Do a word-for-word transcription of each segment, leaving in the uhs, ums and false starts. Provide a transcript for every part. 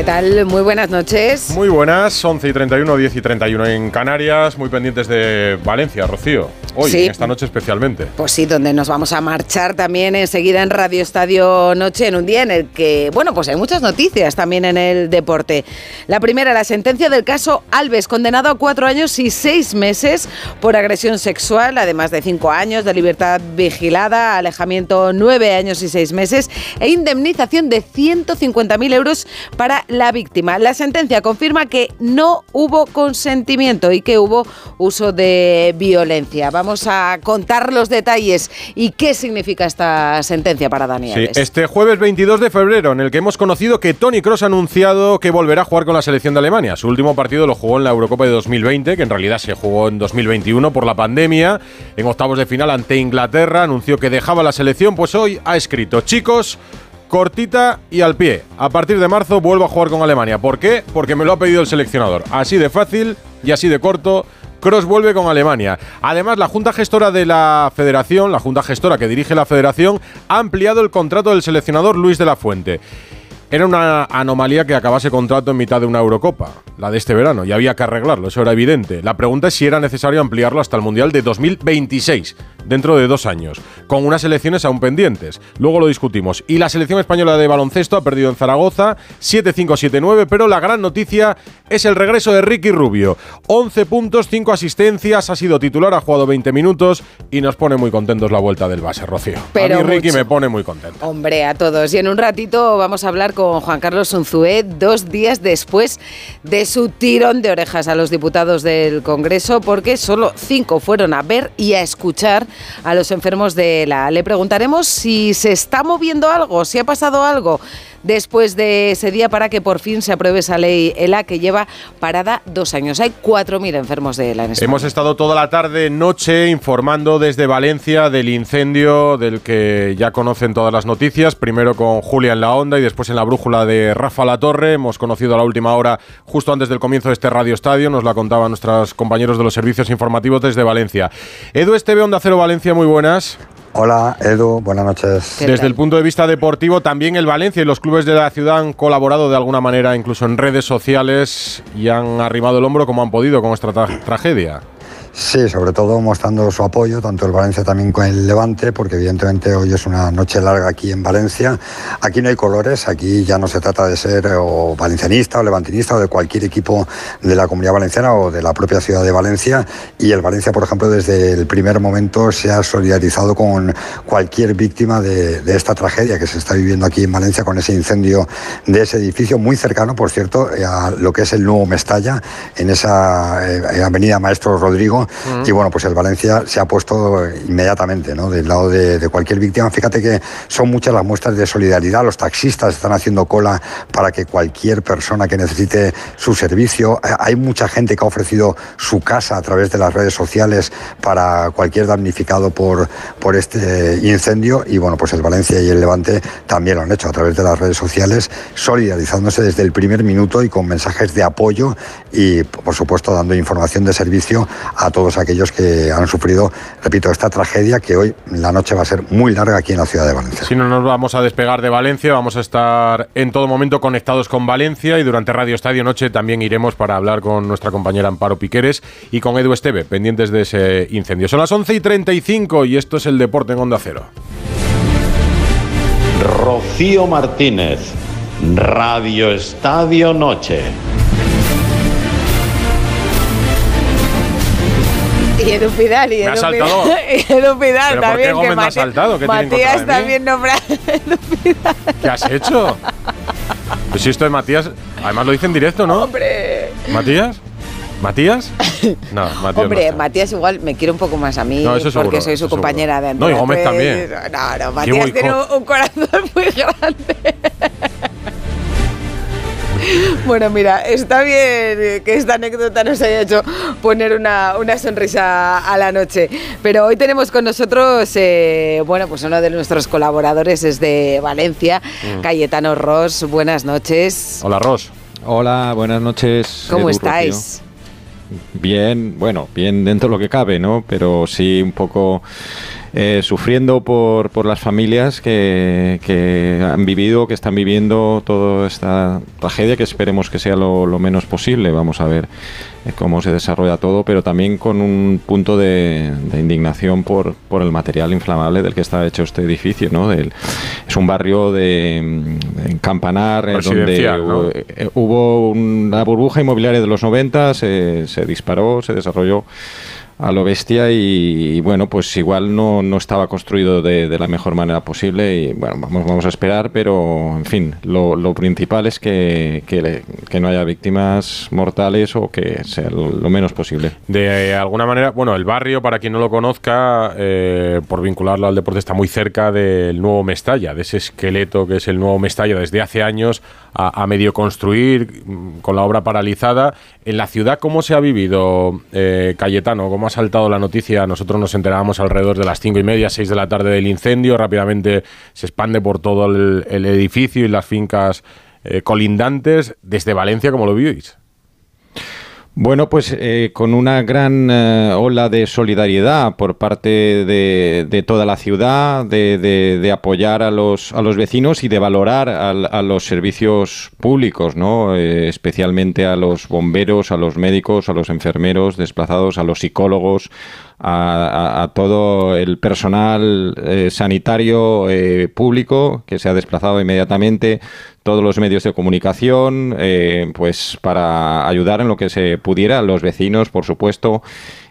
tal? Muy buenas noches. Muy buenas, once y treinta y uno, diez y treinta y uno en Canarias, muy pendientes de Valencia, Rocío. Hoy, sí. Esta noche especialmente. Pues sí, donde nos vamos a marchar también enseguida en Radio Estadio Noche, en un día en el que, bueno, pues hay muchas noticias también en el deporte. La primera, la sentencia del caso Alves, condenado a cuatro años y seis meses por agresión sexual, además de cinco años de libertad vigilada, alejamiento nueve años y seis meses e indemnización de ciento cincuenta mil euros para la víctima. La sentencia confirma que no hubo consentimiento y que hubo uso de violencia. Vamos a contar los detalles y qué significa esta sentencia para Dani Alves. Sí, este jueves veintidós de febrero, en el que hemos conocido que Toni Kroos ha anunciado que volverá a jugar con la selección de Alemania. Su último partido lo jugó en la Eurocopa de dos mil veinte, que en realidad se jugó en dos mil veintiuno por la pandemia. En octavos de final ante Inglaterra anunció que dejaba la selección, pues hoy ha escrito: chicos, cortita y al pie. A partir de marzo vuelvo a jugar con Alemania. ¿Por qué? Porque me lo ha pedido el seleccionador. Así de fácil y así de corto. Kroos vuelve con Alemania. Además, la Junta Gestora de la Federación, la Junta Gestora que dirige la Federación, ha ampliado el contrato del seleccionador Luis de la Fuente. Era una anomalía que acabase contrato en mitad de una Eurocopa, la de este verano, y había que arreglarlo, eso era evidente. La pregunta es si era necesario ampliarlo hasta el Mundial de dos mil veintiséis, dentro de dos años, con unas elecciones aún pendientes. Luego lo discutimos. Y la selección española de baloncesto ha perdido en Zaragoza, siete cinco siete nueve, pero la gran noticia es el regreso de Ricky Rubio. once puntos, cinco asistencias, ha sido titular, ha jugado veinte minutos y nos pone muy contentos la vuelta del base, Rocío. Pero a mí Ricky mucho. me pone muy contento. Hombre, a todos. Y en un ratito vamos a hablar con Juan Carlos Unzué, dos días después de su tirón de orejas a los diputados del Congreso, porque solo cinco fueron a ver y a escuchar a los enfermos de ELA. Le preguntaremos si se está moviendo algo, si ha pasado algo después de ese día para que por fin se apruebe esa ley ELA que lleva parada dos años. Hay cuatro mil enfermos de ELA en España. Hemos estado toda la tarde, noche, informando desde Valencia del incendio del que ya conocen todas las noticias. Primero con Julia en la Onda y después en la brújula de Rafa Latorre. Hemos conocido a la última hora, justo antes del comienzo de este Radio Estadio. Nos la contaban nuestros compañeros de los servicios informativos desde Valencia. Edu Esteve, Onda Cero Valencia, muy buenas. Hola, Edu, buenas noches. Desde el punto de vista deportivo, también el Valencia y los clubes de la ciudad han colaborado de alguna manera, incluso en redes sociales, y han arrimado el hombro como han podido con esta tra- tragedia. Sí, sobre todo mostrando su apoyo, tanto el Valencia también con el Levante, porque evidentemente hoy es una noche larga aquí en Valencia. Aquí no hay colores, aquí ya no se trata de ser o valencianista o levantinista o de cualquier equipo de la Comunidad Valenciana o de la propia ciudad de Valencia. Y el Valencia, por ejemplo, desde el primer momento se ha solidarizado con cualquier víctima de, de esta tragedia que se está viviendo aquí en Valencia con ese incendio de ese edificio, muy cercano, por cierto, a lo que es el nuevo Mestalla, en esa eh, avenida Maestro Rodrigo. Uh-huh. Y bueno, pues el Valencia se ha puesto inmediatamente, ¿no?, del lado de, de cualquier víctima. Fíjate que son muchas las muestras de solidaridad. Los taxistas están haciendo cola para que cualquier persona que necesite su servicio. Hay mucha gente que ha ofrecido su casa a través de las redes sociales para cualquier damnificado por, por este incendio. Y bueno, pues el Valencia y el Levante también lo han hecho a través de las redes sociales, solidarizándose desde el primer minuto y con mensajes de apoyo y, por supuesto, dando información de servicio a todos aquellos que han sufrido, repito, esta tragedia que hoy la noche va a ser muy larga aquí en la ciudad de Valencia. Si no nos vamos a despegar de Valencia, vamos a estar en todo momento conectados con Valencia y durante Radio Estadio Noche también iremos para hablar con nuestra compañera Amparo Piqueres y con Edu Esteve, pendientes de ese incendio. Son las once y treinta y cinco y esto es el deporte en Onda Cero. Rocío Martínez, Radio Estadio Noche. Y Edu Pidal, y Me ha Edu saltado. Pidal, y Edu Pidal ¿Pero también. por qué Gómez que me ha Mati- saltado? ¿Qué tiene en Matías contra de mí? también nombra a Edu Pidal. ¿Qué has hecho? Pues si esto de Matías, además lo dice en directo, ¿no? ¡Hombre! ¿Matías? ¿Matías? No, Matías Hombre, no Matías igual me quiere un poco más a mí, no, eso porque seguro, soy su eso compañera seguro. de No, y Gómez Antena también. No, no, Matías muy tiene co- un corazón muy grande. Bueno, mira, está bien que esta anécdota nos haya hecho poner una, una sonrisa a la noche. Pero hoy tenemos con nosotros, eh, bueno, pues uno de nuestros colaboradores es de Valencia, mm. Cayetano Ros. Buenas noches. Hola, Ros. Hola, buenas noches. ¿Cómo Edu, estáis? Rocío. Bien, bueno, bien dentro de lo que cabe, ¿no? Pero sí un poco eh, sufriendo por, por las familias que, que han vivido, que están viviendo toda esta tragedia, que esperemos que sea lo, lo menos posible. Vamos a ver eh, cómo se desarrolla todo, pero también con un punto de, de indignación por, por el material inflamable del que está hecho este edificio, ¿no? Del, es un barrio de, de Campanar, eh, donde ¿no? hubo, eh, hubo una burbuja inmobiliaria de los noventa, se, se disparó, se desarrolló a lo bestia y, y bueno, pues igual no, no estaba construido de, de la mejor manera posible y bueno, vamos, vamos a esperar, pero en fin, lo, lo principal es que, que, que no haya víctimas mortales o que sea lo, lo menos posible. De alguna manera, bueno, el barrio, para quien no lo conozca, eh, por vincularlo al deporte, está muy cerca del nuevo Mestalla, de ese esqueleto que es el nuevo Mestalla desde hace años a, a medio construir, con la obra paralizada. En la ciudad, ¿cómo se ha vivido, eh, Cayetano? ¿Cómo ha saltado la noticia? Nosotros nos enterábamos alrededor de las cinco y media, seis de la tarde del incendio. Rápidamente se expande por todo el, el edificio y las fincas eh, colindantes. Desde Valencia, ¿cómo lo vivís? Bueno, pues eh, con una gran eh, ola de solidaridad por parte de, de toda la ciudad, de, de, de apoyar a los, a los vecinos y de valorar a, a los servicios públicos, ¿no? Eh, especialmente a los bomberos, a los médicos, a los enfermeros desplazados, a los psicólogos, a, a, a todo el personal eh, sanitario eh, público que se ha desplazado inmediatamente, todos los medios de comunicación, eh, pues para ayudar en lo que se pudiera, los vecinos, por supuesto,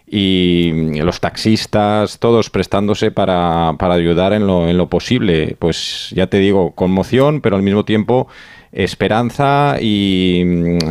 y los taxistas, todos prestándose para, para ayudar en lo, en lo posible. Pues ya te digo, conmoción, pero al mismo tiempo esperanza y,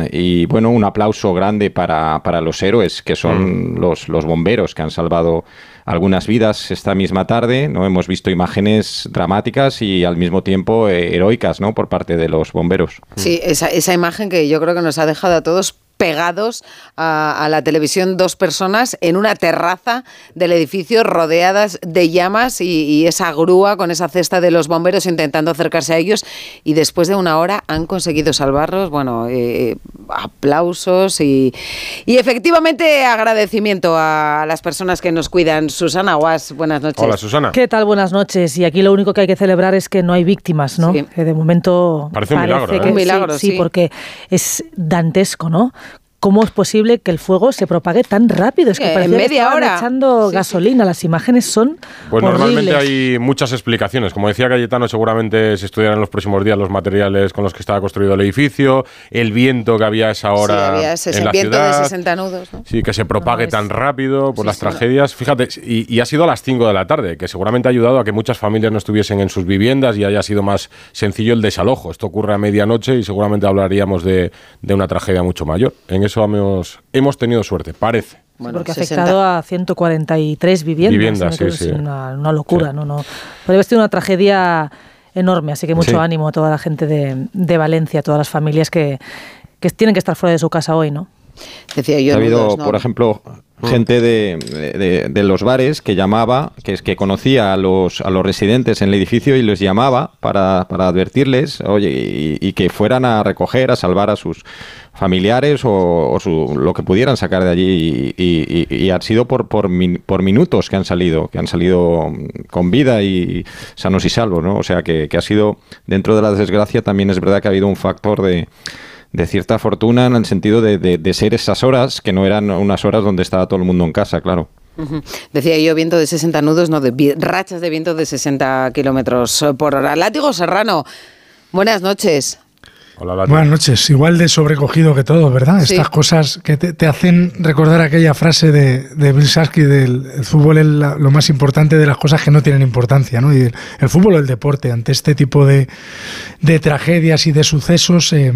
y bueno, un aplauso grande para, para los héroes que son mm. los, los bomberos que han salvado algunas vidas esta misma tarde, ¿no? Hemos visto imágenes dramáticas y al mismo tiempo eh, heroicas, ¿no? Por parte de los bomberos. Sí, esa, esa imagen que yo creo que nos ha dejado a todos pegados a, a la televisión, dos personas en una terraza del edificio rodeadas de llamas y, y esa grúa con esa cesta de los bomberos intentando acercarse a ellos, y después de una hora han conseguido salvarlos. Bueno, eh, aplausos y, y efectivamente agradecimiento a las personas que nos cuidan. Susana Guas, buenas noches. Hola, Susana. ¿Qué tal? Buenas noches. Y aquí lo único que hay que celebrar es que no hay víctimas, ¿no? Sí. Que de momento parece un parece milagro, ¿eh? que Un milagro, sí, sí, sí. porque es dantesco, ¿no? ¿Cómo es posible que el fuego se propague tan rápido? Es que Eh, parecía en media que estaban hora. echando Sí, gasolina. Las imágenes son Pues horribles. normalmente hay muchas explicaciones. Como decía Cayetano, seguramente se estudiarán en los próximos días los materiales con los que estaba construido el edificio, el viento que había a esa hora Sí, había ese en la viento ciudad. de sesenta nudos, ¿no? Sí, que se propague No, es- tan rápido por Sí, las sí. tragedias. Fíjate, y, y ha sido a las cinco de la tarde, que seguramente ha ayudado a que muchas familias no estuviesen en sus viviendas y haya sido más sencillo el desalojo. Esto ocurre a medianoche y seguramente hablaríamos de, de una tragedia mucho mayor. En eso hemos, hemos tenido suerte, parece. Bueno, porque ha sesenta. afectado a ciento cuarenta y tres viviendas. Viviendas, ¿no? Que sí, es sí. una, una locura, Sí. ¿no? no Podría haber sido una tragedia enorme, así que mucho Sí. ánimo a toda la gente de, de Valencia, a todas las familias que, que tienen que estar fuera de su casa hoy, ¿no? Decía yo, Ha habido, nudos, ¿no? por ejemplo, gente de, de, de los bares que llamaba, que es que conocía a los a los residentes en el edificio y les llamaba para, para advertirles, oye, y, y que fueran a recoger, a salvar a sus familiares o, o su, lo que pudieran sacar de allí, y, y, y, y han sido por por, min, por minutos que han salido, que han salido con vida y sanos y salvos, ¿no? O sea que, que ha sido, dentro de la desgracia, también es verdad que ha habido un factor de de cierta fortuna en el sentido de, de, de ser esas horas que no eran unas horas donde estaba todo el mundo en casa, claro. Uh-huh. Decía yo, viento de sesenta nudos, no, de vi- rachas de viento de sesenta kilómetros por hora. Látigo Serrano, buenas noches. Hola, Lati. Buenas noches, igual de sobrecogido que todo, ¿verdad? Sí. Estas cosas que te, te hacen recordar aquella frase de, de Bill Sarsky del el fútbol es la- lo más importante de las cosas que no tienen importancia, ¿no? Y el, el fútbol o el deporte, ante este tipo de, de tragedias y de sucesos, eh,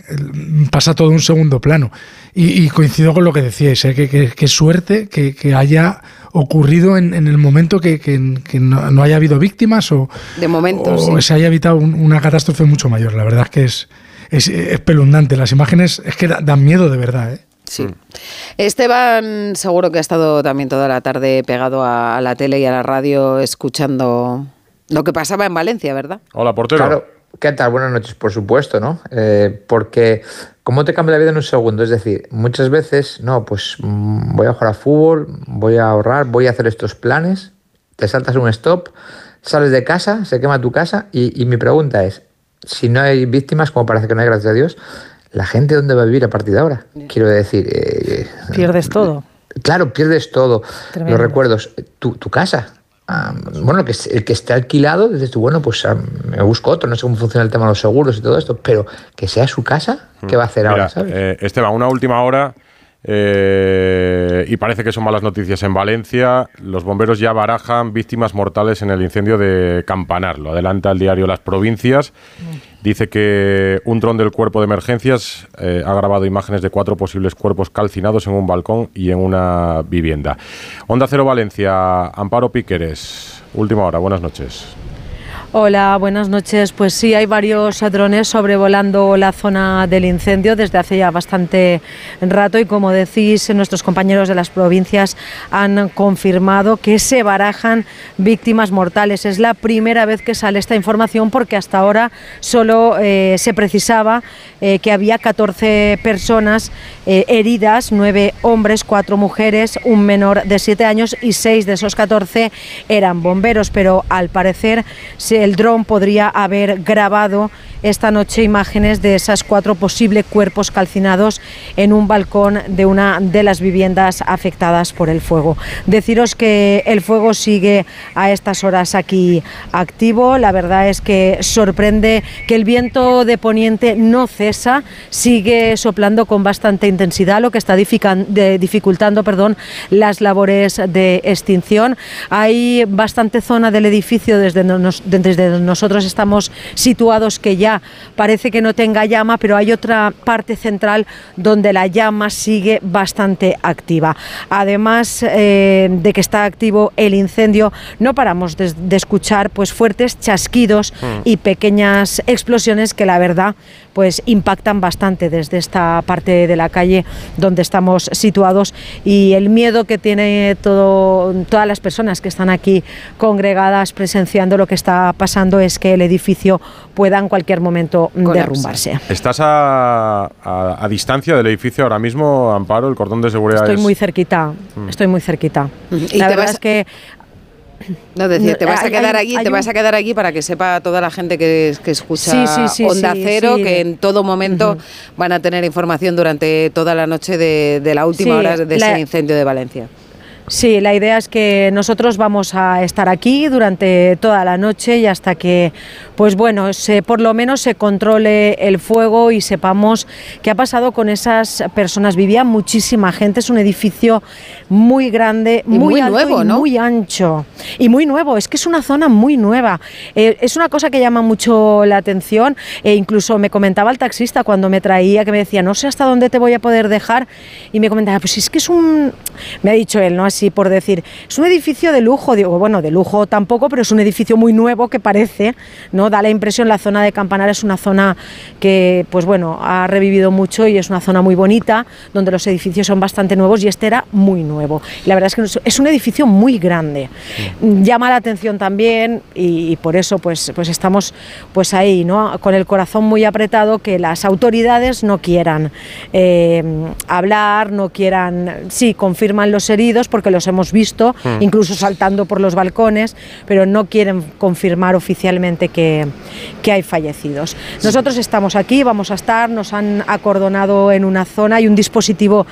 el- pasa todo a un segundo plano. Y, y coincido con lo que decíais, ¿eh? que, que, que suerte que, que haya ocurrido en, en el momento que, que, que no, no haya habido víctimas o, De momento, o sí. se haya evitado un- una catástrofe mucho mayor. La verdad es que es Es espeluznante. Las imágenes es que da- dan miedo de verdad, ¿eh? Sí. Esteban seguro que ha estado también toda la tarde pegado a, a la tele y a la radio escuchando lo que pasaba en Valencia, ¿verdad? Hola, portero. Claro, ¿qué tal? Buenas noches, por supuesto, ¿no? Eh, porque ¿cómo te cambia la vida en un segundo? Es decir, muchas veces, no, pues mm, voy a jugar a fútbol, voy a ahorrar, voy a hacer estos planes te saltas un stop, sales de casa, se quema tu casa y, y mi pregunta es, si no hay víctimas, como parece que no hay, gracias a Dios, ¿la gente dónde va a vivir a partir de ahora? Quiero decir... Eh, pierdes todo. Claro, pierdes todo. Tremendo. Los recuerdos, tu, tu casa. Um, bueno, el que, el que esté alquilado, dices tú, bueno, pues um, me busco otro, no sé cómo funciona el tema de los seguros y todo esto, pero que sea su casa, ¿qué va a hacer Mira, ahora? ¿Sabes? Eh, Esteban, una última hora, eh, y parece que son malas noticias en Valencia. Los bomberos ya barajan víctimas mortales en el incendio de Campanar. Lo adelanta el diario Las Provincias. Dice que un dron del cuerpo de emergencias eh, ha grabado imágenes de cuatro posibles cuerpos calcinados en un balcón y en una vivienda. Onda Cero Valencia, Amparo Piqueres, última hora, buenas noches. Hola, buenas noches. Pues sí, hay varios drones sobrevolando la zona del incendio desde hace ya bastante rato y, como decís, nuestros compañeros de Las Provincias han confirmado que se barajan víctimas mortales. Es la primera vez que sale esta información porque hasta ahora solo eh, se precisaba eh, que había catorce personas eh, heridas, nueve hombres, cuatro mujeres, un menor de siete años y seis de esos catorce eran bomberos, pero al parecer se el dron podría haber grabado esta noche imágenes de esas cuatro posibles cuerpos calcinados en un balcón de una de las viviendas afectadas por el fuego. Deciros que el fuego sigue a estas horas aquí activo. La verdad es que sorprende que el viento de poniente no cesa, sigue soplando con bastante intensidad, lo que está dificultando perdón, las labores de extinción. Hay bastante zona del edificio desde, nos, desde nosotros estamos situados que ya parece que no tenga llama, pero hay otra parte central donde la llama sigue bastante activa. Además eh, de que está activo el incendio, no paramos de, de escuchar pues fuertes chasquidos mm. y pequeñas explosiones que la verdad pues impactan bastante desde esta parte de la calle donde estamos situados, y el miedo que tiene todo, todas las personas que están aquí congregadas presenciando lo que está pasando es que el edificio pueda en cualquier momento derrumbarse. ¿Estás a, a, a distancia del edificio ahora mismo, Amparo? ¿El cordón de seguridad Estoy es... muy cerquita, mm. estoy muy cerquita. ¿Y la te verdad vas... es que... No, decía, te vas a quedar hay, aquí, hay te un... vas a quedar aquí para que sepa toda la gente que, que escucha sí, sí, sí, Onda sí, Cero, sí. que en todo momento uh-huh. van a tener información durante toda la noche de, de la última sí, hora de la... ese incendio de Valencia. Sí, la idea es que nosotros vamos a estar aquí durante toda la noche y hasta que, pues bueno, se, por lo menos se controle el fuego y sepamos qué ha pasado con esas personas. Vivía muchísima gente, es un edificio muy grande, muy, muy alto nuevo, y ¿no? muy ancho. Y muy nuevo, es que es una zona muy nueva. Eh, es una cosa que llama mucho la atención, e incluso me comentaba el taxista cuando me traía, que me decía, no sé hasta dónde te voy a poder dejar, y me comentaba, pues es que es un... Me ha dicho él, ¿no? Así por decir, es un edificio de lujo, digo, bueno, de lujo tampoco, pero es un edificio muy nuevo que parece, ¿no? Da la impresión, la zona de Campanar es una zona que, pues bueno, ha revivido mucho y es una zona muy bonita, donde los edificios son bastante nuevos y este era muy nuevo. Y la verdad es que es un edificio muy grande. Sí. Llama la atención también y, y por eso pues, pues estamos pues ahí, ¿no? Con el corazón muy apretado, que las autoridades no quieran eh, hablar, no quieran, sí, confirman los heridos porque los hemos visto, mm. incluso saltando por los balcones, pero no quieren confirmar oficialmente que, que hay fallecidos. Nosotros estamos aquí, vamos a estar, nos han acordonado en una zona, hay un dispositivo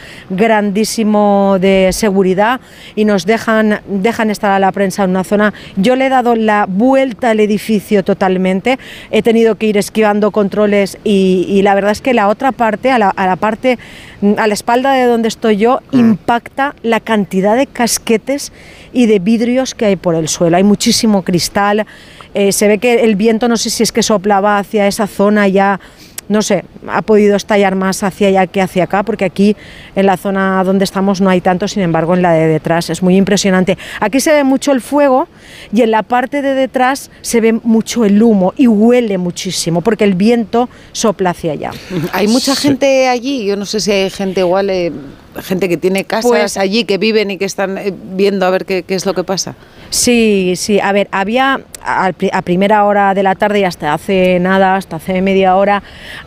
grandísimo de seguridad y nos dejan, dejan estar a la prensa en una zona. Yo le he dado la vuelta al edificio totalmente, he tenido que ir esquivando controles y, y la verdad es que la otra parte, a la, a la parte, a la espalda de donde estoy yo, mm. impacta la cantidad de casquetes y de vidrios que hay por el suelo. Hay muchísimo cristal, eh, se ve que el viento, no sé si es que soplaba hacia esa zona ya, no sé, ha podido estallar más hacia allá que hacia acá, porque aquí en la zona donde estamos no hay tanto, sin embargo en la de detrás es muy impresionante. Aquí se ve mucho el fuego y en la parte de detrás se ve mucho el humo y huele muchísimo, porque el viento sopla hacia allá. Hay mucha sí. gente allí, yo no sé si hay gente igual, eh, gente que tiene casas pues, allí, que viven y que están eh, viendo a ver qué, qué es lo que pasa. Sí, sí, a ver, había a, a primera hora de la tarde y hasta hace nada, hasta hace media hora, había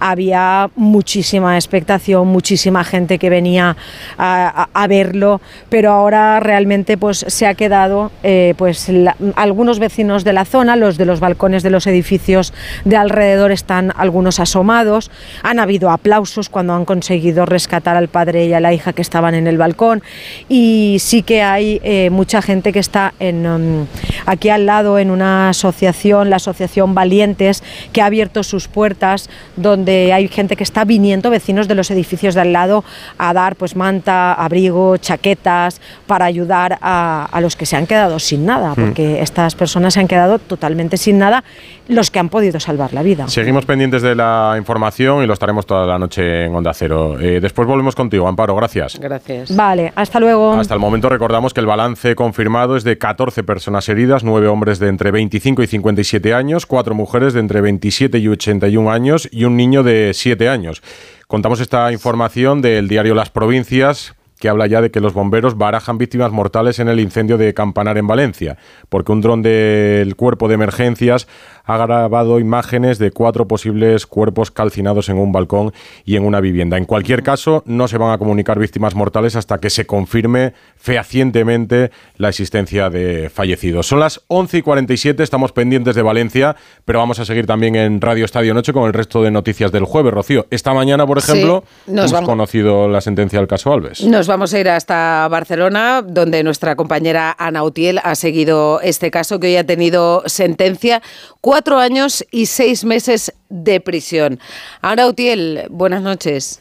había muchísima expectación, muchísima gente que venía a, a, a verlo, pero ahora realmente pues se ha quedado eh, pues la, algunos vecinos de la zona, los de los balcones de los edificios de alrededor están algunos asomados, han habido aplausos cuando han conseguido rescatar al padre y a la hija que estaban en el balcón, y sí que hay eh, mucha gente que está en um, aquí al lado en una asociación, la Asociación Valientes, que ha abierto sus puertas, donde hay gente que está viniendo, vecinos de los edificios de al lado, a dar pues manta, abrigo, chaquetas, para ayudar a, a los que se han quedado sin nada, porque mm. estas personas se han quedado totalmente sin nada, los que han podido salvar la vida. Seguimos pendientes de la información y lo estaremos toda la noche en Onda Cero. Eh, después volvemos contigo, Amparo, gracias. Gracias. Vale, hasta luego. Hasta el momento recordamos que el balance confirmado es de catorce personas heridas, nueve hombres de entre veinticinco y cincuenta y siete años, cuatro mujeres de entre veintisiete y ochenta y un años y un niño de siete años. Contamos esta información del diario Las Provincias, que habla ya de que los bomberos barajan víctimas mortales en el incendio de Campanar en Valencia, porque un dron del cuerpo de emergencias ha grabado imágenes de cuatro posibles cuerpos calcinados en un balcón y en una vivienda. En cualquier caso, no se van a comunicar víctimas mortales hasta que se confirme fehacientemente la existencia de fallecidos. Son las once y cuarenta y siete, estamos pendientes de Valencia, pero vamos a seguir también en Radio Estadio Noche con el resto de noticias del jueves. Rocío, esta mañana, por ejemplo, sí, hemos vamos. conocido la sentencia del caso Alves. Nos vamos a ir hasta Barcelona, donde nuestra compañera Ana Utiel ha seguido este caso, que hoy ha tenido sentencia, cuatro años y seis meses de prisión. Ana Utiel, buenas noches.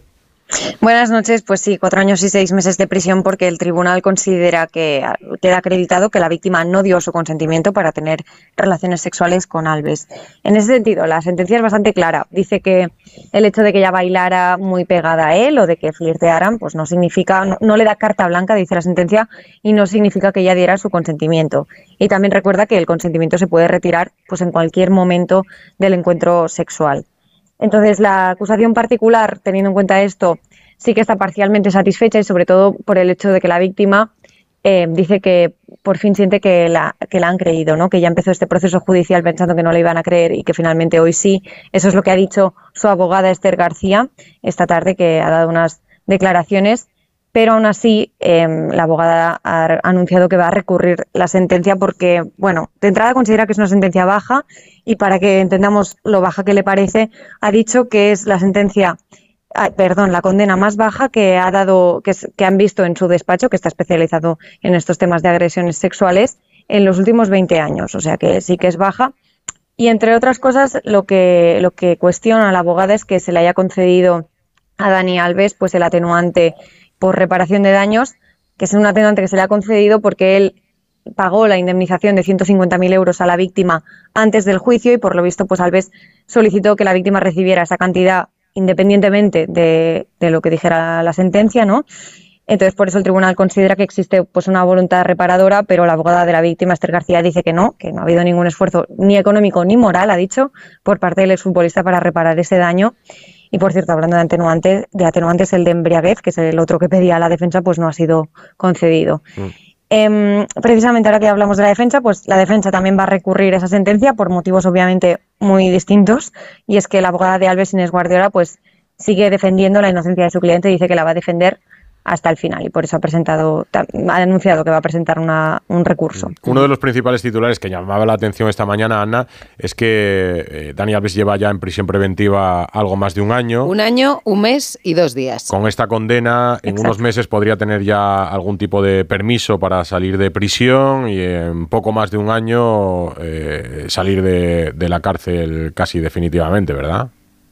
Buenas noches, pues sí, cuatro años y seis meses de prisión porque el tribunal considera que queda acreditado que la víctima no dio su consentimiento para tener relaciones sexuales con Alves. En ese sentido, la sentencia es bastante clara. Dice que el hecho de que ella bailara muy pegada a él o de que flirtearan, pues no significa, no, no le da carta blanca, dice la sentencia, y no significa que ella diera su consentimiento. Y también recuerda que el consentimiento se puede retirar pues en cualquier momento del encuentro sexual. Entonces, la acusación particular, teniendo en cuenta esto, sí que está parcialmente satisfecha y sobre todo por el hecho de que la víctima eh, dice que por fin siente que la, que la han creído, ¿no? Que ya empezó este proceso judicial pensando que no le iban a creer y que finalmente hoy sí. Eso es lo que ha dicho su abogada Esther García esta tarde, que ha dado unas declaraciones, pero aún así eh, la abogada ha anunciado que va a recurrir la sentencia porque, bueno, de entrada considera que es una sentencia baja y para que entendamos lo baja que le parece, ha dicho que es la sentencia, ah, perdón, la condena más baja que ha dado, que, es, que han visto en su despacho, que está especializado en estos temas de agresiones sexuales, en los últimos veinte años, o sea que sí que es baja. Y entre otras cosas, lo que, lo que cuestiona a la abogada es que se le haya concedido a Dani Alves pues el atenuante por reparación de daños, que es un atenuante que se le ha concedido porque él pagó la indemnización de ciento cincuenta mil euros a la víctima antes del juicio y por lo visto pues Alves solicitó que la víctima recibiera esa cantidad independientemente de, de lo que dijera la sentencia, ¿no? Entonces por eso el tribunal considera que existe pues una voluntad reparadora, pero la abogada de la víctima, Esther García, dice que no, que no ha habido ningún esfuerzo ni económico ni moral, ha dicho, por parte del exfutbolista para reparar ese daño. Y por cierto, hablando de atenuantes, de atenuantes, el de embriaguez, que es el otro que pedía la defensa, pues no ha sido concedido. Mm. Eh, precisamente ahora que hablamos de la defensa, pues la defensa también va a recurrir esa sentencia por motivos obviamente muy distintos, y es que la abogada de Alves, Inés Guardiola, pues sigue defendiendo la inocencia de su cliente y dice que la va a defender hasta el final y por eso ha presentado, ha anunciado que va a presentar una, un recurso. Uno de los principales titulares que llamaba la atención esta mañana, Ana, es que eh, Dani Alves lleva ya en prisión preventiva algo más de un año. Un año, un mes y dos días. Con esta condena, en Exacto. unos meses podría tener ya algún tipo de permiso para salir de prisión y en poco más de un año eh, salir de, de la cárcel casi definitivamente, ¿verdad?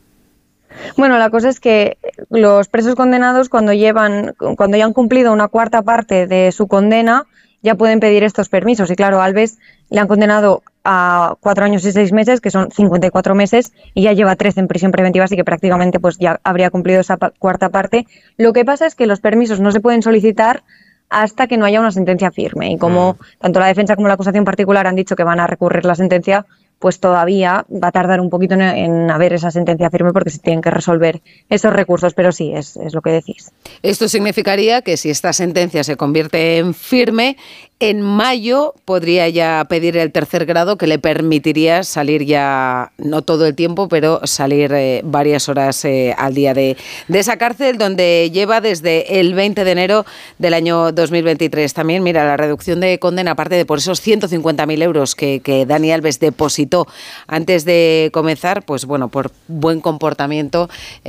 Bueno, la cosa es que los presos condenados cuando llevan, cuando ya han cumplido una cuarta parte de su condena, ya pueden pedir estos permisos. Y claro, a Alves le han condenado a cuatro años y seis meses, que son cincuenta y cuatro meses, y ya lleva trece en prisión preventiva, así que prácticamente pues ya habría cumplido esa pa- cuarta parte. Lo que pasa es que los permisos no se pueden solicitar hasta que no haya una sentencia firme. Y como tanto la defensa como la acusación particular han dicho que van a recurrir la sentencia, pues todavía va a tardar un poquito en, en haber esa sentencia firme porque se tienen que resolver esos recursos, pero sí, es, es lo que decís. Esto significaría que si esta sentencia se convierte en firme, en mayo podría ya pedir el tercer grado, que le permitiría salir ya, no todo el tiempo, pero salir eh, varias horas eh, al día de, de esa cárcel donde lleva desde el veinte de enero del año dos mil veintitrés. También, mira, la reducción de condena, aparte de por esos ciento cincuenta mil euros que, que Dani Alves depositó antes de comenzar, pues bueno, por buen comportamiento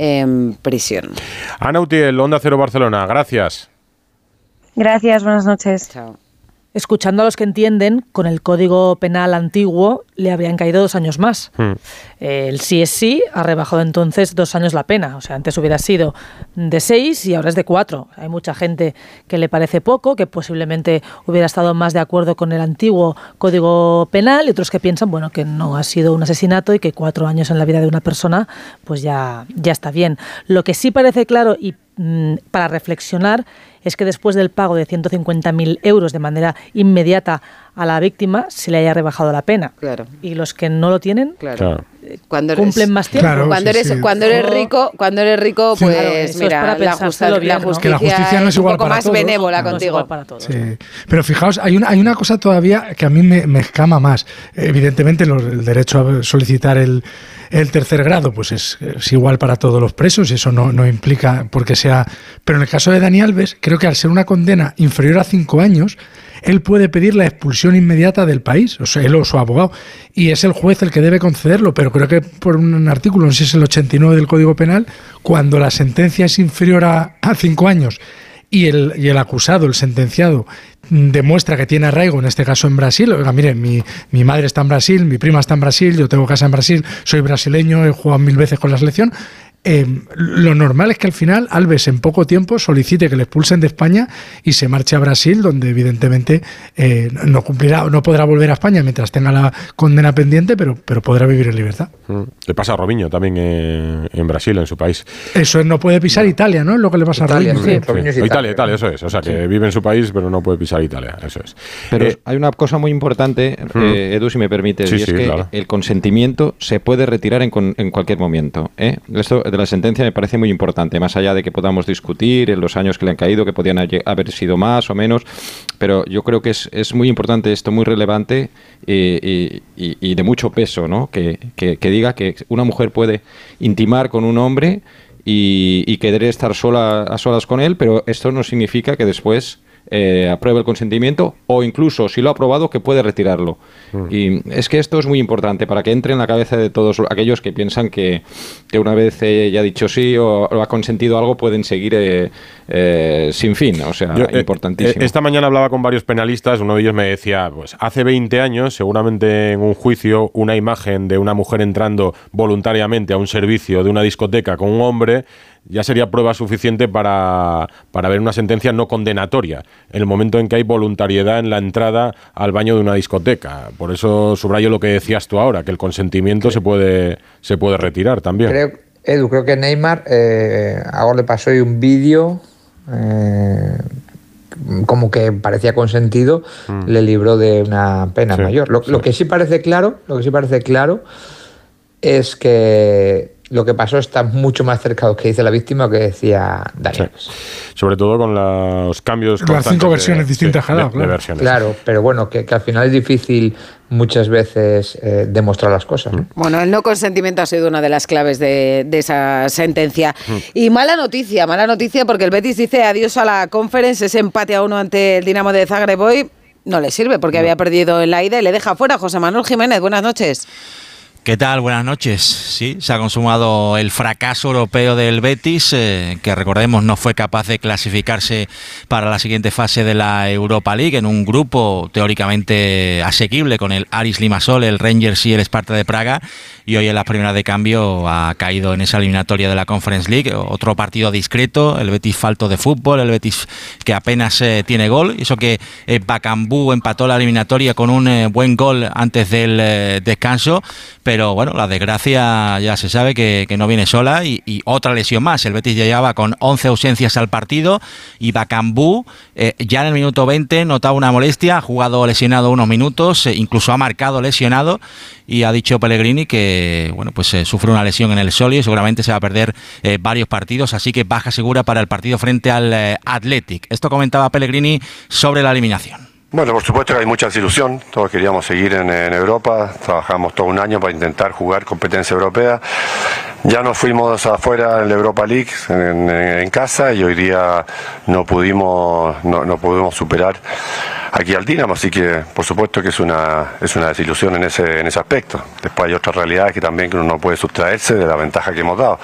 en prisión. Ana Utiel, Onda Cero Barcelona, gracias. Gracias, buenas noches. Chao. Escuchando a los que entienden, con el Código Penal antiguo le habrían caído dos años más. Hmm. El sí es sí ha rebajado entonces dos años la pena. O sea, antes hubiera sido de seis y ahora es de cuatro. Hay mucha gente que le parece poco, que posiblemente hubiera estado más de acuerdo con el antiguo Código Penal, y otros que piensan, bueno, que no ha sido un asesinato y que cuatro años en la vida de una persona pues ya, ya está bien. Lo que sí parece claro y mmm, para reflexionar es que después del pago de ciento cincuenta mil euros de manera inmediata a la víctima se le haya rebajado la pena. Claro. Y los que no lo tienen, claro. Cuando eres, cumplen más tiempo. Claro, cuando sí, eres sí. cuando eres rico, cuando eres rico, pues claro, mira, la, justa, la, bien, justicia ¿no? la justicia no es, es un igual poco para más todos, benévola no, contigo. No para todos. Sí. Pero fijaos, hay una, hay una cosa todavía que a mí me, me escama más. Evidentemente, los, el derecho a solicitar el, el tercer grado pues es, es igual para todos los presos, y eso no, no implica porque sea... Pero en el caso de Dani Alves, creo que al ser una condena inferior a cinco años, él puede pedir la expulsión inmediata del país, o sea, él o su abogado, y es el juez el que debe concederlo, pero creo que por un artículo, no sé si es el ochenta y nueve del Código Penal, cuando la sentencia es inferior a, a cinco años y el, y el acusado, el sentenciado, demuestra que tiene arraigo, en este caso en Brasil. Oiga, mire, mi, mi madre está en Brasil, mi prima está en Brasil, yo tengo casa en Brasil, soy brasileño, he jugado mil veces con la selección. Eh, lo normal es que al final Alves en poco tiempo solicite que le expulsen de España y se marche a Brasil, donde evidentemente eh, no cumplirá, no podrá volver a España mientras tenga la condena pendiente, pero, pero podrá vivir en libertad. Le pasa a Robinho también eh, en Brasil, en su país. Eso es, no puede pisar Italia, ¿no? Es lo que le pasa Italia, a Robinho. sí, Sí. Robinho es Italia, Italia, Italia, eso es. O sea, que sí. Vive en su país, pero no puede pisar Italia, eso es. Pero eh, hay una cosa muy importante, eh, Edu, si me permites, sí, y es sí, que claro. el consentimiento se puede retirar en, en cualquier momento. ¿eh? Esto de la sentencia me parece muy importante, más allá de que podamos discutir en los años que le han caído, que podían haber sido más o menos, pero yo creo que es, es muy importante esto, muy relevante y, y, y de mucho peso, ¿no? Que, que, que diga que una mujer puede intimar con un hombre y, y querer estar sola a solas con él, pero esto no significa que después eh, apruebe el consentimiento, o incluso si lo ha aprobado que puede retirarlo. Mm. Y es que esto es muy importante para que entre en la cabeza de todos aquellos que piensan que, que una vez ella ha dicho sí o, o ha consentido algo pueden seguir eh, eh, sin fin. O sea, Yo, eh, importantísimo. Esta mañana hablaba con varios penalistas, uno de ellos me decía, pues hace veinte años, seguramente en un juicio, una imagen de una mujer entrando voluntariamente a un servicio de una discoteca con un hombre ya sería prueba suficiente para, para ver una sentencia no condenatoria, en el momento en que hay voluntariedad en la entrada al baño de una discoteca. Por eso subrayo lo que decías tú ahora, que el consentimiento se puede, se puede retirar también. Creo, Edu, creo que Neymar, eh, ahora le pasó hoy un vídeo eh, como que parecía consentido, mm. le libró de una pena sí, mayor. Lo, sí. lo que sí parece claro, lo que sí parece claro es que lo que pasó está mucho más cerca de lo que dice la víctima que decía Daniel. Sí. Sobre todo con los cambios las cinco versiones de, distintas sí, de, de, claro. de versiones. Claro, pero bueno, que, que al final es difícil muchas veces eh, demostrar las cosas, ¿no? Bueno, el no consentimiento ha sido una de las claves de, de esa sentencia. Mm. Y mala noticia, mala noticia porque el Betis dice adiós a la Conference, ese empate a uno ante el Dinamo de Zagreb hoy no le sirve porque no. había perdido en la ida y le deja fuera. José Manuel Jiménez, buenas noches. ¿Qué tal? Buenas noches. Sí, se ha consumado el fracaso europeo del Betis, eh, que recordemos no fue capaz de clasificarse para la siguiente fase de la Europa League en un grupo teóricamente asequible con el Aris Limassol, el Rangers y el Sparta de Praga, y hoy en las primeras de cambio ha caído en esa eliminatoria de la Conference League. Otro partido discreto, el Betis falto de fútbol, el Betis que apenas eh, tiene gol, eso que eh, Bakambu empató la eliminatoria con un eh, buen gol antes del eh, descanso, pero Pero bueno, la desgracia ya se sabe que, que no viene sola y, y otra lesión más. El Betis ya llevaba con once ausencias al partido y Bakambu eh, ya en el minuto veinte notaba una molestia, ha jugado lesionado unos minutos, eh, incluso ha marcado lesionado y ha dicho Pellegrini que bueno pues eh, sufre una lesión en el sóleo y seguramente se va a perder eh, varios partidos, así que baja segura para el partido frente al eh, Athletic. Esto comentaba Pellegrini sobre la eliminación. Bueno, por supuesto que hay mucha desilusión, todos queríamos seguir en, en Europa, trabajamos todo un año para intentar jugar competencia europea, ya nos fuimos afuera en la Europa League, en, en, en casa, y hoy día no pudimos, no, no pudimos superar aquí al Dinamo, así que por supuesto que es una, es una desilusión en ese, en ese aspecto. Después hay otras realidades que también que uno no puede sustraerse de la ventaja que hemos dado.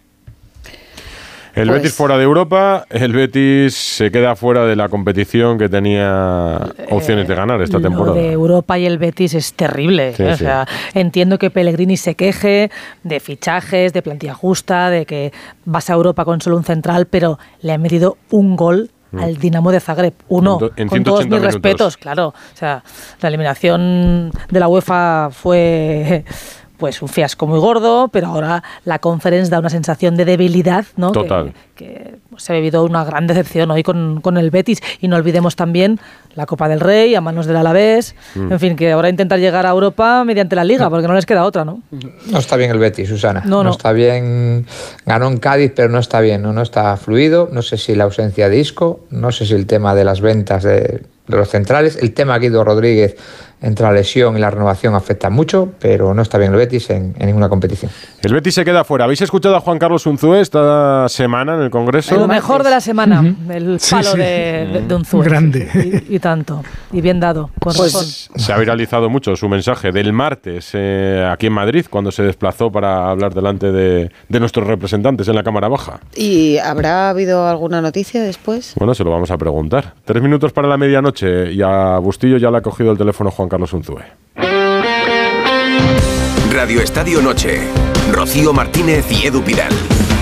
El pues, Betis fuera de Europa, el Betis se queda fuera de la competición que tenía opciones de ganar esta lo temporada. Lo de Europa y el Betis es terrible. Sí, ¿eh? sí. O sea, entiendo que Pellegrini se queje de fichajes, de plantilla justa, de que vas a Europa con solo un central, pero le ha metido un gol mm. al Dinamo de Zagreb. Uno, en, en con todos mis minutos. respetos, claro. O sea, la eliminación de la UEFA fue... pues un fiasco muy gordo, pero ahora la Conference da una sensación de debilidad, ¿no? Total. Que, que se ha vivido una gran decepción hoy con, con el Betis. Y no olvidemos también la Copa del Rey a manos del Alavés. Mm. En fin, que ahora intentar llegar a Europa mediante la Liga, porque no les queda otra, ¿no? No está bien el Betis, Susana. No, no. no está bien. Ganó en Cádiz, pero no está bien, ¿no? No está fluido. No sé si la ausencia de Isco, no sé si el tema de las ventas de, de los centrales, el tema Guido Rodríguez entre la lesión y la renovación afecta mucho, pero no está bien el Betis en, en ninguna competición. El Betis se queda fuera. ¿Habéis escuchado a Juan Carlos Unzué esta semana en el Congreso? Lo mejor de la semana, uh-huh. el palo sí, sí. De, de, de Unzué. Grande. Y, y tanto. Y bien dado, con pues razón. Se ha viralizado mucho su mensaje del martes eh, aquí en Madrid, cuando se desplazó para hablar delante de, de nuestros representantes en la Cámara Baja. ¿Y habrá habido alguna noticia después? Bueno, se lo vamos a preguntar. Tres minutos para la medianoche y a Bustillo ya le ha cogido el teléfono Juan Carlos Unzué. Radio Estadio Noche. Rocío Martínez y Edu Pidal.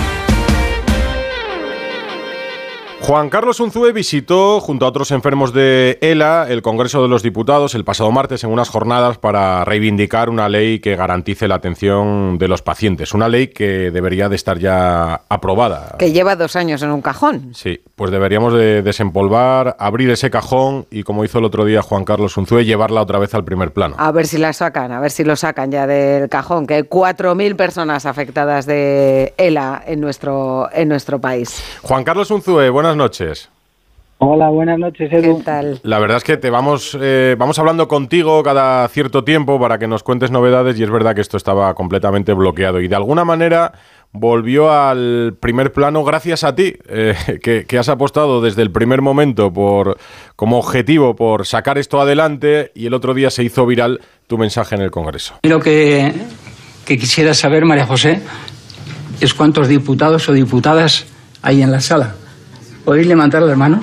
Juan Carlos Unzué visitó, junto a otros enfermos de ELA, el Congreso de los Diputados el pasado martes en unas jornadas para reivindicar una ley que garantice la atención de los pacientes. Una ley que debería de estar ya aprobada. Que lleva dos años en un cajón. Sí, pues deberíamos de desempolvar, abrir ese cajón y, como hizo el otro día Juan Carlos Unzué, llevarla otra vez al primer plano. A ver si la sacan, a ver si lo sacan ya del cajón, que hay cuatro mil personas afectadas de ELA en nuestro, en nuestro país. Juan Carlos Unzué, buenas noches. Hola, buenas noches, Edu. ¿Qué tal? La verdad es que te vamos, eh, vamos hablando contigo cada cierto tiempo para que nos cuentes novedades y es verdad que esto estaba completamente bloqueado y de alguna manera volvió al primer plano gracias a ti, eh, que, que has apostado desde el primer momento por como objetivo por sacar esto adelante y el otro día se hizo viral tu mensaje en el Congreso. Lo que, que quisiera saber, María José, es cuántos diputados o diputadas hay en la sala. ¿Podéis levantar las manos?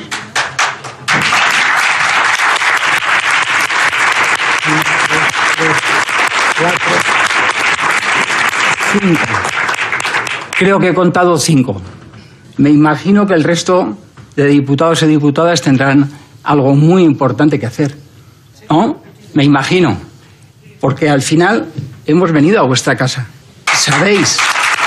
Cinco. Creo que he contado cinco. Me imagino que el resto de diputados y diputadas tendrán algo muy importante que hacer. ¿No? Me imagino. Porque al final hemos venido a vuestra casa. ¿Sabéis?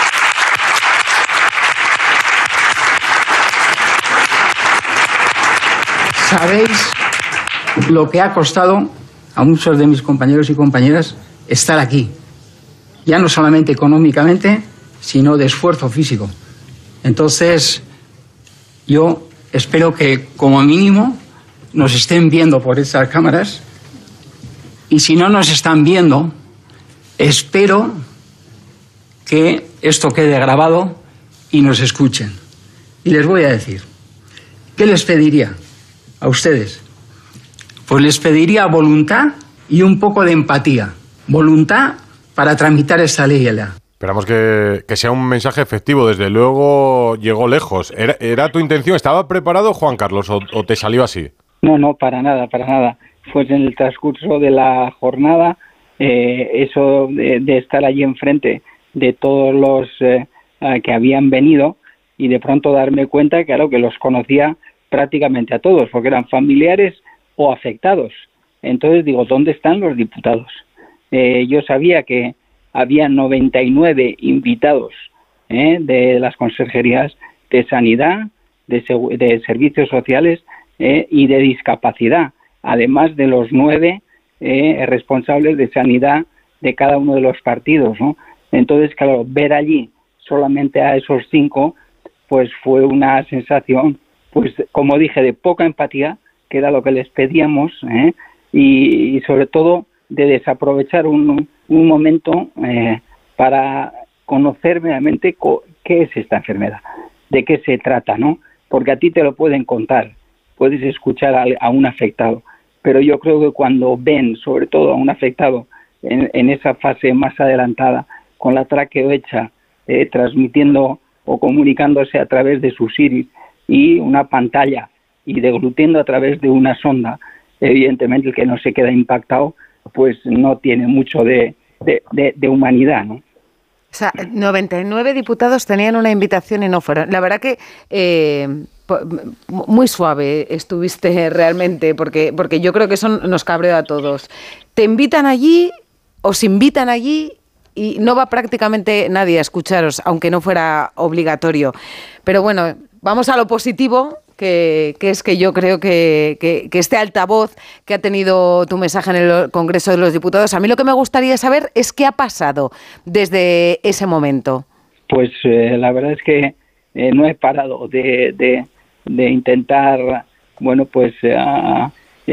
¿Sabéis lo que ha costado a muchos de mis compañeros y compañeras estar aquí? Ya no solamente económicamente, sino de esfuerzo físico. Entonces, yo espero que, como mínimo, nos estén viendo por estas cámaras. Y si no nos están viendo, espero que esto quede grabado y nos escuchen. Y les voy a decir, ¿qué les pediría a ustedes? Pues les pediría voluntad y un poco de empatía. Voluntad para tramitar esta ley. Esperamos que, que sea un mensaje efectivo. Desde luego llegó lejos. ¿Era, era tu intención? ¿Estaba preparado, Juan Carlos, o, o te salió así? No, no, para nada, para nada. Fue en el transcurso de la jornada, eh, eso de, de estar allí enfrente de todos los eh, que habían venido y de pronto darme cuenta, claro, que los conocía prácticamente a todos, porque eran familiares o afectados. Entonces digo, ¿dónde están los diputados? Eh, yo sabía que había noventa y nueve invitados eh, de las consejerías de Sanidad, de, de Servicios Sociales eh, y de Discapacidad, además de los nueve eh, responsables de Sanidad de cada uno de los partidos, ¿no? Entonces, claro, ver allí solamente a esos cinco, pues fue una sensación, pues como dije, de poca empatía que era lo que les pedíamos, ¿eh? y, y sobre todo de desaprovechar un, un momento eh, para conocer realmente co- qué es esta enfermedad, de qué se trata, ¿no? Porque a ti te lo pueden contar, puedes escuchar a, a un afectado, pero yo creo que cuando ven, sobre todo a un afectado en, en esa fase más adelantada, con la traqueohecha, eh, transmitiendo o comunicándose a través de sus iris y una pantalla y deglutiendo a través de una sonda, evidentemente el que no se queda impactado pues no tiene mucho de, de, de, de humanidad, ¿no? O sea, noventa y nueve diputados tenían una invitación y no fueron. La verdad que eh, muy suave estuviste realmente, porque, porque yo creo que eso nos cabreó a todos. Te invitan allí, os invitan allí y no va prácticamente nadie a escucharos, aunque no fuera obligatorio. Pero bueno, vamos a lo positivo, que, que es que yo creo que, que, que este altavoz que ha tenido tu mensaje en el Congreso de los Diputados, a mí lo que me gustaría saber es qué ha pasado desde ese momento. Pues eh, la verdad es que eh, no he parado de, de, de intentar, bueno, pues uh,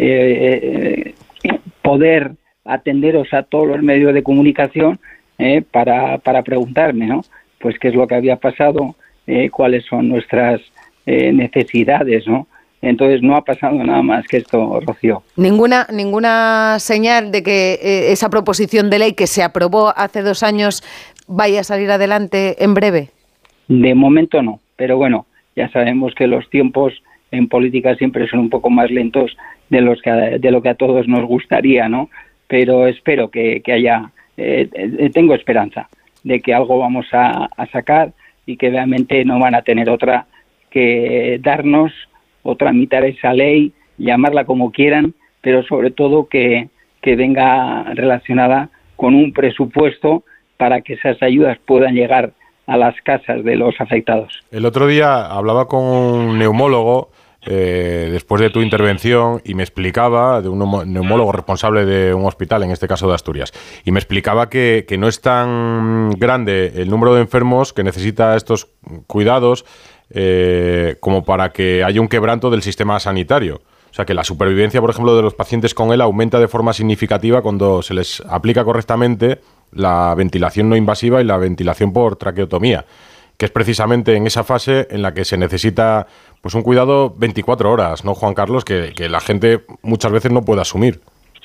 eh, eh, poder atenderos a todos los medios de comunicación eh, para, para preguntarme, ¿no? Pues qué es lo que había pasado, eh, cuáles son nuestras eh, necesidades, ¿no? Entonces no ha pasado nada más que esto, Rocío. Ninguna, ninguna señal de que eh, esa proposición de ley que se aprobó hace dos años vaya a salir adelante en breve. De momento no, pero bueno, ya sabemos que los tiempos en política siempre son un poco más lentos de los que de lo que a todos nos gustaría, ¿no? Pero espero que, que haya, eh, eh, tengo esperanza de que algo vamos a, a sacar y que realmente no van a tener otra que darnos o tramitar esa ley, llamarla como quieran, pero sobre todo que, que venga relacionada con un presupuesto para que esas ayudas puedan llegar a las casas de los afectados. El otro día hablaba con un neumólogo eh, después de tu intervención y me explicaba, de un neumólogo responsable de un hospital, en este caso de Asturias, y me explicaba que, que no es tan grande el número de enfermos que necesita estos cuidados eh, como para que haya un quebranto del sistema sanitario. O sea, que la supervivencia, por ejemplo, de los pacientes con él aumenta de forma significativa cuando se les aplica correctamente la ventilación no invasiva y la ventilación por traqueotomía, que es precisamente en esa fase en la que se necesita pues un cuidado veinticuatro horas, ¿no, Juan Carlos? Que, que la gente muchas veces no puede asumir.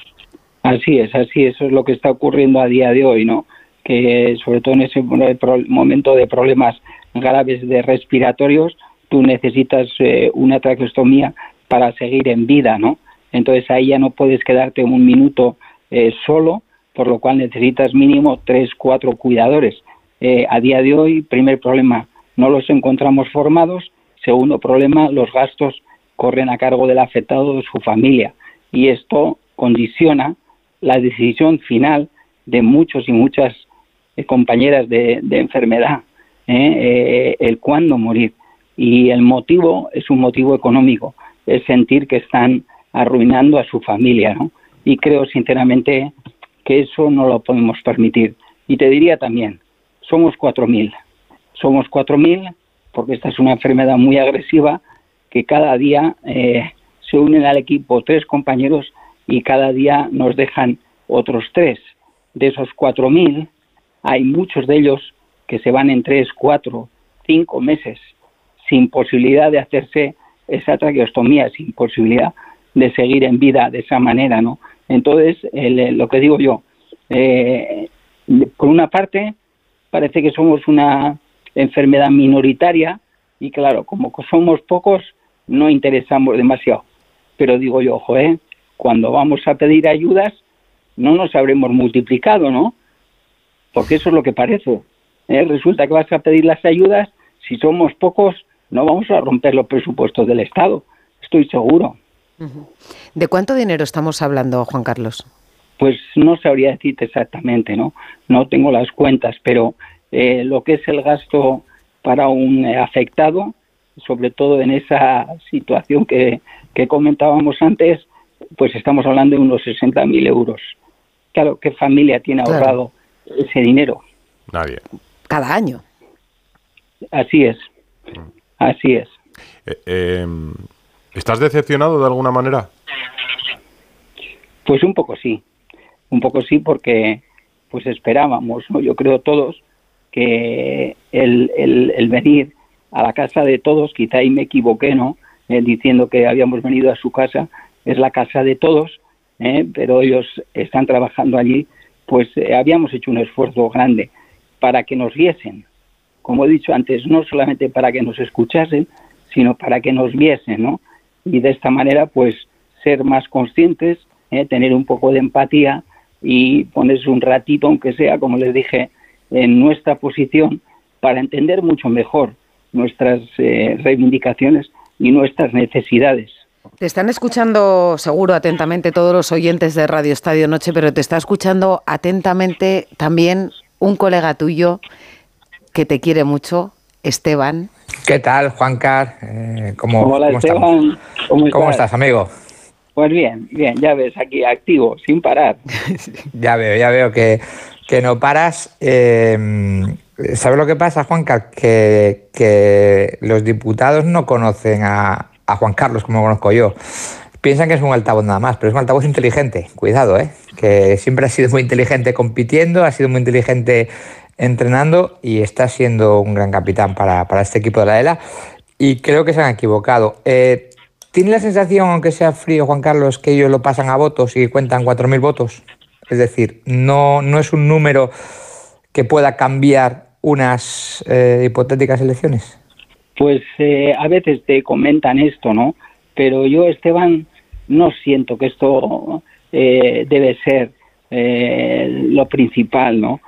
Así es, así es, eso es lo que está ocurriendo a día de hoy, ¿no? Que sobre todo en ese momento de problemas graves de respiratorios, tú necesitas eh, una traqueostomía para seguir en vida, ¿no? Entonces ahí ya no puedes quedarte un minuto eh, solo, por lo cual necesitas mínimo tres, cuatro cuidadores. Eh, a día de hoy, primer problema, no los encontramos formados. Segundo problema, los gastos corren a cargo del afectado o de su familia. Y esto condiciona la decisión final de muchos y muchas eh, compañeras de, de enfermedad, ¿eh? Eh, el cuándo morir. Y el motivo es un motivo económico, es sentir que están arruinando a su familia, ¿no? Y creo sinceramente que eso no lo podemos permitir. Y te diría también, somos cuatro mil. Somos cuatro mil porque esta es una enfermedad muy agresiva que cada día eh, se unen al equipo tres compañeros y cada día nos dejan otros tres. De esos cuatro mil hay muchos de ellos que se van en tres, cuatro, cinco meses sin posibilidad de hacerse esa traqueostomía, sin posibilidad de seguir en vida de esa manera, ¿no? Entonces, el, lo que digo yo, eh, por una parte, parece que somos una enfermedad minoritaria y claro, como somos pocos, no interesamos demasiado. Pero digo yo, ojo, ¿eh? Cuando vamos a pedir ayudas, no nos habremos multiplicado, ¿no? Porque eso es lo que parece. ¿eh? Resulta que vas a pedir las ayudas, si somos pocos, no vamos a romper los presupuestos del Estado, estoy seguro. ¿De cuánto dinero estamos hablando, Juan Carlos? Pues no sabría decirte exactamente, ¿no? No tengo las cuentas, pero eh, lo que es el gasto para un eh, afectado, sobre todo en esa situación que, que comentábamos antes, pues estamos hablando de unos sesenta mil euros. Claro, ¿qué familia tiene Claro. ahorrado ese dinero? Nadie. Cada año. Así es, así es. Eh, eh, ¿Estás decepcionado de alguna manera? Pues un poco sí, un poco sí, porque pues esperábamos, ¿no? Yo creo todos que el, el, el venir a la casa de todos, quizá ahí me equivoqué, ¿no? Eh, diciendo que habíamos venido a su casa, es la casa de todos, ¿eh? Pero ellos están trabajando allí, pues eh, habíamos hecho un esfuerzo grande para que nos viesen, como he dicho antes, no solamente para que nos escuchasen, sino para que nos viesen, ¿no? Y de esta manera, pues, ser más conscientes, ¿eh? Tener un poco de empatía y ponerse un ratito, aunque sea, como les dije, en nuestra posición, para entender mucho mejor nuestras eh, reivindicaciones y nuestras necesidades. Te están escuchando seguro atentamente todos los oyentes de Radio Estadio Noche, pero te está escuchando atentamente también un colega tuyo que te quiere mucho, Esteban. ¿Qué tal, Juancar? Eh, ¿cómo, Hola, ¿cómo Esteban. estamos? ¿Cómo estás? ¿Cómo estás, amigo? Pues bien, bien, ya ves, aquí activo, sin parar. Ya veo, ya veo que, que no paras. Eh, ¿Sabes lo que pasa, Juancar? Que, que los diputados no conocen a, a Juan Carlos como lo conozco yo. Piensan que es un altavoz nada más, pero es un altavoz inteligente. Cuidado, ¿eh? Que siempre ha sido muy inteligente compitiendo, ha sido muy inteligente entrenando y está siendo un gran capitán para, para este equipo de la E L A. Y creo que se han equivocado. Eh, ¿Tiene la sensación, aunque sea frío, Juan Carlos, que ellos lo pasan a votos y cuentan cuatro mil votos? Es decir, no, no es un número que pueda cambiar unas eh, hipotéticas elecciones. Pues eh, a veces te comentan esto, ¿no? Pero yo, Esteban, no siento que esto eh, debe ser eh, lo principal, ¿no?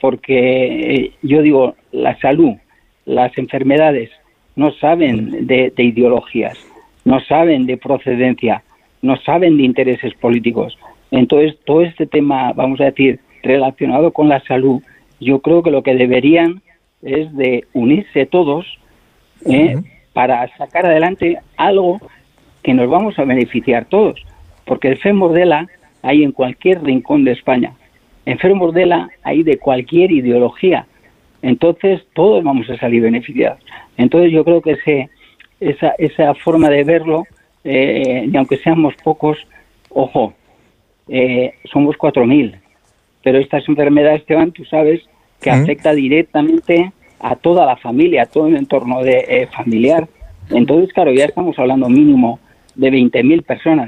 Porque eh, yo digo, la salud, las enfermedades no saben de, de ideologías, no saben de procedencia, no saben de intereses políticos. Entonces, todo este tema, vamos a decir, relacionado con la salud, yo creo que lo que deberían es de unirse todos ¿eh? Uh-huh. para sacar adelante algo que nos vamos a beneficiar todos, porque enfermos de E L A hay en cualquier rincón de España, enfermos de E L A hay de cualquier ideología, entonces todos vamos a salir beneficiados. Entonces yo creo que ese, esa, esa forma de verlo, eh, y aunque seamos pocos, ojo, eh, somos cuatro mil, pero estas enfermedades, Esteban, tú sabes que uh-huh. afecta directamente a toda la familia, a todo el entorno de, eh, familiar. Entonces, claro, ya estamos hablando mínimo de veinte mil personas.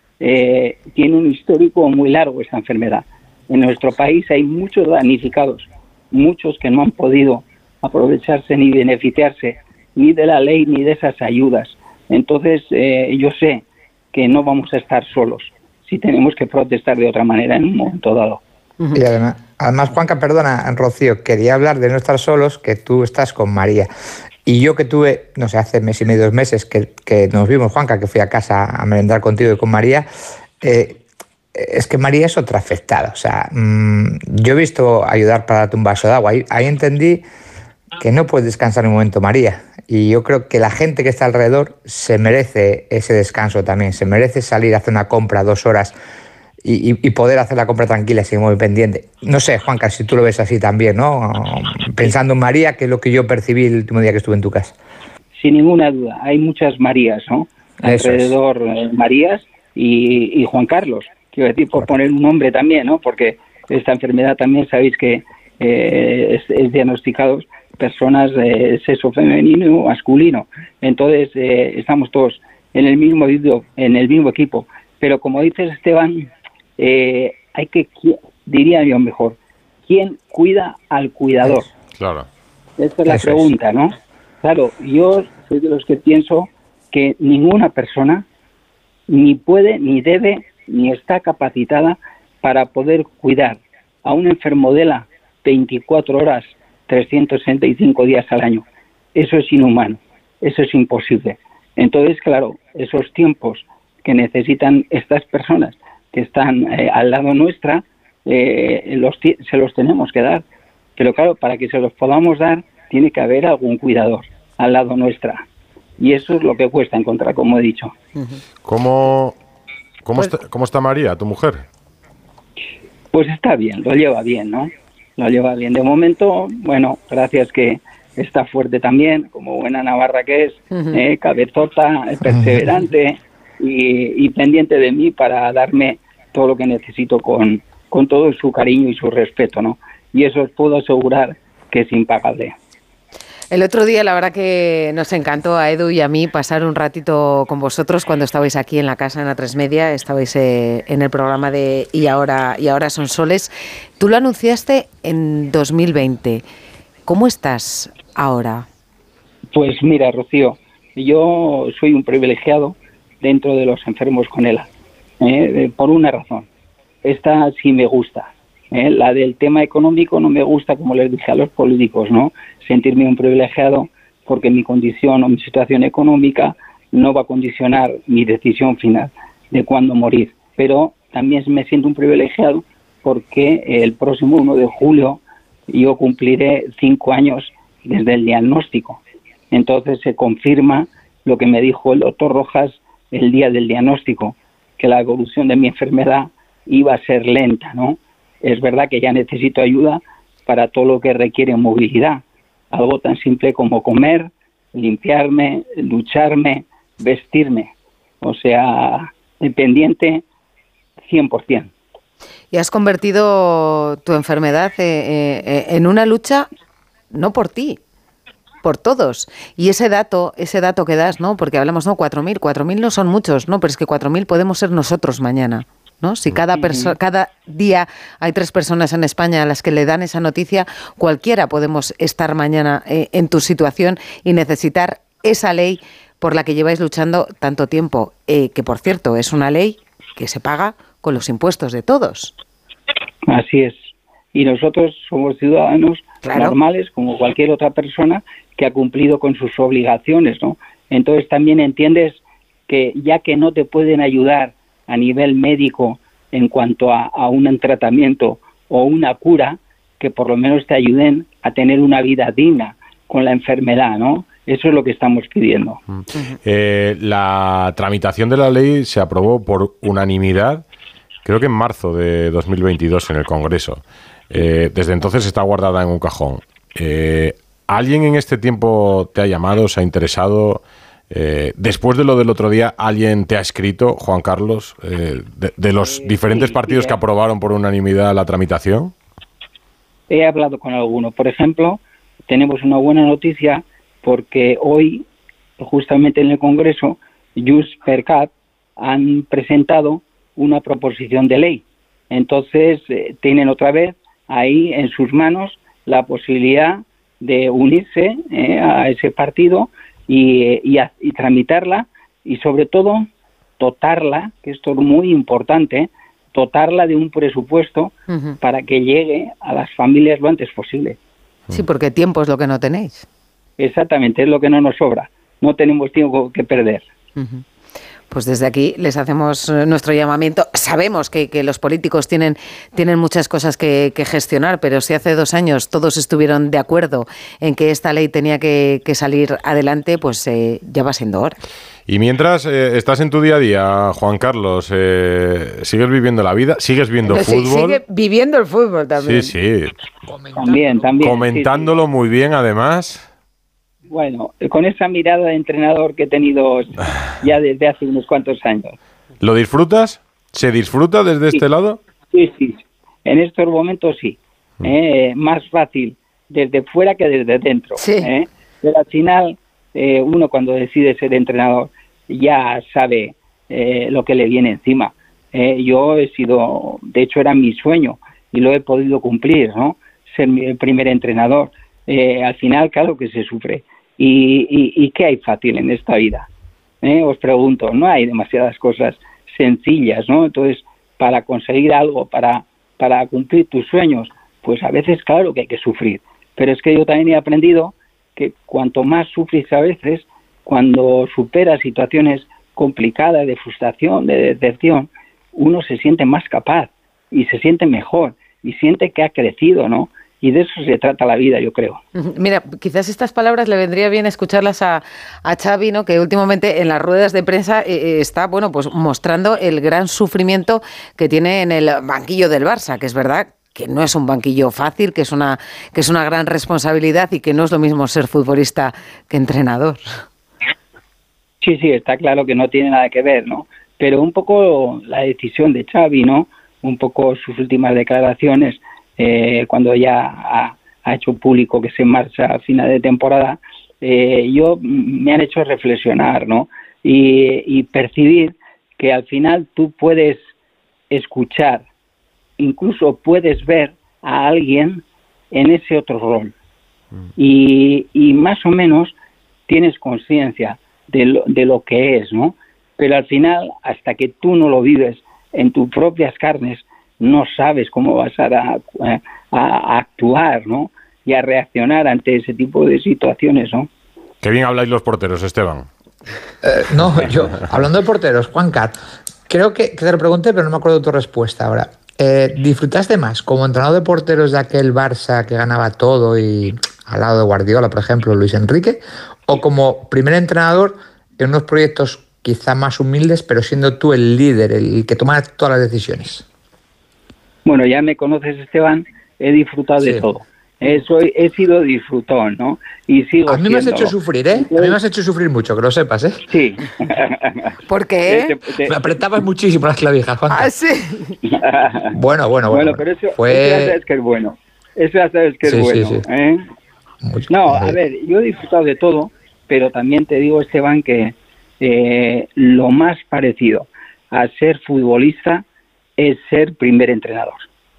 Eh, tiene un histórico muy largo esta enfermedad. En nuestro país hay muchos damnificados, muchos que no han podido aprovecharse ni beneficiarse ni de la ley ni de esas ayudas. Entonces, eh, yo sé que no vamos a estar solos si tenemos que protestar de otra manera en un momento dado. Y además, además, Juanca, perdona, Rocío, quería hablar de no estar solos, que tú estás con María. Y yo que tuve, no sé, hace mes y medio, dos meses, que, que nos vimos, Juanca, que fui a casa a merendar contigo y con María, eh, es que María es otra afectada. O sea, mmm, yo he visto ayudar para darte un vaso de agua. Ahí, ahí entendí que no puedes descansar un momento, María. Y yo creo que la gente que está alrededor se merece ese descanso también. Se merece salir a hacer una compra dos horas y, y, y poder hacer la compra tranquila, sin muy pendiente. No sé, Juanca, si tú lo ves así también, ¿no? Pensando en María, que es lo que yo percibí el último día que estuve en tu casa. Sin ninguna duda. Hay muchas Marías, ¿no? Eso alrededor es. Marías y, y Juan Carlos. Quiero decir, por Correcto. Poner un nombre también, ¿no? Porque esta enfermedad también sabéis que eh, es, es diagnosticado personas de sexo femenino o masculino. Entonces, eh, estamos todos en el mismo en el mismo equipo. Pero como dices, Esteban, eh, hay que, diría yo mejor, ¿quién cuida al cuidador? Claro. Esta es la Eso pregunta, es. ¿no? Claro, yo soy de los que pienso que ninguna persona ni puede, ni debe, ni está capacitada para poder cuidar a un enfermo de E L A veinticuatro horas, trescientos sesenta y cinco días al año. Eso es inhumano, eso es imposible. Entonces, claro, esos tiempos que necesitan estas personas que están eh, al lado nuestra, eh, los, se los tenemos que dar. Pero claro, para que se los podamos dar, tiene que haber algún cuidador al lado nuestra. Y eso es lo que cuesta encontrar, como he dicho. ¿Cómo, cómo, Pues, está, ¿Cómo está María, tu mujer? Pues está bien, lo lleva bien, ¿no? Lo lleva bien. De momento, bueno, gracias que está fuerte también, como buena navarra que es, Ujú. eh, cabezota, perseverante y, y pendiente de mí para darme todo lo que necesito con, con todo su cariño y su respeto, ¿no? Y eso os puedo asegurar que es impagable. El otro día, la verdad que nos encantó a Edu y a mí pasar un ratito con vosotros cuando estabais aquí en la casa en A tres Media, estabais eh, en el programa de Y ahora, y ahora son soles. Tú lo anunciaste en dos mil veinte. ¿Cómo estás ahora? Pues mira, Rocío, yo soy un privilegiado dentro de los enfermos con ELA, ¿eh? por una razón. Esta sí me gusta. ¿eh? La del tema económico no me gusta, como les dije a los políticos, ¿no? Sentirme un privilegiado porque mi condición o mi situación económica no va a condicionar mi decisión final de cuándo morir. Pero también me siento un privilegiado porque el próximo uno de julio yo cumpliré cinco años desde el diagnóstico. Entonces se confirma lo que me dijo el doctor Rojas el día del diagnóstico, que la evolución de mi enfermedad iba a ser lenta, ¿no? Es verdad que ya necesito ayuda para todo lo que requiere movilidad, algo tan simple como comer, limpiarme, ducharme, vestirme, o sea, dependiente cien por ciento. Y has convertido tu enfermedad eh, eh, en una lucha no por ti, por todos. Y ese dato, ese dato que das, ¿no? Porque hablamos, no, cuatro mil, cuatro mil no son muchos, ¿no? Pero es que cuatro mil podemos ser nosotros mañana, ¿no? Si cada perso- cada día hay tres personas en España a las que le dan esa noticia, cualquiera podemos estar mañana eh, en tu situación y necesitar esa ley por la que lleváis luchando tanto tiempo, eh, que por cierto es una ley que se paga con los impuestos de todos. Así es. Y nosotros somos ciudadanos Claro. normales como cualquier otra persona que ha cumplido con sus obligaciones, ¿no? Entonces también entiendes que ya que no te pueden ayudar a nivel médico en cuanto a, a un tratamiento o una cura, que por lo menos te ayuden a tener una vida digna con la enfermedad, ¿no? Eso es lo que estamos pidiendo. Eh, la tramitación de la ley se aprobó por unanimidad, creo que en marzo de dos mil veintidós en el Congreso. Eh, desde entonces está guardada en un cajón. Eh, ¿Alguien en este tiempo te ha llamado, se ha interesado? Eh, después de lo del otro día, ¿alguien te ha escrito, Juan Carlos, eh, de, de los diferentes sí, partidos sí, que aprobaron por unanimidad la tramitación? He hablado con alguno. Por ejemplo, tenemos una buena noticia porque hoy, justamente en el Congreso, Junts per Cat han presentado una proposición de ley. Entonces, eh, tienen otra vez ahí en sus manos la posibilidad de unirse eh, a ese partido y, y, a, y tramitarla y sobre todo dotarla, que esto es muy importante, dotarla de un presupuesto Uh-huh. para que llegue a las familias lo antes posible. Sí, porque tiempo es lo que no tenéis. Exactamente, es lo que no nos sobra. No tenemos tiempo que perder. Uh-huh. Pues desde aquí les hacemos eh, nuestro llamamiento. Sabemos que, que los políticos tienen, tienen muchas cosas que, que gestionar, pero si hace dos años todos estuvieron de acuerdo en que esta ley tenía que, que salir adelante, pues eh, ya va siendo hora. Y mientras eh, estás en tu día a día, Juan Carlos, eh, ¿sigues viviendo la vida? ¿Sigues viendo Sí, fútbol? sigue viviendo el fútbol también. Sí, sí. También, también. Comentándolo muy bien, además. Bueno, con esa mirada de entrenador que he tenido ya desde hace unos cuantos años. ¿Lo disfrutas? ¿Se disfruta desde Sí. este lado? Sí, sí. En estos momentos sí. Eh, más fácil desde fuera que desde dentro. Sí. ¿eh? Pero al final, eh, uno cuando decide ser entrenador ya sabe eh, lo que le viene encima. Eh, yo he sido, de hecho era mi sueño y lo he podido cumplir, ¿no? Ser mi primer entrenador. Eh, al final, claro que se sufre. ¿Y, y, y qué hay fácil en esta vida? ¿Eh? Os pregunto, no hay demasiadas cosas sencillas, ¿no? Entonces, para conseguir algo, para, para cumplir tus sueños, pues a veces claro que hay que sufrir. Pero es que yo también he aprendido que cuanto más sufres a veces, cuando superas situaciones complicadas de frustración, de decepción, uno se siente más capaz y se siente mejor y siente que ha crecido, ¿no? Y de eso se trata la vida, yo creo. Mira, quizás estas palabras le vendría bien escucharlas a, a Xavi, ¿no? Que últimamente en las ruedas de prensa eh, está, bueno, pues mostrando el gran sufrimiento que tiene en el banquillo del Barça, que es verdad que no es un banquillo fácil, que es una, que es una gran responsabilidad y que no es lo mismo ser futbolista que entrenador. Sí, sí, está claro que no tiene nada que ver, ¿no? Pero un poco la decisión de Xavi, ¿no? Un poco sus últimas declaraciones, eh, cuando ya ha, ha hecho público que se marcha a final de temporada, eh, yo me han hecho reflexionar, ¿no? Y, y percibir que al final tú puedes escuchar, incluso puedes ver a alguien en ese otro rol. Y, y más o menos tienes conciencia de lo, de lo que es, ¿no? Pero al final, hasta que tú no lo vives en tus propias carnes, no sabes cómo vas a, a, a actuar, ¿no? Y a reaccionar ante ese tipo de situaciones, ¿no? Qué bien habláis los porteros, Esteban. Eh, no, yo, hablando de porteros, Juancar, creo que, que te lo pregunté, pero no me acuerdo de tu respuesta ahora. Eh, ¿Disfrutaste más como entrenador de porteros de aquel Barça que ganaba todo y al lado de Guardiola, por ejemplo, Luis Enrique, o como primer entrenador en unos proyectos quizá más humildes, pero siendo tú el líder, el que toma todas las decisiones? Bueno, ya me conoces, Esteban, he disfrutado sí. de todo. Eh, soy, he sido disfrutón, ¿no? Y sigo A mí me has siendo. hecho sufrir, ¿eh? A mí me has hecho sufrir mucho, que lo sepas, ¿eh? Sí. ¿Por qué? Te, te... Me apretabas muchísimo las clavijas, Juan. Ah, sí. Bueno, bueno, bueno. Bueno, pero eso, Fue... eso ya sabes que es bueno. Eso ya sabes que es sí, bueno, sí, sí. ¿eh? Mucho. No, a ver, yo he disfrutado de todo, pero también te digo, Esteban, que eh, lo más parecido a ser futbolista es ser primer entrenador.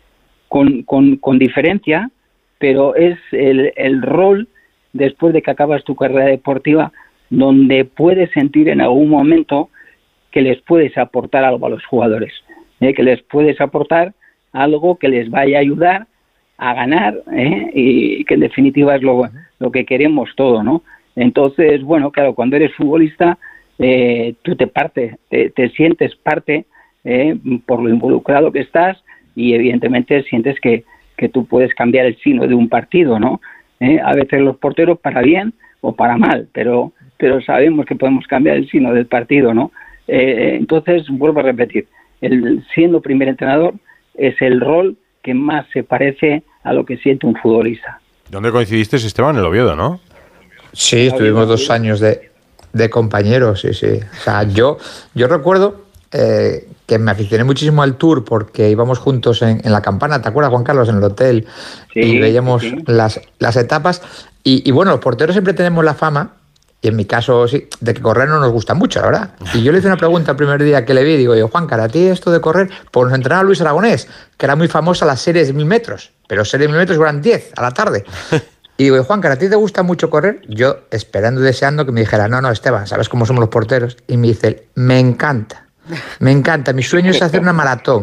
Con, con, con diferencia, pero es el, el rol, después de que acabas tu carrera deportiva, donde puedes sentir en algún momento que les puedes aportar algo a los jugadores, ¿eh? que les puedes aportar algo que les vaya a ayudar a ganar, ¿eh? y que en definitiva es lo, lo que queremos todo, ¿no? Entonces, bueno, claro, cuando eres futbolista, eh, tú te parte, te, te sientes parte eh, por lo involucrado que estás y evidentemente sientes que, que tú puedes cambiar el signo de un partido, ¿no? Eh, a veces los porteros para bien o para mal, pero, pero sabemos que podemos cambiar el signo del partido, ¿no? Eh, entonces, vuelvo a repetir, el, siendo primer entrenador es el rol que más se parece a lo que siente un futbolista. ¿Dónde coincidiste, Esteban? En el Oviedo, ¿no? Sí, estuvimos dos años de, de compañeros, sí, sí. O sea, yo, yo recuerdo eh, que me aficioné muchísimo al Tour porque íbamos juntos en, en la Campana, ¿te acuerdas, Juan Carlos? En el hotel, sí, y veíamos sí. las, las etapas. Y, y bueno, los porteros siempre tenemos la fama, y en mi caso sí, de que correr no nos gusta mucho, la verdad. Y yo le hice una pregunta el primer día que le vi, digo yo, Juan, ¿a ti esto de correr? Pues nos entrenaba Luis Aragonés, que era muy famosa las series de mil metros, pero series de mil metros eran diez a la tarde. Y digo, Juan, ¿a ti te gusta mucho correr? Yo esperando y deseando que me dijera, no, no, Esteban, ¿sabes cómo somos los porteros? Y me dice, me encanta, me encanta, mi sueño es hacer una maratón.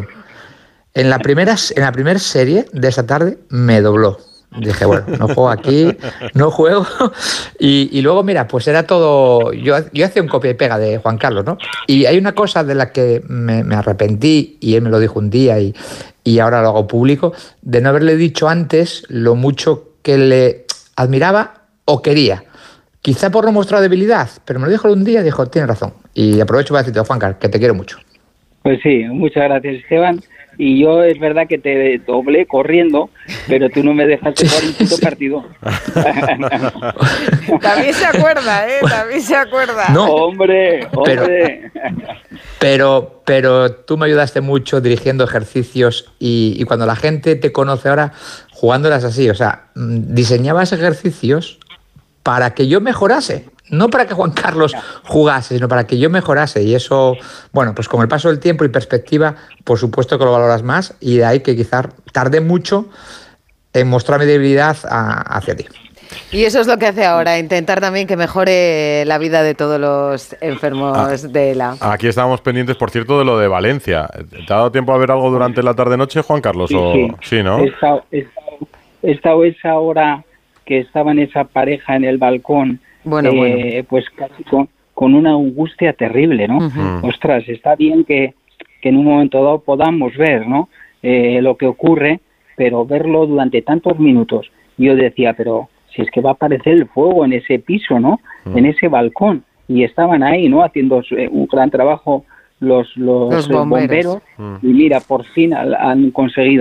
En la primera, en la primera serie de esa tarde me dobló. Dije, bueno, no juego aquí, no juego. Y, y luego, mira, pues era todo... Yo, yo hacía un copia y pega de Juan Carlos, ¿no? Y hay una cosa de la que me, me arrepentí, y él me lo dijo un día y, y ahora lo hago público, de no haberle dicho antes lo mucho que le admiraba o quería. Quizá por no mostrar debilidad, pero me lo dijo un día y dijo, tienes razón. Y aprovecho para decirte, Juan Carlos, que te quiero mucho. Pues sí, muchas gracias, Esteban. Y yo es verdad que te doblé corriendo, pero tú no me dejaste jugar un puto partido. También se acuerda, ¿eh? También se acuerda. No, hombre, hombre. Pero, pero, pero tú me ayudaste mucho dirigiendo ejercicios y, y cuando la gente te conoce ahora, jugándolas así, o sea, diseñabas ejercicios para que yo mejorase. No para que Juan Carlos jugase, sino para que yo mejorase. Y eso, bueno, pues con el paso del tiempo y perspectiva, por supuesto que lo valoras más. Y de ahí que quizás tardé mucho en mostrar mi debilidad a, hacia ti. Y eso es lo que hace ahora, intentar también que mejore la vida de todos los enfermos ah, de ELA. Aquí estábamos pendientes, por cierto, de lo de Valencia. ¿Te ha dado tiempo a ver algo durante la tarde-noche, Juan Carlos? Sí, o... sí. sí, ¿no? He estado, he estado, he estado esa hora que estaban esa pareja en el balcón. Bueno, eh, bueno. Pues casi con, con una angustia terrible, ¿no? Uh-huh. Ostras, está bien que, que en un momento dado podamos ver, ¿no? Eh, lo que ocurre, pero verlo durante tantos minutos. Yo decía, pero si es que va a aparecer el fuego en ese piso, ¿no? Uh-huh. En ese balcón. Y estaban ahí, ¿no? Haciendo un gran trabajo los, los, los bomberos. bomberos uh-huh. Y mira, por fin han conseguido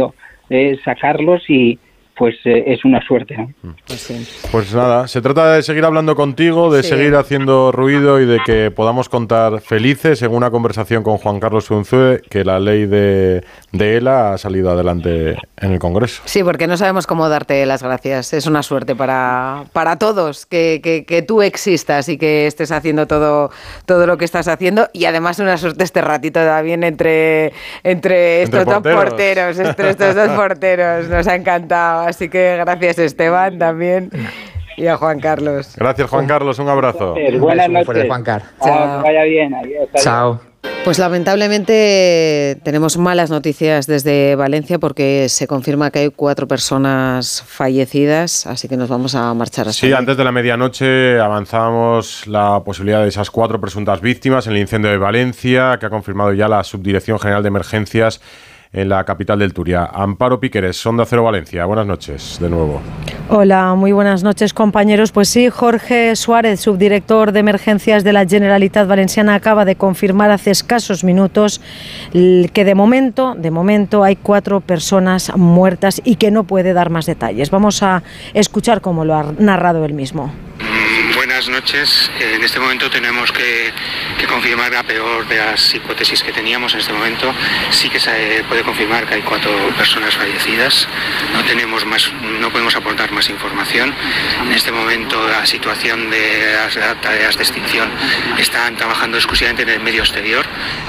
eh, sacarlos y pues eh, es una suerte, ¿no? Pues, sí. Pues nada, se trata de seguir hablando contigo, de sí. seguir haciendo ruido y de que podamos contar felices en una conversación con Juan Carlos Unzué que la ley de, de ELA ha salido adelante en el Congreso. Sí, porque no sabemos cómo darte las gracias. Es una suerte para, para todos que, que, que tú existas y que estés haciendo todo, todo lo que estás haciendo, y además una suerte este ratito también entre, entre estos entre porteros. dos porteros, entre estos dos porteros. Nos ha encantado. Así que gracias, Esteban, también, y a Juan Carlos. Gracias, Juan Carlos, un abrazo. Buenas noches. Juan Carlos. Chao. Vaya bien. Adiós. Chao. Pues lamentablemente tenemos malas noticias desde Valencia porque se confirma que hay cuatro personas fallecidas, así que nos vamos a marchar hasta Sí, ahí. Antes de la medianoche avanzábamos la posibilidad de esas cuatro presuntas víctimas en el incendio de Valencia, que ha confirmado ya la Subdirección General de Emergencias en la capital del Turia. Amparo Piqueres, Onda Cero Valencia. Buenas noches, de nuevo. Hola, muy buenas noches, compañeros. Pues sí, Jorge Suárez, subdirector de Emergencias de la Generalitat Valenciana, acaba de confirmar hace escasos minutos que de momento, de momento hay cuatro personas muertas y que no puede dar más detalles. Vamos a escuchar cómo lo ha narrado él mismo. Buenas noches. En este momento tenemos que, que confirmar la peor de las hipótesis que teníamos. En este momento sí que se puede confirmar que hay cuatro personas fallecidas. No tenemos más, no podemos aportar más información. En este momento la situación de las tareas de extinción están trabajando exclusivamente en el medio exterior.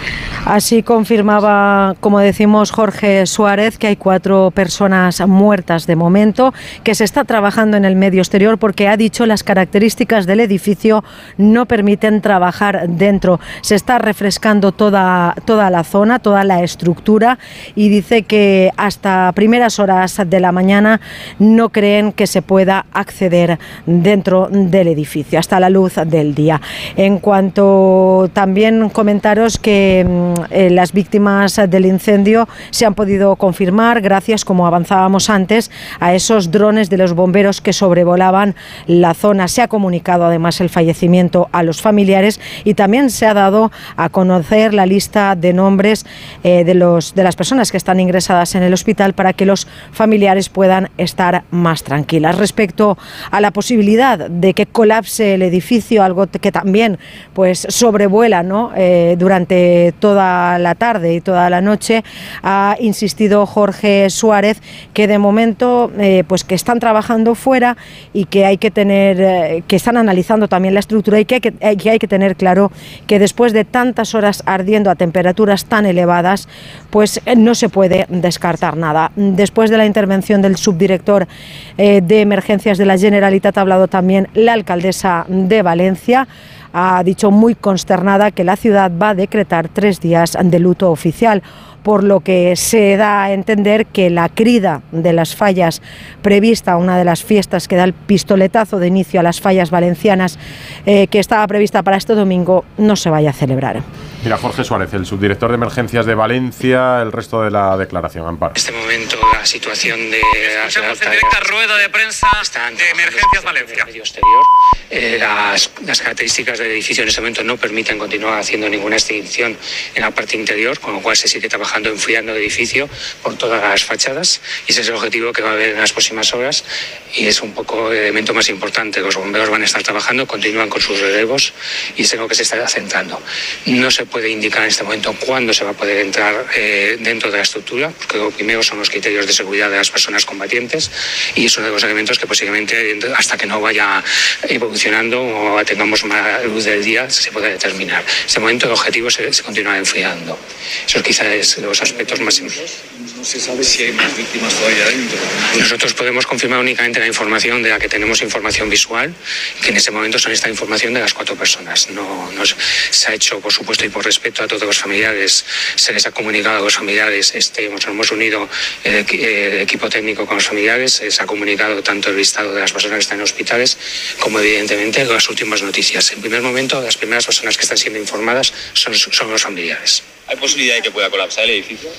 Así confirmaba, como decimos, Jorge Suárez, que hay cuatro personas muertas de momento, que se está trabajando en el medio exterior porque ha dicho las características del edificio no permiten trabajar dentro. Se está refrescando toda, toda la zona, toda la estructura, y dice que hasta primeras horas de la mañana no creen que se pueda acceder dentro del edificio, hasta la luz del día. En cuanto también comentaros que Eh, las víctimas del incendio se han podido confirmar gracias, como avanzábamos antes, a esos drones de los bomberos que sobrevolaban la zona. Se ha comunicado además el fallecimiento a los familiares y también se ha dado a conocer la lista de nombres eh, de, los, de las personas que están ingresadas en el hospital para que los familiares puedan estar más tranquilas. Respecto a la posibilidad de que colapse el edificio, algo que también pues sobrevuela, ¿no? eh, durante toda la tarde y toda la noche, ha insistido Jorge Suárez que de momento eh, pues que están trabajando fuera y que hay que tener eh, que están analizando también la estructura y que hay que, eh, que hay que tener claro que después de tantas horas ardiendo a temperaturas tan elevadas, pues eh, no se puede descartar nada. Después de la intervención del subdirector eh, de Emergencias de la Generalitat ha hablado también la alcaldesa de Valencia. Ha dicho muy consternada que la ciudad va a decretar tres días de luto oficial, por lo que se da a entender que la crida de las fallas prevista, una de las fiestas que da el pistoletazo de inicio a las fallas valencianas, eh, que estaba prevista para este domingo, no se vaya a celebrar. Mira, Jorge Suárez, el subdirector de Emergencias de Valencia, el resto de la declaración. Amparo. En este momento la situación de... Escuchamos en directa rueda de prensa de Emergencias Valencia. Medio exterior. Eh, las, las características del edificio en este momento no permiten continuar haciendo ninguna extinción en la parte interior, con lo cual se sigue trabajando enfriando el edificio por todas las fachadas, y ese es el objetivo que va a haber en las próximas horas, y es un poco el elemento más importante. Los bomberos van a estar trabajando, continúan con sus relevos y es en lo que se está centrando. No se puede indicar en este momento cuándo se va a poder entrar eh, dentro de la estructura, porque lo primero son los criterios de seguridad de las personas combatientes, y es uno de los elementos que posiblemente hasta que no vaya evolucionando o tengamos más luz del día se pueda determinar. En este momento el objetivo es, es continuar enfriando. Eso quizás es los aspectos más importantes. No se sabe si hay más víctimas todavía dentro. Nosotros podemos confirmar únicamente la información de la que tenemos información visual, que en ese momento son esta información de las cuatro personas. No, no se ha hecho, por supuesto, y por respeto a todos los familiares, se les ha comunicado a los familiares, este, nos hemos unido el, el equipo técnico con los familiares, se ha comunicado tanto el listado de las personas que están en hospitales como, evidentemente, las últimas noticias. En primer momento, las primeras personas que están siendo informadas son, son los familiares. ¿Hay posibilidad de que pueda colapsar el edificio?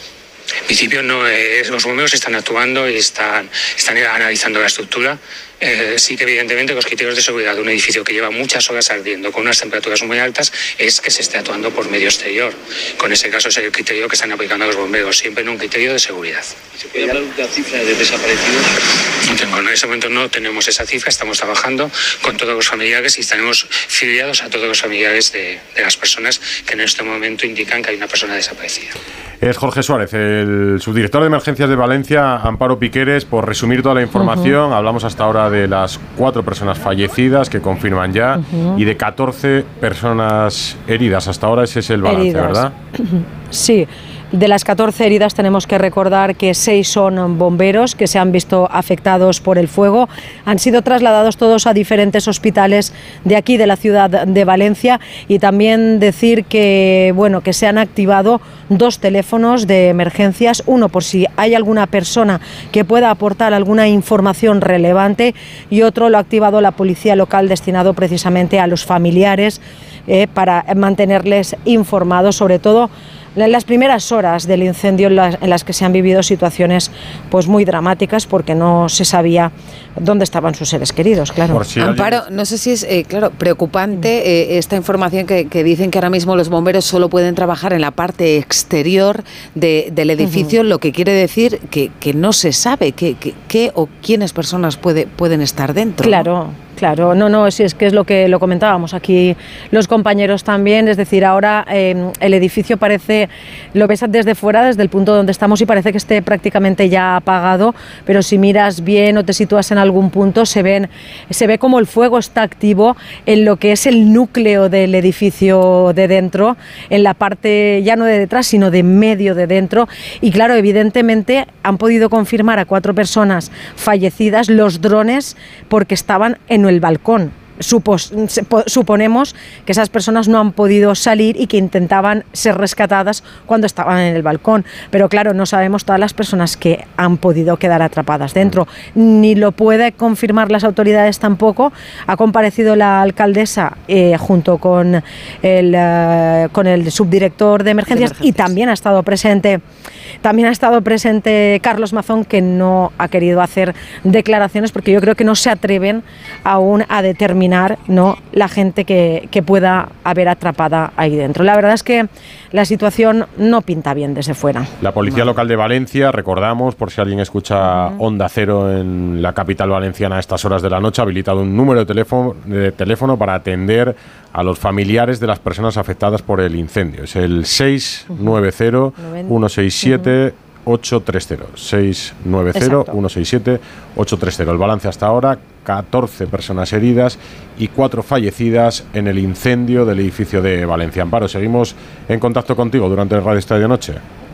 En principio no, eh, los bomberos están actuando y están, están analizando la estructura. Eh, sí que evidentemente los criterios de seguridad de un edificio que lleva muchas horas ardiendo con unas temperaturas muy altas es que se esté actuando por medio exterior. Con ese caso es el criterio que están aplicando los bomberos, siempre en un criterio de seguridad. ¿Se puede hablar de una cifra de desaparecidos? No tengo, en ese momento no tenemos esa cifra, estamos trabajando con todos los familiares y estaremos filiados a todos los familiares de, de las personas que en este momento indican que hay una persona desaparecida. Es Jorge Suárez, el subdirector de emergencias de Valencia, Amparo Piqueres. Por resumir toda la información, uh-huh. hablamos hasta ahora de las cuatro personas fallecidas que confirman ya uh-huh. y de catorce personas heridas. Hasta ahora ese es el balance, heridas. ¿Verdad? Sí. De las catorce heridas tenemos que recordar que seis son bomberos que se han visto afectados por el fuego. Han sido trasladados todos a diferentes hospitales de aquí, de la ciudad de Valencia, y también decir que, bueno, que se han activado dos teléfonos de emergencias, uno por si hay alguna persona que pueda aportar alguna información relevante y otro lo ha activado la policía local destinado precisamente a los familiares eh, para mantenerles informados, sobre todo en las primeras horas del incendio en las, en las que se han vivido situaciones pues muy dramáticas porque no se sabía dónde estaban sus seres queridos, claro. Si Amparo, no sé si es eh, claro preocupante eh, esta información que, que dicen que ahora mismo los bomberos solo pueden trabajar en la parte exterior de, del edificio, uh-huh. lo que quiere decir que, que no se sabe qué que, que, o quiénes personas puede, pueden estar dentro. Claro. ¿No? Claro, no, no, si es que es lo que lo comentábamos aquí los compañeros también, es decir, ahora eh, el edificio parece, lo ves desde fuera, desde el punto donde estamos y parece que esté prácticamente ya apagado, pero si miras bien o te sitúas en algún punto se ven, se ve como el fuego está activo en lo que es el núcleo del edificio de dentro, en la parte ya no de detrás, sino de medio de dentro, y claro, evidentemente han podido confirmar a cuatro personas fallecidas los drones porque estaban en el balcón. Supos, suponemos que esas personas no han podido salir y que intentaban ser rescatadas cuando estaban en el balcón, pero claro, no sabemos todas las personas que han podido quedar atrapadas dentro, ni lo puede confirmar las autoridades tampoco. Ha comparecido la alcaldesa eh, junto con el, uh, con el subdirector de emergencias, de emergencias y también ha estado presente También ha estado presente Carlos Mazón, que no ha querido hacer declaraciones porque yo creo que no se atreven aún a determinar, ¿no?, la gente que, que pueda haber atrapada ahí dentro. La verdad es que la situación no pinta bien desde fuera. La Policía Local de Valencia, recordamos, por si alguien escucha Onda Cero en la capital valenciana a estas horas de la noche, ha habilitado un número de teléfono, de teléfono para atender a los familiares de las personas afectadas por el incendio. Es el seis nueve cero, uno seis siete, ocho tres cero. seis nueve cero, uno seis siete, ocho tres cero. El balance hasta ahora, catorce personas heridas y cuatro fallecidas en el incendio del edificio de Valencia. Amparo, seguimos en contacto contigo durante el Radio Estadio Noche.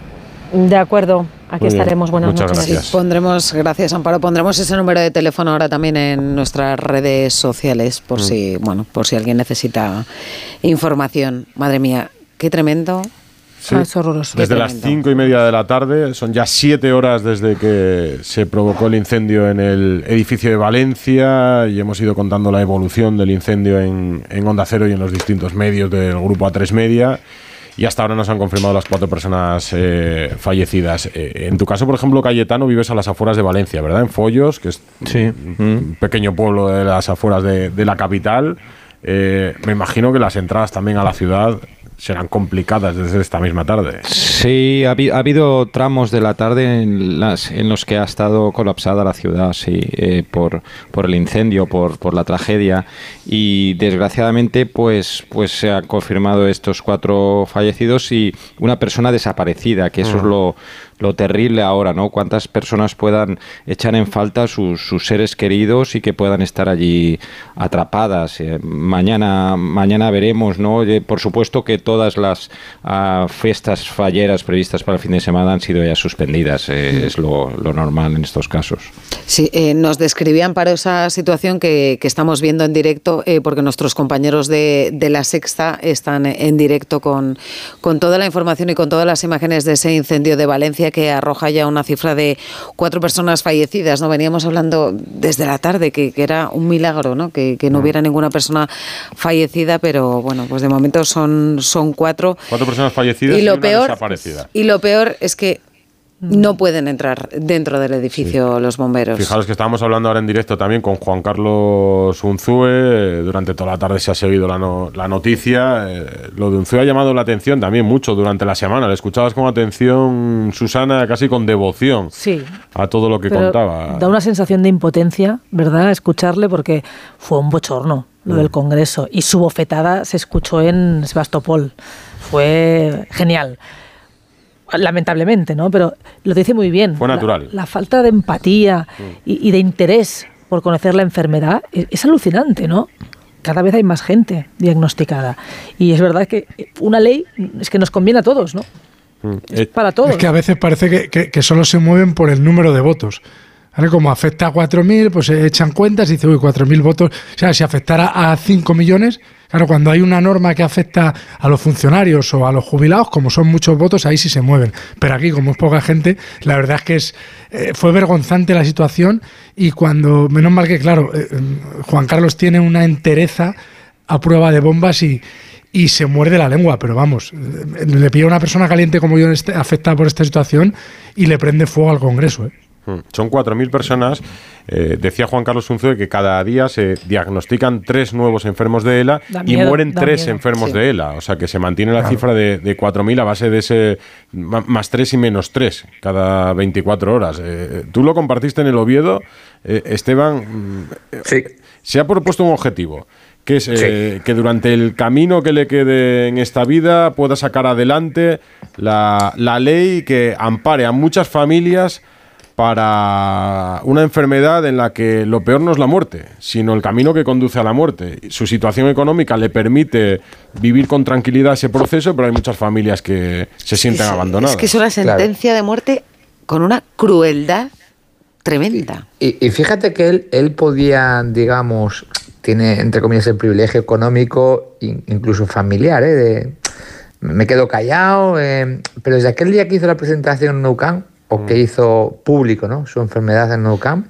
De acuerdo, aquí estaremos. Buenas Muchas noches. Gracias. Sí, pondremos, gracias Amparo, pondremos ese número de teléfono ahora también en nuestras redes sociales por mm. si, bueno, por si alguien necesita información. Madre mía, qué tremendo. Sí. Ah, es horroroso. Desde las cinco y media de la tarde, son ya siete horas desde que se provocó el incendio en el edificio de Valencia y hemos ido contando la evolución del incendio en, en Onda Cero y en los distintos medios del grupo A tres Media. Y hasta ahora nos han confirmado las cuatro personas eh, fallecidas. Eh, en tu caso, por ejemplo, Cayetano, vives a las afueras de Valencia, ¿verdad? En Follos, que es sí. un pequeño pueblo de las afueras de, de la capital. Eh, me imagino que las entradas también a la ciudad serán complicadas desde esta misma tarde. Sí, ha, ha habido tramos de la tarde en, las, en los que ha estado colapsada la ciudad, sí, eh, por, por el incendio, por, por la tragedia, y desgraciadamente pues, pues se han confirmado estos cuatro fallecidos y una persona desaparecida, que eso uh-huh. es lo, lo terrible ahora, ¿no? Cuántas personas puedan echar en falta sus, sus seres queridos y que puedan estar allí atrapadas. Eh, mañana, mañana veremos, ¿no? Eh, por supuesto que todas las uh, fiestas falleras previstas para el fin de semana han sido ya suspendidas, eh, es lo, lo normal en estos casos. Sí, eh, nos describían para esa situación que, que estamos viendo en directo, eh, porque nuestros compañeros de, de La Sexta están en directo con, con toda la información y con todas las imágenes de ese incendio de Valencia que arroja ya una cifra de cuatro personas fallecidas, ¿no? Veníamos hablando desde la tarde que, que era un milagro, ¿no? Que, que no hubiera ninguna persona fallecida, pero bueno, pues de momento son, son cuatro. Cuatro personas fallecidas y, lo y una peor, desaparecida. Y lo peor es que No pueden entrar dentro del edificio sí. los bomberos. Fijaros que estábamos hablando ahora en directo también con Juan Carlos Unzúe. Durante toda la tarde se ha seguido la, no, la noticia. Eh, lo de Unzúe ha llamado la atención también mucho durante la semana. Le escuchabas con atención, Susana, casi con devoción sí. a todo lo que Pero contaba. Da una sensación de impotencia, ¿verdad?, escucharle, porque fue un bochorno lo mm. del Congreso. Y su bofetada se escuchó en Sebastopol. Fue genial. Lamentablemente, ¿no? Pero lo dice muy bien. Fue natural. La, la falta de empatía mm. y, y de interés por conocer la enfermedad es, es alucinante, ¿no? Cada vez hay más gente diagnosticada. Y es verdad que una ley es que nos conviene a todos, ¿no? Mm. Es para todos. Es que a veces parece que, que, que solo se mueven por el número de votos. ¿Vale? Como afecta a cuatro mil, pues se echan cuentas y dicen, uy, cuatro mil votos. O sea, si afectara a cinco millones, claro, cuando hay una norma que afecta a los funcionarios o a los jubilados, como son muchos votos, ahí sí se mueven. Pero aquí, como es poca gente, la verdad es que es eh, fue vergonzante la situación y cuando, menos mal que, claro, eh, Juan Carlos tiene una entereza a prueba de bombas y, y se muerde la lengua, pero vamos, eh, le pilla a una persona caliente como yo este, afectada por esta situación y le prende fuego al Congreso, ¿eh? Son cuatro mil personas. Eh, decía Juan Carlos Unzúe que cada día se diagnostican tres nuevos enfermos de ELA da y miedo, mueren tres miedo. enfermos sí. de ELA. O sea que se mantiene la claro. cifra de, de cuatro mil a base de ese más tres y menos tres cada veinticuatro horas. Eh, tú lo compartiste en el Oviedo, eh, Esteban. Sí. Se ha propuesto un objetivo, que es eh, sí. que durante el camino que le quede en esta vida pueda sacar adelante la, la ley que ampare a muchas familias para una enfermedad en la que lo peor no es la muerte, sino el camino que conduce a la muerte. Su situación económica le permite vivir con tranquilidad ese proceso, pero hay muchas familias que se sienten es, abandonadas. Es que es una sentencia claro. de muerte con una crueldad tremenda. Y, y fíjate que él, él podía, digamos, tiene entre comillas el privilegio económico, incluso familiar, ¿eh? De, me quedo callado, eh, pero desde aquel día que hizo la presentación en Nou Camp, o que hizo público, ¿no?, su enfermedad en Nou Camp,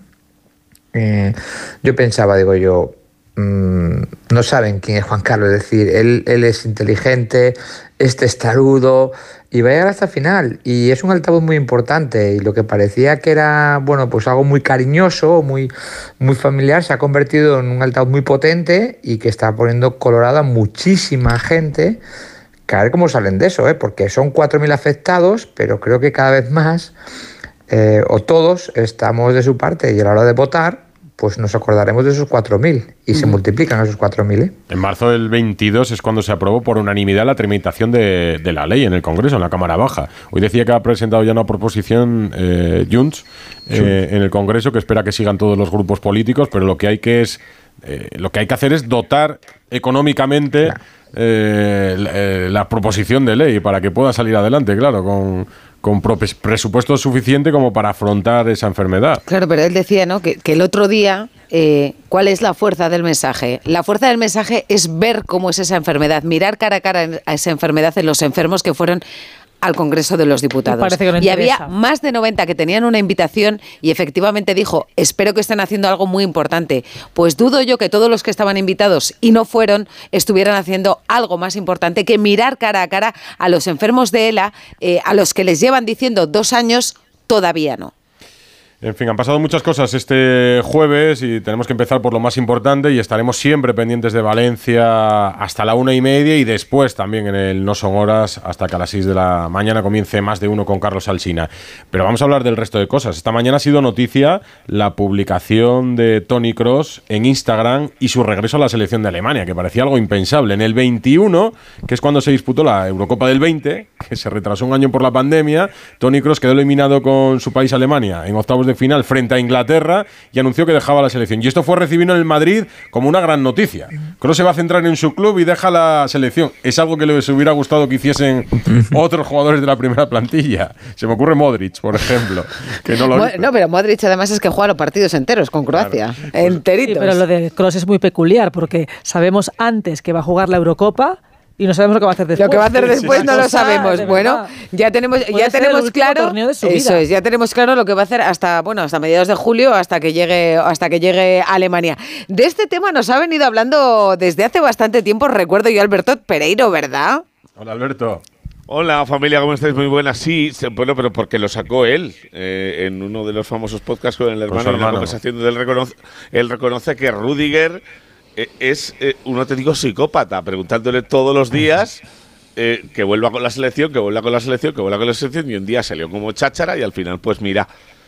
eh, yo pensaba, digo yo, mmm, no saben quién es Juan Carlos, es decir, él, él es inteligente, es testarudo y va a llegar hasta el final, y es un altavoz muy importante, y lo que parecía que era, bueno, pues algo muy cariñoso, muy, muy familiar, se ha convertido en un altavoz muy potente y que está poniendo colorado a muchísima gente. Que a ver cómo salen de eso, ¿eh? Porque son cuatro mil afectados, pero creo que cada vez más, eh, o todos, estamos de su parte, y a la hora de votar, pues nos acordaremos de esos cuatro mil, y mm. se multiplican esos cuatro mil. ¿eh? En marzo del veintidós es cuando se aprobó por unanimidad la tramitación de, de la ley en el Congreso, en la Cámara Baja. Hoy decía que ha presentado ya una proposición eh, Junts eh, en el Congreso, que espera que sigan todos los grupos políticos, pero lo que hay que es eh, lo que hay que hacer es dotar económicamente claro. Eh, la, eh, la proposición de ley para que pueda salir adelante, claro, con, con presupuesto suficiente como para afrontar esa enfermedad. Claro, pero él decía, ¿no?, que, que el otro día, eh, ¿cuál es la fuerza del mensaje? La fuerza del mensaje es ver cómo es esa enfermedad, mirar cara a cara a esa enfermedad en los enfermos que fueron al Congreso de los Diputados. Que no y había más de noventa que tenían una invitación y efectivamente dijo, espero que estén haciendo algo muy importante. Pues dudo yo que todos los que estaban invitados y no fueron estuvieran haciendo algo más importante que mirar cara a cara a los enfermos de ELA, eh, a los que les llevan diciendo dos años, todavía no. En fin, han pasado muchas cosas este jueves y tenemos que empezar por lo más importante y estaremos siempre pendientes de Valencia hasta la una y media y después también en el No Son Horas hasta que a las seis de la mañana comience Más de Uno con Carlos Alsina. Pero vamos a hablar del resto de cosas. Esta mañana ha sido noticia la publicación de Toni Kroos en Instagram y su regreso a la selección de Alemania, que parecía algo impensable. En el veintiuno, que es cuando se disputó la Eurocopa del veinte, que se retrasó un año por la pandemia, Toni Kroos quedó eliminado con su país Alemania en octavos de final frente a Inglaterra y anunció que dejaba la selección. Y esto fue recibido en el Madrid como una gran noticia. Kroos se va a centrar en su club y deja la selección. Es algo que les hubiera gustado que hiciesen otros jugadores de la primera plantilla. Se me ocurre Modric, por ejemplo. Que no, lo bueno, no, pero Modric además es que juega los partidos enteros con Croacia. Claro. Enteritos. Sí, pero lo de Kroos es muy peculiar porque sabemos antes que va a jugar la Eurocopa y no sabemos lo que va a hacer después. Lo que va a hacer después sí, no lo sabemos. Bueno, ya tenemos ya tenemos claro eso es, ya tenemos claro lo que va a hacer hasta bueno, hasta mediados de julio, hasta que llegue hasta que llegue a Alemania. De este tema nos ha venido hablando desde hace bastante tiempo, recuerdo yo, Alberto Pereiro, ¿verdad? Hola, Alberto. Hola familia, ¿cómo estáis? Muy buenas. Sí, se, bueno, pero porque lo sacó él eh, en uno de los famosos podcasts con el hermano, hermano. en la conversación donde él reconoce, él reconoce que Rüdiger eh, es eh, un auténtico psicópata, preguntándole todos los días eh, que vuelva con la selección, que vuelva con la selección, que vuelva con la selección, y un día salió como cháchara y al final, pues mira,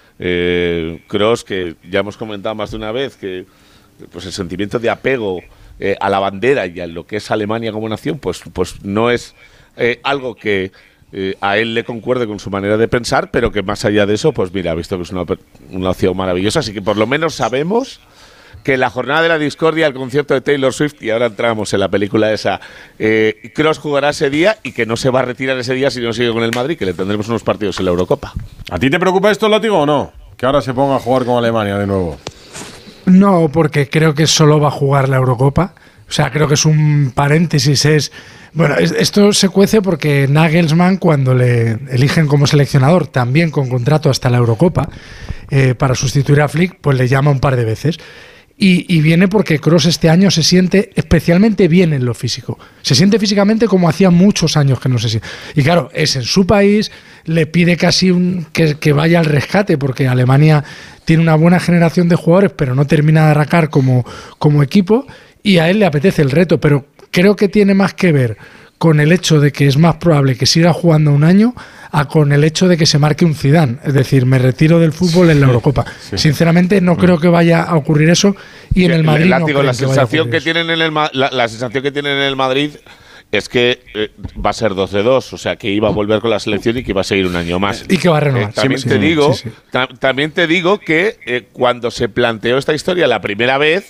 eh, Kroos, que ya hemos comentado más de una vez, que pues el sentimiento de apego eh, a la bandera y a lo que es Alemania como nación, pues, pues no es Eh, algo que eh, a él le concuerde con su manera de pensar, pero que más allá de eso, pues mira, ha visto que es una, una opción maravillosa, así que por lo menos sabemos que la jornada de la discordia, el concierto de Taylor Swift, y ahora entramos en la película esa, eh, Kroos jugará ese día y que no se va a retirar ese día si no sigue con el Madrid, que le tendremos unos partidos en la Eurocopa. ¿A ti te preocupa esto, Látigo, o no? Que ahora se ponga a jugar con Alemania de nuevo. No, porque creo que solo va a jugar la Eurocopa. O sea, creo que es un paréntesis, es... Bueno, es, esto se cuece porque Nagelsmann, cuando le eligen como seleccionador, también con contrato hasta la Eurocopa, eh, para sustituir a Flick, pues le llama un par de veces. Y, y viene porque Kroos este año se siente especialmente bien en lo físico. Se siente físicamente como hacía muchos años que no se siente. Y claro, es en su país, le pide casi un, que, que vaya al rescate, porque Alemania tiene una buena generación de jugadores, pero no termina de arrancar como, como equipo, y a él le apetece el reto, pero creo que tiene más que ver con el hecho de que es más probable que siga jugando un año a con el hecho de que se marque un Zidane. Es decir, me retiro del fútbol en la Eurocopa. Sí. Sinceramente, no mm. creo que vaya a ocurrir eso. Y en el Madrid Látigo, no creo la que sensación vaya a que tienen en el la, la sensación que tienen en el Madrid es que eh, va a ser dos de dos, o sea, que iba a volver con la selección y que iba a seguir un año más. Y que va a renovar. Eh, también, sí, te sí, digo, sí, sí. Ta también te digo que eh, cuando se planteó esta historia la primera vez,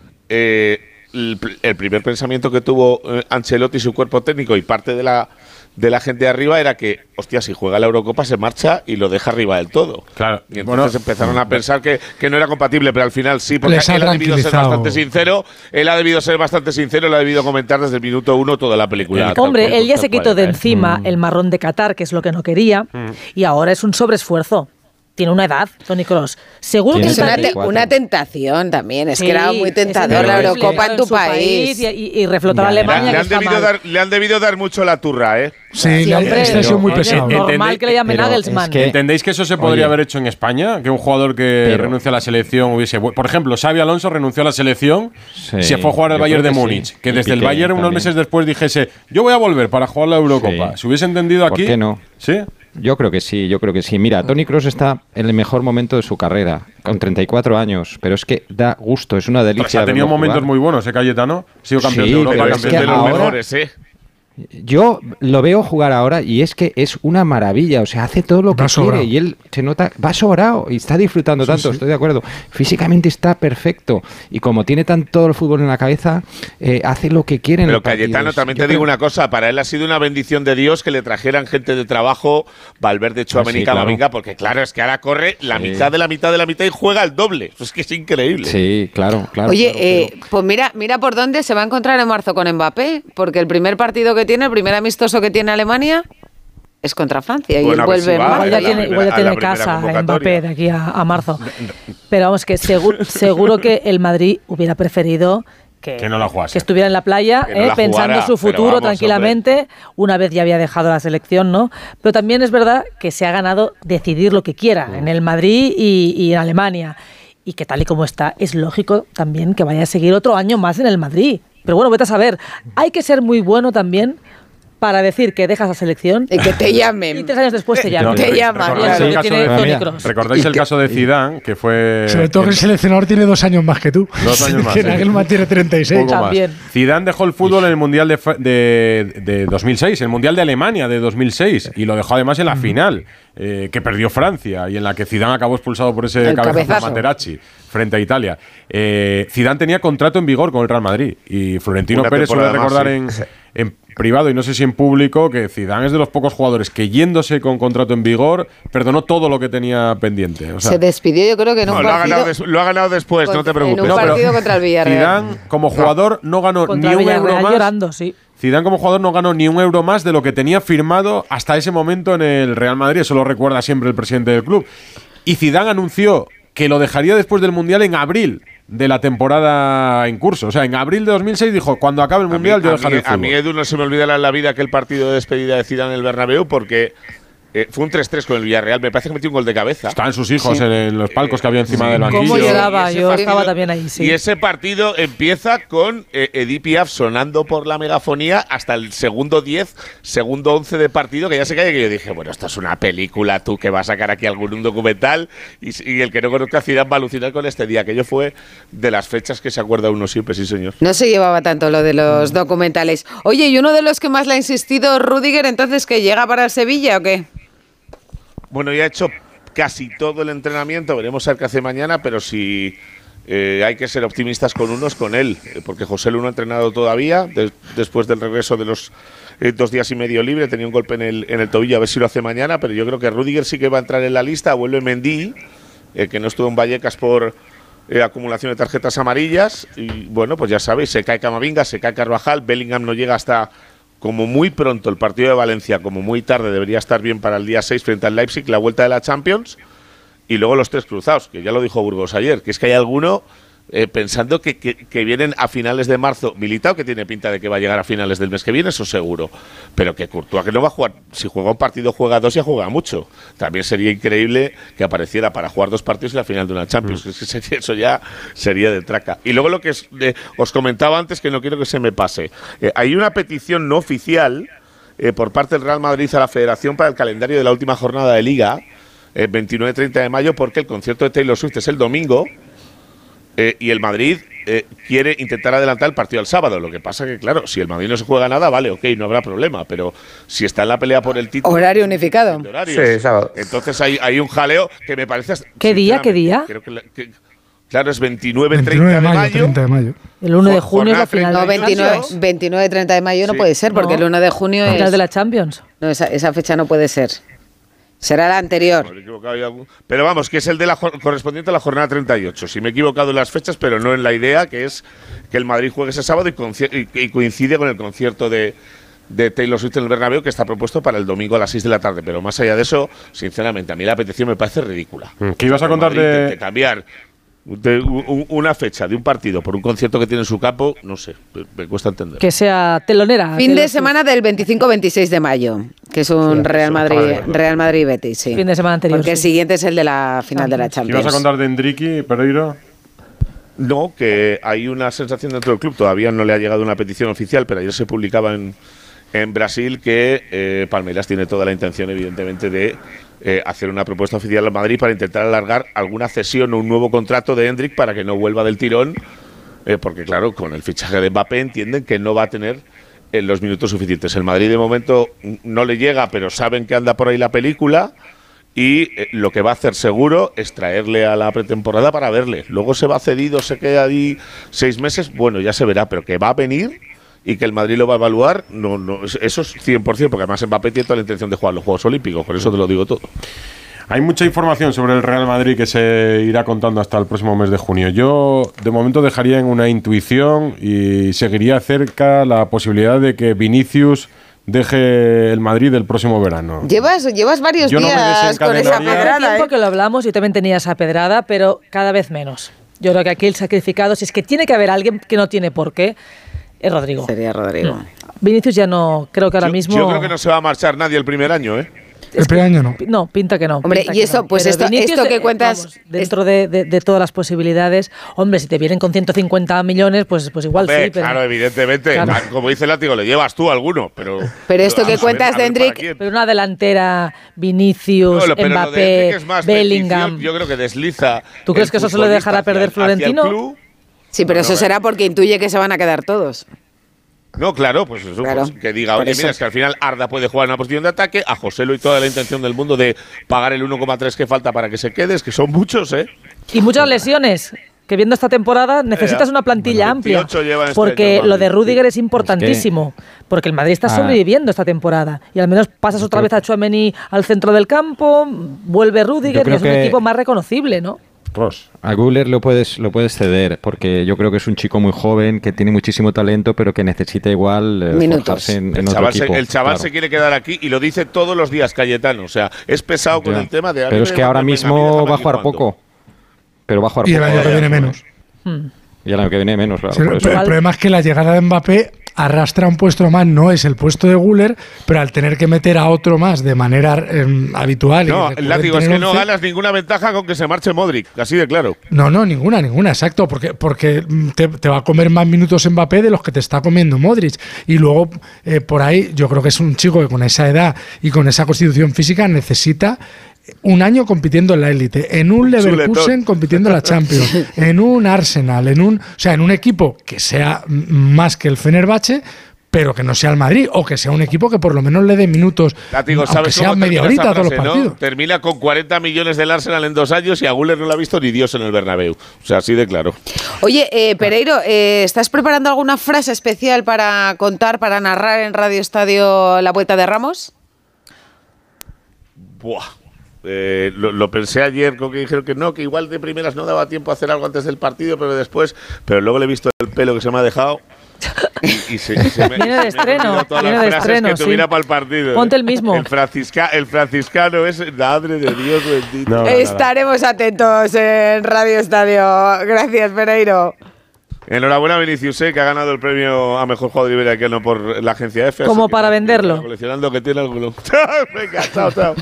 eh, el, el primer pensamiento que tuvo eh, Ancelotti y su cuerpo técnico y parte de la de la gente de arriba era que, hostia, si juega la Eurocopa se marcha y lo deja arriba del todo. Claro. Y entonces bueno, empezaron a pensar que, que no era compatible, pero al final sí, porque él ha debido ser bastante sincero, él ha debido ser bastante sincero, él ha debido comentar desde el minuto uno toda la película. Hombre, tal, él ya se quitó de encima mm. el marrón de Qatar, que es lo que no quería, mm. y ahora es un sobreesfuerzo. Tiene una edad, Toni Kroos. Seguro que es una, te una tentación también. Es sí, que era muy tentador la Eurocopa en tu país. país y, y, y reflotar a Alemania. Le, le, han debido dar, le han debido dar mucho la turra, ¿eh? Sí, sí hombre, este ha sido muy pesado. Es normal que le llamen Nagelsmann. Es que, ¿entendéis que eso se podría oye, haber hecho en España? Que un jugador que pero, renuncia a la selección hubiese... Por ejemplo, Xabi Alonso renunció a la selección, sí, se fue a jugar al Bayern de Múnich. Sí. Que desde el Bayern unos meses después dijese, yo voy a volver para jugar la Eurocopa. Sí. Si hubiese entendido aquí... ¿Por qué no? ¿Sí? Yo creo que sí, yo creo que sí. Mira, Toni Kroos está en el mejor momento de su carrera, con treinta y cuatro años, pero es que da gusto, es una delicia. Pues ha tenido momentos jugar. muy buenos, ¿eh, Cayetano? Ha sido campeón sí, de Europa, pero campeón es que de los ahora, mejores, ¿eh? Yo lo veo jugar ahora y es que es una maravilla, o sea, hace todo lo que quiere y él se nota, va sobrado y está disfrutando tanto, sí, sí. estoy de acuerdo. Físicamente está perfecto y como tiene tanto el fútbol en la cabeza, eh, hace lo que quiere. Pero Cayetano, también Yo te creo... digo una cosa, para él ha sido una bendición de Dios que le trajeran gente de trabajo, Valverde, Tchouaméni, ah, sí, Camavinga, claro. porque claro, es que ahora corre la sí. mitad de la mitad de la mitad y juega el doble. Es que es increíble. Sí, claro, claro. Oye, claro, eh, pero... pues mira, mira por dónde se va a encontrar en marzo con Mbappé, porque el primer partido que tiene, el primer amistoso que tiene Alemania es contra Francia y bueno, él vuelve si va, igual ya tiene, igual ya tiene casa Mbappé de aquí a, a marzo, pero vamos que seguro, seguro que el Madrid hubiera preferido que, que, no la que estuviera en la playa eh, no pensando en su futuro vamos, tranquilamente, hombre. Una vez ya había dejado la selección, ¿no? Pero también es verdad que se ha ganado decidir lo que quiera mm. en el Madrid y, y en Alemania, y que tal y como está es lógico también que vaya a seguir otro año más en el Madrid, pero bueno, vete a saber, hay que ser muy bueno también para decir que dejas la selección y que te llamen. Y tres años después te llaman. Te llaman. ¿Recordáis el caso de Zidane, que fue... Sobre todo que el seleccionador tiene dos años más que tú. Dos años más. Que Nagelsmann tiene treinta y seis. También. Zidane dejó el fútbol en el Mundial de, de, de dos mil seis, el Mundial de Alemania de dos mil seis, y lo dejó además en la final, eh, que perdió Francia, y en la que Zidane acabó expulsado por ese cabezazo, cabezazo de Materazzi frente a Italia. Eh, Zidane tenía contrato en vigor con el Real Madrid, y Florentino Una Pérez suele recordar más, sí. en... en privado y no sé si en público que Zidane es de los pocos jugadores que yéndose con contrato en vigor perdonó todo lo que tenía pendiente. O sea, se despidió, yo creo que en un no, partido. Lo ha, ganado lo ha ganado después, con, no te preocupes. En un partido no, contra el Villarreal. Zidane como jugador no ganó contra ni un euro más. Llorando, sí. Zidane como jugador no ganó ni un euro más de lo que tenía firmado hasta ese momento en el Real Madrid. Eso lo recuerda siempre el presidente del club. Y Zidane anunció que lo dejaría después del Mundial en abril de la temporada en curso. O sea, en abril de dos mil seis dijo, cuando acabe el Mundial mí, yo dejaré el fútbol. A mí, Edu, no se me olvidará en la vida aquel partido de despedida de Zidane en el Bernabéu, porque Eh, fue un tres tres con el Villarreal. Me parece que metió un gol de cabeza. Estaban sus hijos sí. en, en los palcos que había encima sí. del banquillo. ¿Cómo llegaba? Yo partido, estaba también ahí, sí. Y ese partido empieza con eh, Edith Piaf sonando por la megafonía hasta el segundo diez, segundo once de partido, que ya se cae, que yo dije, bueno, esto es una película, tú que vas a sacar aquí algún documental, y, y el que no conozca a Zidane va a alucinar con este día. Aquello fue de las fechas que se acuerda uno siempre, sí señor. No se llevaba tanto lo de los documentales. Oye, ¿y uno de los que más le ha insistido Rüdiger, entonces, que llega para el Sevilla o qué? Bueno, ya ha hecho casi todo el entrenamiento, veremos a ver qué hace mañana, pero si eh, hay que ser optimistas con unos, con él, porque José Lu no ha entrenado todavía, de, después del regreso de los eh, dos días y medio libre, tenía un golpe en el, en el tobillo, a ver si lo hace mañana, pero yo creo que Rüdiger sí que va a entrar en la lista, vuelve Mendy, eh, que no estuvo en Vallecas por eh, acumulación de tarjetas amarillas, y bueno, pues ya sabéis, se cae Camavinga, se cae Carvajal, Bellingham no llega hasta como muy pronto el partido de Valencia, como muy tarde, debería estar bien para el día seis frente al Leipzig, la vuelta de la Champions, y luego los tres cruzados, que ya lo dijo Burgos ayer, que es que hay alguno eh, pensando que, que, que vienen a finales de marzo. Militao, que tiene pinta de que va a llegar a finales del mes que viene, eso seguro, pero que Courtois, que no va a jugar, si juega un partido, juega dos y juega mucho. También sería increíble que apareciera para jugar dos partidos en la final de una Champions, mm. es que eso ya sería de traca. Y luego lo que es, eh, os comentaba antes, que no quiero que se me pase, eh, hay una petición no oficial eh, por parte del Real Madrid a la Federación para el calendario de la última jornada de Liga, eh, veintinueve treinta de mayo, porque el concierto de Taylor Swift es el domingo, eh, y el Madrid eh, quiere intentar adelantar el partido al sábado. Lo que pasa que, claro, si el Madrid no se juega nada, vale, ok, no habrá problema, pero si está en la pelea por el título... Horario unificado. Sí, sábado. Entonces hay, hay un jaleo que me parece... ¿Qué día, qué día? Creo que, la, que Claro, es veintinueve treinta de mayo. treinta de mayo. El uno de junio es la final. No, veintinueve treinta de mayo no sí. puede ser, porque no. el uno de junio no. es... Final de la Champions. No, esa, esa fecha no puede ser. Será la anterior. Pero vamos, que es el de la correspondiente a la jornada treinta y ocho. Si me he equivocado en las fechas, pero no en la idea, que es que el Madrid juegue ese sábado y, y coincide con el concierto de, de Taylor Swift en el Bernabéu, que está propuesto para el domingo a las seis de la tarde. Pero más allá de eso, sinceramente, a mí la petición me parece ridícula. ¿Qué ibas a contar de...? de cambiar de una fecha de un partido por un concierto que tiene en su campo, no sé, me cuesta entender. Que sea telonera. Fin de semana del veinticinco veintiséis de mayo, que es un sí, Real Madrid Real Madrid Betis, sí. Fin de semana anterior. Porque sí. el siguiente es el de la final ah, de la Champions. ¿Qué vas a contar de Endricky, Pereiro? No, que hay una sensación dentro del club, todavía no le ha llegado una petición oficial, pero ayer se publicaba en, en Brasil que eh, Palmeiras tiene toda la intención, evidentemente, de Eh, hacer una propuesta oficial al Madrid para intentar alargar alguna cesión o un nuevo contrato de Endrick para que no vuelva del tirón, eh, porque claro, con el fichaje de Mbappé entienden que no va a tener eh, los minutos suficientes. El Madrid de momento no le llega, pero saben que anda por ahí la película y eh, lo que va a hacer seguro es traerle a la pretemporada para verle. Luego se va cedido, se queda ahí seis meses, bueno, ya se verá, pero que va a venir y que el Madrid lo va a evaluar, no, no, eso es cien por ciento, porque además Mbappé tiene toda la intención de jugar los Juegos Olímpicos, por eso te lo digo todo. Hay mucha información sobre el Real Madrid que se irá contando hasta el próximo mes de junio. Yo, de momento, dejaría en una intuición y seguiría cerca la posibilidad de que Vinicius deje el Madrid el próximo verano. Llevas, llevas varios Yo días no con esa pedrada. Hace tiempo ¿eh? que lo hablamos y también tenía esa pedrada, pero cada vez menos. Yo creo que aquí el sacrificado, si es que tiene que haber alguien que no tiene por qué, es Rodrigo. Sería Rodrigo. Mm. Vinicius ya no, creo que ahora yo, mismo... Yo creo que no se va a marchar nadie el primer año, ¿eh? El primer año no. No, pinta que no. Hombre, y eso, no. pues esto, esto que cuentas... Vamos, dentro de, de, de todas las posibilidades, hombre, si te vienen con ciento cincuenta millones, pues, pues igual hombre, sí. Pero, claro, evidentemente. Claro. Como dice el látigo, le llevas tú a alguno, pero... Pero esto que cuentas de Endrick... Pero una delantera, Vinicius, no, Mbappé, es más Bellingham... Yo creo que desliza... ¿Tú crees que eso se lo dejará perder Florentino? Sí, pero no, eso no, será porque intuye que se van a quedar todos. No, claro, pues eso, claro, pues, que diga, oye, mira, es que al final Arda puede jugar en una posición de ataque, a Joselu y toda la intención del mundo de pagar el uno coma tres que falta para que se quede, es que son muchos, ¿eh? Y muchas lesiones, que viendo esta temporada necesitas una plantilla bueno, amplia, porque este lo de Rüdiger es importantísimo, es que... porque el Madrid está sobreviviendo ah. esta temporada, y al menos pasas otra vez a Tchouaméni al centro del campo, vuelve Rüdiger y es un equipo más reconocible, ¿no? A Güler lo puedes, lo puedes ceder, porque yo creo que es un chico muy joven, que tiene muchísimo talento, pero que necesita igual eh, forjarse en, en el otro chaval equipo. Se, el chaval claro. se quiere quedar aquí y lo dice todos los días Cayetano, o sea, es pesado ya. con el tema de... Pero es que ahora mismo va a jugar poco. Pero va a jugar y poco. el año que viene menos. Hmm. Y el año que viene menos, claro. Sí, por eso. pero el problema es que la llegada de Mbappé arrastra un puesto más, no es el puesto de Güler, pero al tener que meter a otro más de manera eh, habitual. No, y el látigo es que no once, ganas ninguna ventaja con que se marche Modric, así de claro. No, no, ninguna, ninguna, exacto, porque, porque te, te va a comer más minutos Mbappé de los que te está comiendo Modric. Y luego, eh, por ahí, yo creo que es un chico que con esa edad y con esa constitución física necesita un año compitiendo en la élite, en un Leverkusen compitiendo en la Champions, en un Arsenal, en un, o sea, en un equipo que sea más que el Fenerbahce, pero que no sea el Madrid, o que sea un equipo que por lo menos le dé minutos, Látigo, aunque ¿sabes sea cómo media termina horita esa a todos los frase, partidos. ¿no? Termina con cuarenta millones del Arsenal en dos años y a Güler no lo ha visto ni Dios en el Bernabéu. O sea, así de claro. Oye, eh, Pereiro, eh, ¿estás preparando alguna frase especial para contar, para narrar en Radio Estadio la Vuelta de Ramos? Buah. Eh, lo, lo pensé ayer con que dijeron que no, que igual de primeras no daba tiempo a hacer algo antes del partido, pero después, pero luego le he visto el pelo que se me ha dejado y, y se, y se me, viene de estreno, todas viene las de frases estreno, que sí. tuviera para el partido. Ponte el mismo. El, francisca, el franciscano es madre de Dios bendito. No, Estaremos atentos en Radio Estadio. Gracias, Pereiro. Enhorabuena a Vinicius, eh, que ha ganado el premio a mejor jugador iberiano por la agencia F. Como para venderlo. Coleccionando que tiene alguno. Venga, chao, chao.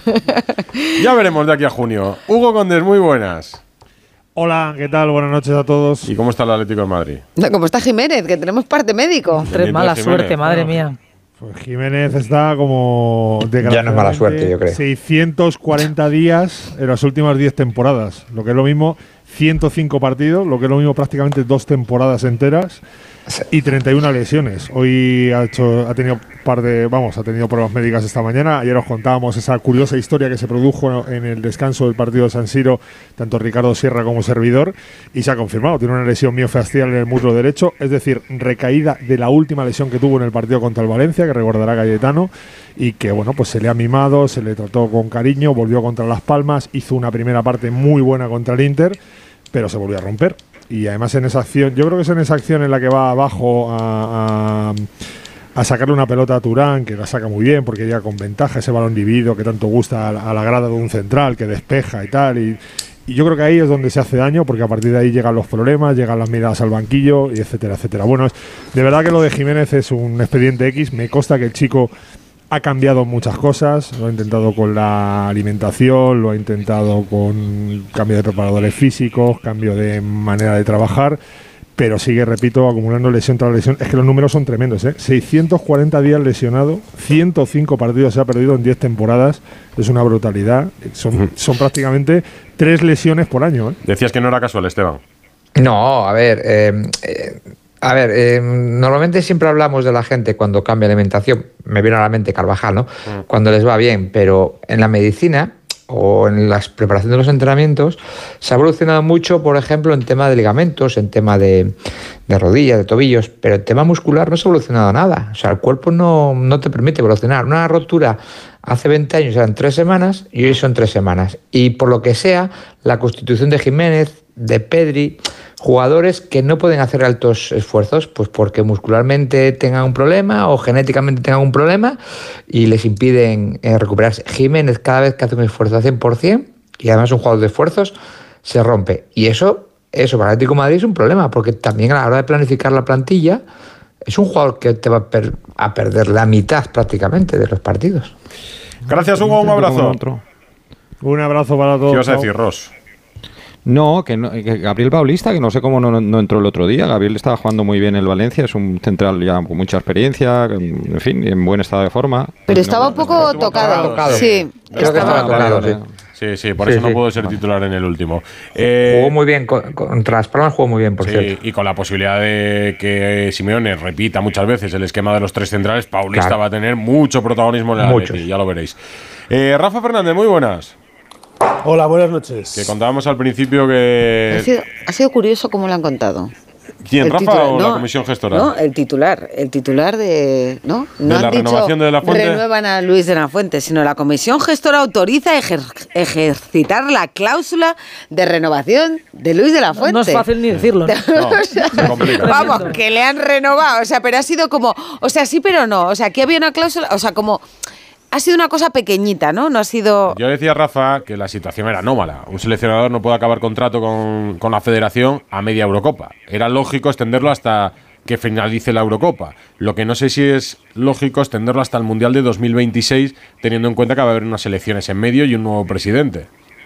Ya veremos de aquí a junio. Hugo Condés, muy buenas. Hola, ¿qué tal? Buenas noches a todos. ¿Y cómo está el Atlético de Madrid? ¿Cómo está Jiménez? Que tenemos parte médico. Tres mala suerte, madre mía. Pues Jiménez está como… Ya no es mala suerte, yo creo. seiscientos cuarenta días en las últimas diez temporadas. Lo que es lo mismo, ciento cinco partidos, lo que es lo mismo prácticamente dos temporadas enteras y treinta y una lesiones. Hoy ha hecho, ha tenido par de, vamos, ha tenido pruebas médicas esta mañana. Ayer os contábamos esa curiosa historia que se produjo en el descanso del partido de San Siro, tanto Ricardo Sierra como servidor, y se ha confirmado. Tiene una lesión miofascial en el muslo derecho, es decir, recaída de la última lesión que tuvo en el partido contra el Valencia, que recordará Cayetano, y que bueno, pues se le ha mimado, se le trató con cariño, volvió contra Las Palmas, hizo una primera parte muy buena contra el Inter, pero se volvió a romper. Y además en esa acción, yo creo que es en esa acción en la que va abajo a, a, a sacarle una pelota a Turán, que la saca muy bien porque llega con ventaja, ese balón dividido que tanto gusta a la, a la grada de un central, que despeja y tal. Y, y yo creo que ahí es donde se hace daño, porque a partir de ahí llegan los problemas, llegan las miradas al banquillo, y etcétera, etcétera. Bueno, es, de verdad que lo de Jiménez es un expediente X. Me consta que el chico ha cambiado muchas cosas, lo ha intentado con la alimentación, lo ha intentado con cambio de preparadores físicos, cambio de manera de trabajar, pero sigue, repito, acumulando lesión tras lesión. Es que los números son tremendos, ¿eh? seiscientos cuarenta días lesionado, ciento cinco partidos se ha perdido en diez temporadas, es una brutalidad, son, son prácticamente tres lesiones por año, ¿eh? Decías que no era casual, Esteban. No, a ver, eh, eh, a ver, eh, normalmente siempre hablamos de la gente cuando cambia alimentación, me viene a la mente Carvajal, ¿no? Mm. Cuando les va bien, pero en la medicina o en la preparación de los entrenamientos se ha evolucionado mucho, por ejemplo, en tema de ligamentos, en tema de, de rodillas, de tobillos, pero en tema muscular no se ha evolucionado nada. O sea, el cuerpo no, no te permite evolucionar. Una rotura hace veinte años eran tres semanas y hoy son tres semanas. Y por lo que sea, la constitución de Jiménez, de Pedri, jugadores que no pueden hacer altos esfuerzos, pues porque muscularmente tengan un problema o genéticamente tengan un problema y les impiden eh, recuperarse. Jiménez, cada vez que hace un esfuerzo al cien por ciento, y además es un jugador de esfuerzos, se rompe. Y eso, eso para el Atlético de Madrid es un problema, porque también a la hora de planificar la plantilla, es un jugador que te va a, per- a perder la mitad prácticamente de los partidos. Gracias, Hugo, un abrazo. Un abrazo para todos. ¿Qué ibas a decir, Ross? No, que, no, que Gabriel Paulista, que no sé cómo no, no entró el otro día. Gabriel estaba jugando muy bien en el Valencia, es un central ya con mucha experiencia, en fin, en buen estado de forma. Pero estaba un poco tocado. tocado. Sí, Creo que estaba tocado, sí. Sí, sí, por Sí, eso no sí. pudo ser titular en el último. Eh, Jugó muy bien, con- contra Las Palmas jugó muy bien, por sí, cierto. y con la posibilidad de que Simeone repita muchas veces el esquema de los tres centrales, Paulista Claro. va a tener mucho protagonismo en el Muchos. Atleti, ya lo veréis. Eh, Rafa Fernández, muy buenas. Hola, buenas noches. Que contábamos al principio que… Ha sido, ha sido curioso cómo lo han contado. ¿Quién, El Rafa titular, o no, la comisión gestora? No, el titular. El titular de. ¿No? ¿De No la han dicho renovación de De La Fuente? renuevan a Luis de la Fuente, sino la comisión gestora autoriza ejer- ejercitar la cláusula de renovación de Luis de la Fuente. No es fácil ni decirlo, ¿no? O sea, se complica. vamos, que le han renovado. O sea, pero ha sido como. O sea, sí, pero no. O sea, aquí había una cláusula. O sea, como. ha sido una cosa pequeñita, ¿no? No ha sido... Yo decía, Rafa, que la situación era anómala. Un seleccionador no puede acabar contrato con, con la federación a media Eurocopa. Era lógico extenderlo hasta que finalice la Eurocopa. Lo que no sé si es lógico extenderlo hasta el Mundial de dos mil veintiséis, teniendo en cuenta que va a haber unas elecciones en medio y un nuevo presidente.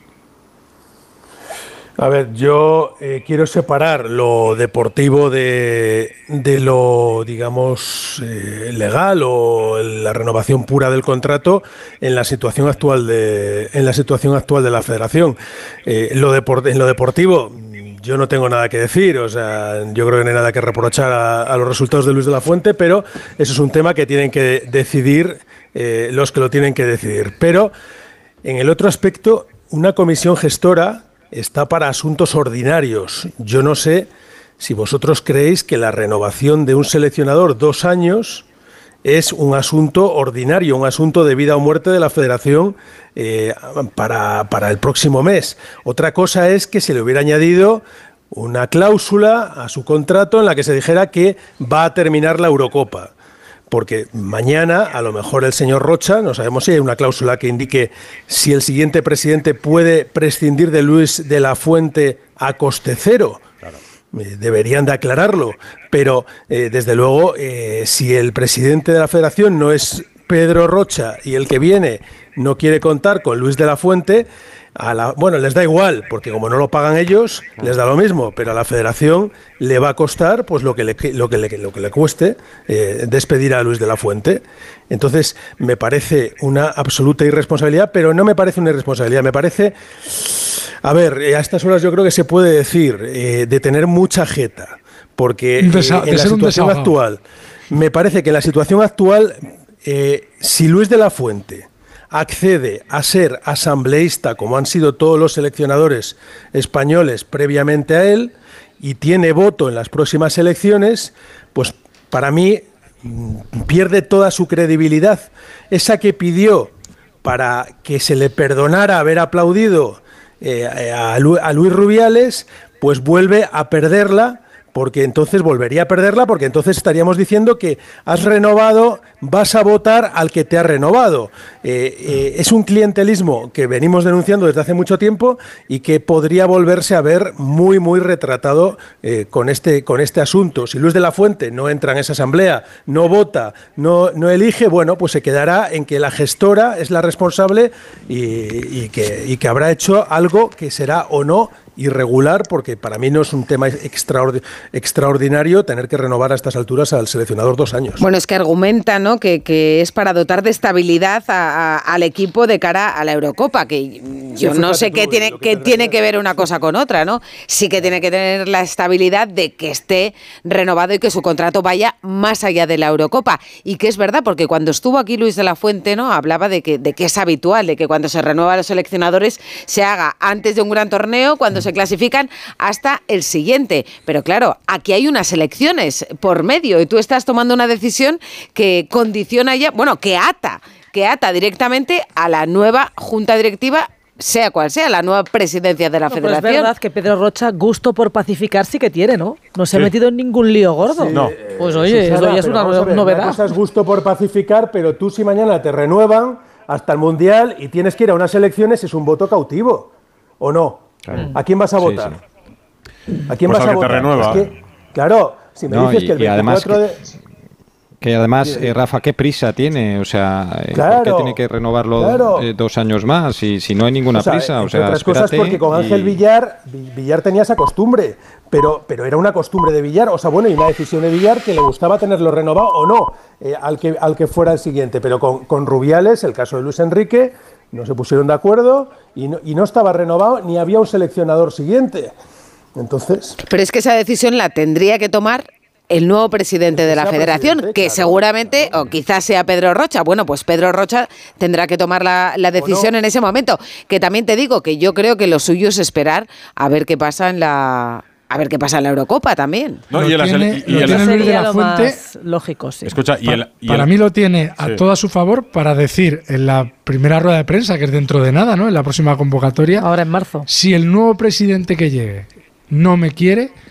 A ver, yo eh, quiero separar lo deportivo de, de lo, digamos, eh, legal o la renovación pura del contrato en la situación actual de, en la situación actual de la Federación. Eh, lo depor- en lo deportivo, yo no tengo nada que decir, o sea, yo creo que no hay nada que reprochar a, a los resultados de Luis de la Fuente, pero eso es un tema que tienen que decidir eh, los que lo tienen que decidir. Pero en el otro aspecto, una comisión gestora está para asuntos ordinarios. Yo no sé si vosotros creéis que la renovación de un seleccionador dos años es un asunto ordinario, un asunto de vida o muerte de la Federación eh, para, para el próximo mes. Otra cosa es que se le hubiera añadido una cláusula a su contrato en la que se dijera que va a terminar la Eurocopa. Porque mañana, a lo mejor el señor Rocha, no sabemos si hay una cláusula que indique si el siguiente presidente puede prescindir de Luis de la Fuente a coste cero. Claro. Eh, deberían de aclararlo. Pero, eh, desde luego, eh, si el presidente de la Federación no es Pedro Rocha y el que viene no quiere contar con Luis de la Fuente, a la, bueno, les da igual, porque como no lo pagan ellos, les da lo mismo, pero a la Federación le va a costar pues lo que le, lo que le, lo que le cueste eh, despedir a Luis de la Fuente. Entonces, me parece una absoluta irresponsabilidad, pero no me parece una irresponsabilidad, me parece, a ver, a estas horas yo creo que se puede decir eh, de tener mucha jeta, porque eh, Desa- en la situación actual, me parece que en la situación actual, eh, si Luis de la Fuente accede a ser asambleísta, como han sido todos los seleccionadores españoles previamente a él, y tiene voto en las próximas elecciones, pues para mí pierde toda su credibilidad. Esa que pidió para que se le perdonara haber aplaudido eh, a, Lu- a Luis Rubiales, pues vuelve a perderla, porque entonces volvería a perderla, porque entonces estaríamos diciendo que has renovado, vas a votar al que te ha renovado. Eh, eh, es un clientelismo que venimos denunciando desde hace mucho tiempo y que podría volverse a ver muy, muy retratado eh, con, este, con este asunto. Si Luis de la Fuente no entra en esa asamblea, no vota, no, no elige, bueno, pues se quedará en que la gestora es la responsable y, y, que, y que habrá hecho algo que será o no irregular, porque para mí no es un tema extraordi- extraordinario tener que renovar a estas alturas al seleccionador dos años. Bueno, es que argumenta, ¿no?, que, que es para dotar de estabilidad a, a, al equipo de cara a la Eurocopa, que yo Sí, no sé tú, qué tiene, lo que que tiene que ver una cosa con otra, ¿no? Sí que tiene que tener la estabilidad de que esté renovado y que su contrato vaya más allá de la Eurocopa. Y que es verdad, porque cuando estuvo aquí Luis de la Fuente, ¿no?, hablaba de que, de que es habitual, de que cuando se renueva a los seleccionadores se haga antes de un gran torneo, cuando se clasifican, hasta el siguiente. Pero claro, aquí hay unas elecciones por medio y tú estás tomando una decisión que condiciona ya, bueno, que ata, que ata directamente a la nueva junta directiva, sea cual sea, la nueva presidencia de la No, pero Federación. es verdad que Pedro Rocha gusto por pacificar sí que tiene, ¿no? No se Sí. ha metido en ningún lío gordo. Sí. No. Pues oye, Susana, eso ya es pero una vamos a ver, novedad. Una cosa es gusto por pacificar, pero tú si mañana te renuevan hasta el Mundial y tienes que ir a unas elecciones, es un voto cautivo, ¿o no? Claro. ¿A quién vas a Sí, votar? ¿A quién Pues vas al a que te votar? renueva. Es que, claro, si me No, dices y- que el y además veinticuatro que- de... Que además, eh, Rafa, ¿qué prisa tiene? O sea, eh, ¿por Claro, qué tiene que renovarlo claro. eh, dos años más? Y si no hay ninguna O sea, prisa, o entre sea, otras cosas espérate porque con Ángel y- Villar, Vi- Villar tenía esa costumbre, pero, pero era una costumbre de Villar, o sea, bueno, y una decisión de Villar que le gustaba tenerlo renovado o no, eh, al, que, al que fuera el siguiente, pero con, con Rubiales, el caso de Luis Enrique, no se pusieron de acuerdo y no, y no estaba renovado ni había un seleccionador siguiente. Entonces... Pero es que esa decisión la tendría que tomar el nuevo presidente de la sea Federación, presidente, que claro, seguramente, o quizás sea Pedro Rocha. Bueno, pues Pedro Rocha tendrá que tomar la, la decisión en ese momento. Que también te digo que yo creo que lo suyo es esperar a ver qué pasa en la... A ver qué pasa en la Eurocopa también. No, Lo y en la tiene- sele- y lo en la- tiene Luis de Sería la lo Fuente. más lógico, sí. Escucha, y Pa- el, y para el- mí lo tiene a Sí. todo a su favor para decir en la primera rueda de prensa, que es dentro de nada, ¿no?, en la próxima convocatoria, Ahora en marzo. si el nuevo presidente que llegue no me quiere,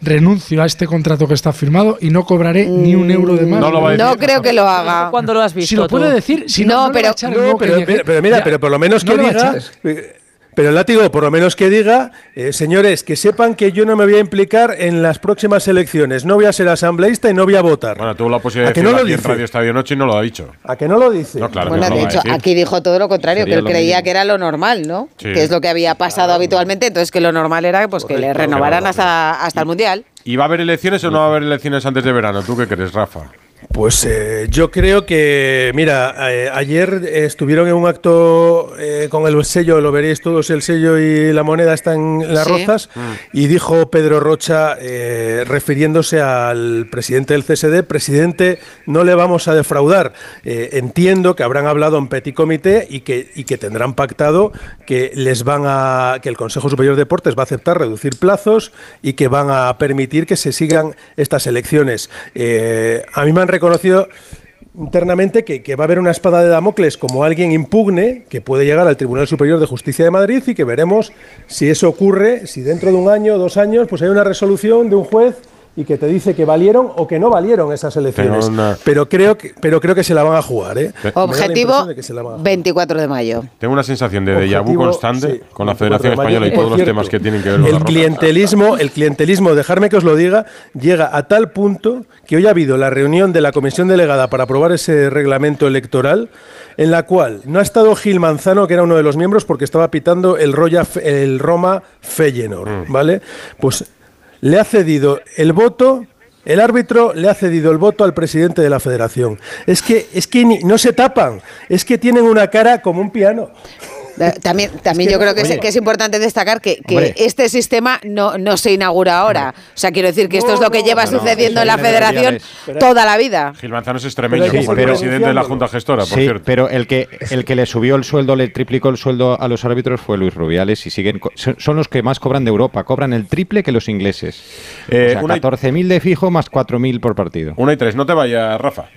renuncio a este contrato que está firmado y no cobraré mm, ni un euro de más. No, lo va a decir. No creo que lo haga. ¿Cuándo lo has visto? Si lo puede tú? decir, si no, no, no pero, no, pero, pero, pero mira, ya, pero por lo menos que no diga. Pero el látigo, por lo menos que diga, eh, señores, que sepan que yo no me voy a implicar en las próximas elecciones. No voy a ser asambleísta y no voy a votar. Bueno, tuvo la posibilidad de decirlo no aquí en Radio Estadio Noche y no lo ha dicho. ¿A que no lo dice? No, claro bueno, que no de lo hecho, va a aquí dijo todo lo contrario, Sería que él creía mínimo. que era lo normal, ¿no? Sí. Que es lo que había pasado claro. habitualmente, entonces que lo normal era pues Correcto, que le renovaran claro, hasta, hasta el Mundial. ¿Y va a haber elecciones o no va a haber elecciones antes de verano? ¿Tú qué crees, Rafa? Pues eh, yo creo que, mira, eh, ayer eh, estuvieron en un acto eh, con el sello, lo veréis todos, el sello y la moneda están en las sí. rozas, mm. y dijo Pedro Rocha, eh, refiriéndose al presidente del C S D, presidente, no le vamos a defraudar. Eh, entiendo que habrán hablado en petit comité y que, y que tendrán pactado que les van a, que el Consejo Superior de Deportes va a aceptar reducir plazos y que van a permitir que se sigan estas elecciones. Eh, a mí me han reconocido internamente que, que va a haber una espada de Damocles como alguien impugne que puede llegar al Tribunal Superior de Justicia de Madrid y que veremos si eso ocurre, si dentro de un año o dos años pues hay una resolución de un juez y que te dice que valieron o que no valieron esas elecciones. Una... Pero creo que pero creo que se la van a jugar, ¿eh? Objetivo veinticuatro de mayo. Tengo una sensación de déjà vu constante sí, con la Federación Española y todos los temas que tienen que ver con el clientelismo, el clientelismo, dejarme que os lo diga, llega a tal punto que hoy ha habido la reunión de la comisión delegada para aprobar ese reglamento electoral en la cual no ha estado Gil Manzano, que era uno de los miembros, porque estaba pitando el, Roya, el Roma Feyenoord, mm. ¿vale? Pues le ha cedido el voto, el árbitro le ha cedido el voto al presidente de la federación. Es que, es que ni, no se tapan, es que tienen una cara como un piano. También, también es que, yo creo que es, que es importante destacar que, que este sistema no, no se inaugura ahora. O sea, quiero decir que esto no, es lo que no, lleva no, sucediendo no, en la federación toda la vida. Gil Manzano es extremeño, como el presidente de la Junta Gestora, por sí, cierto. Pero el que, el que le subió el sueldo, le triplicó el sueldo a los árbitros fue Luis Rubiales y siguen son los que más cobran de Europa. Cobran el triple que los ingleses. Eh, o sea, catorce mil de fijo más cuatro mil por partido. Una y tres. No te vayas, Rafa.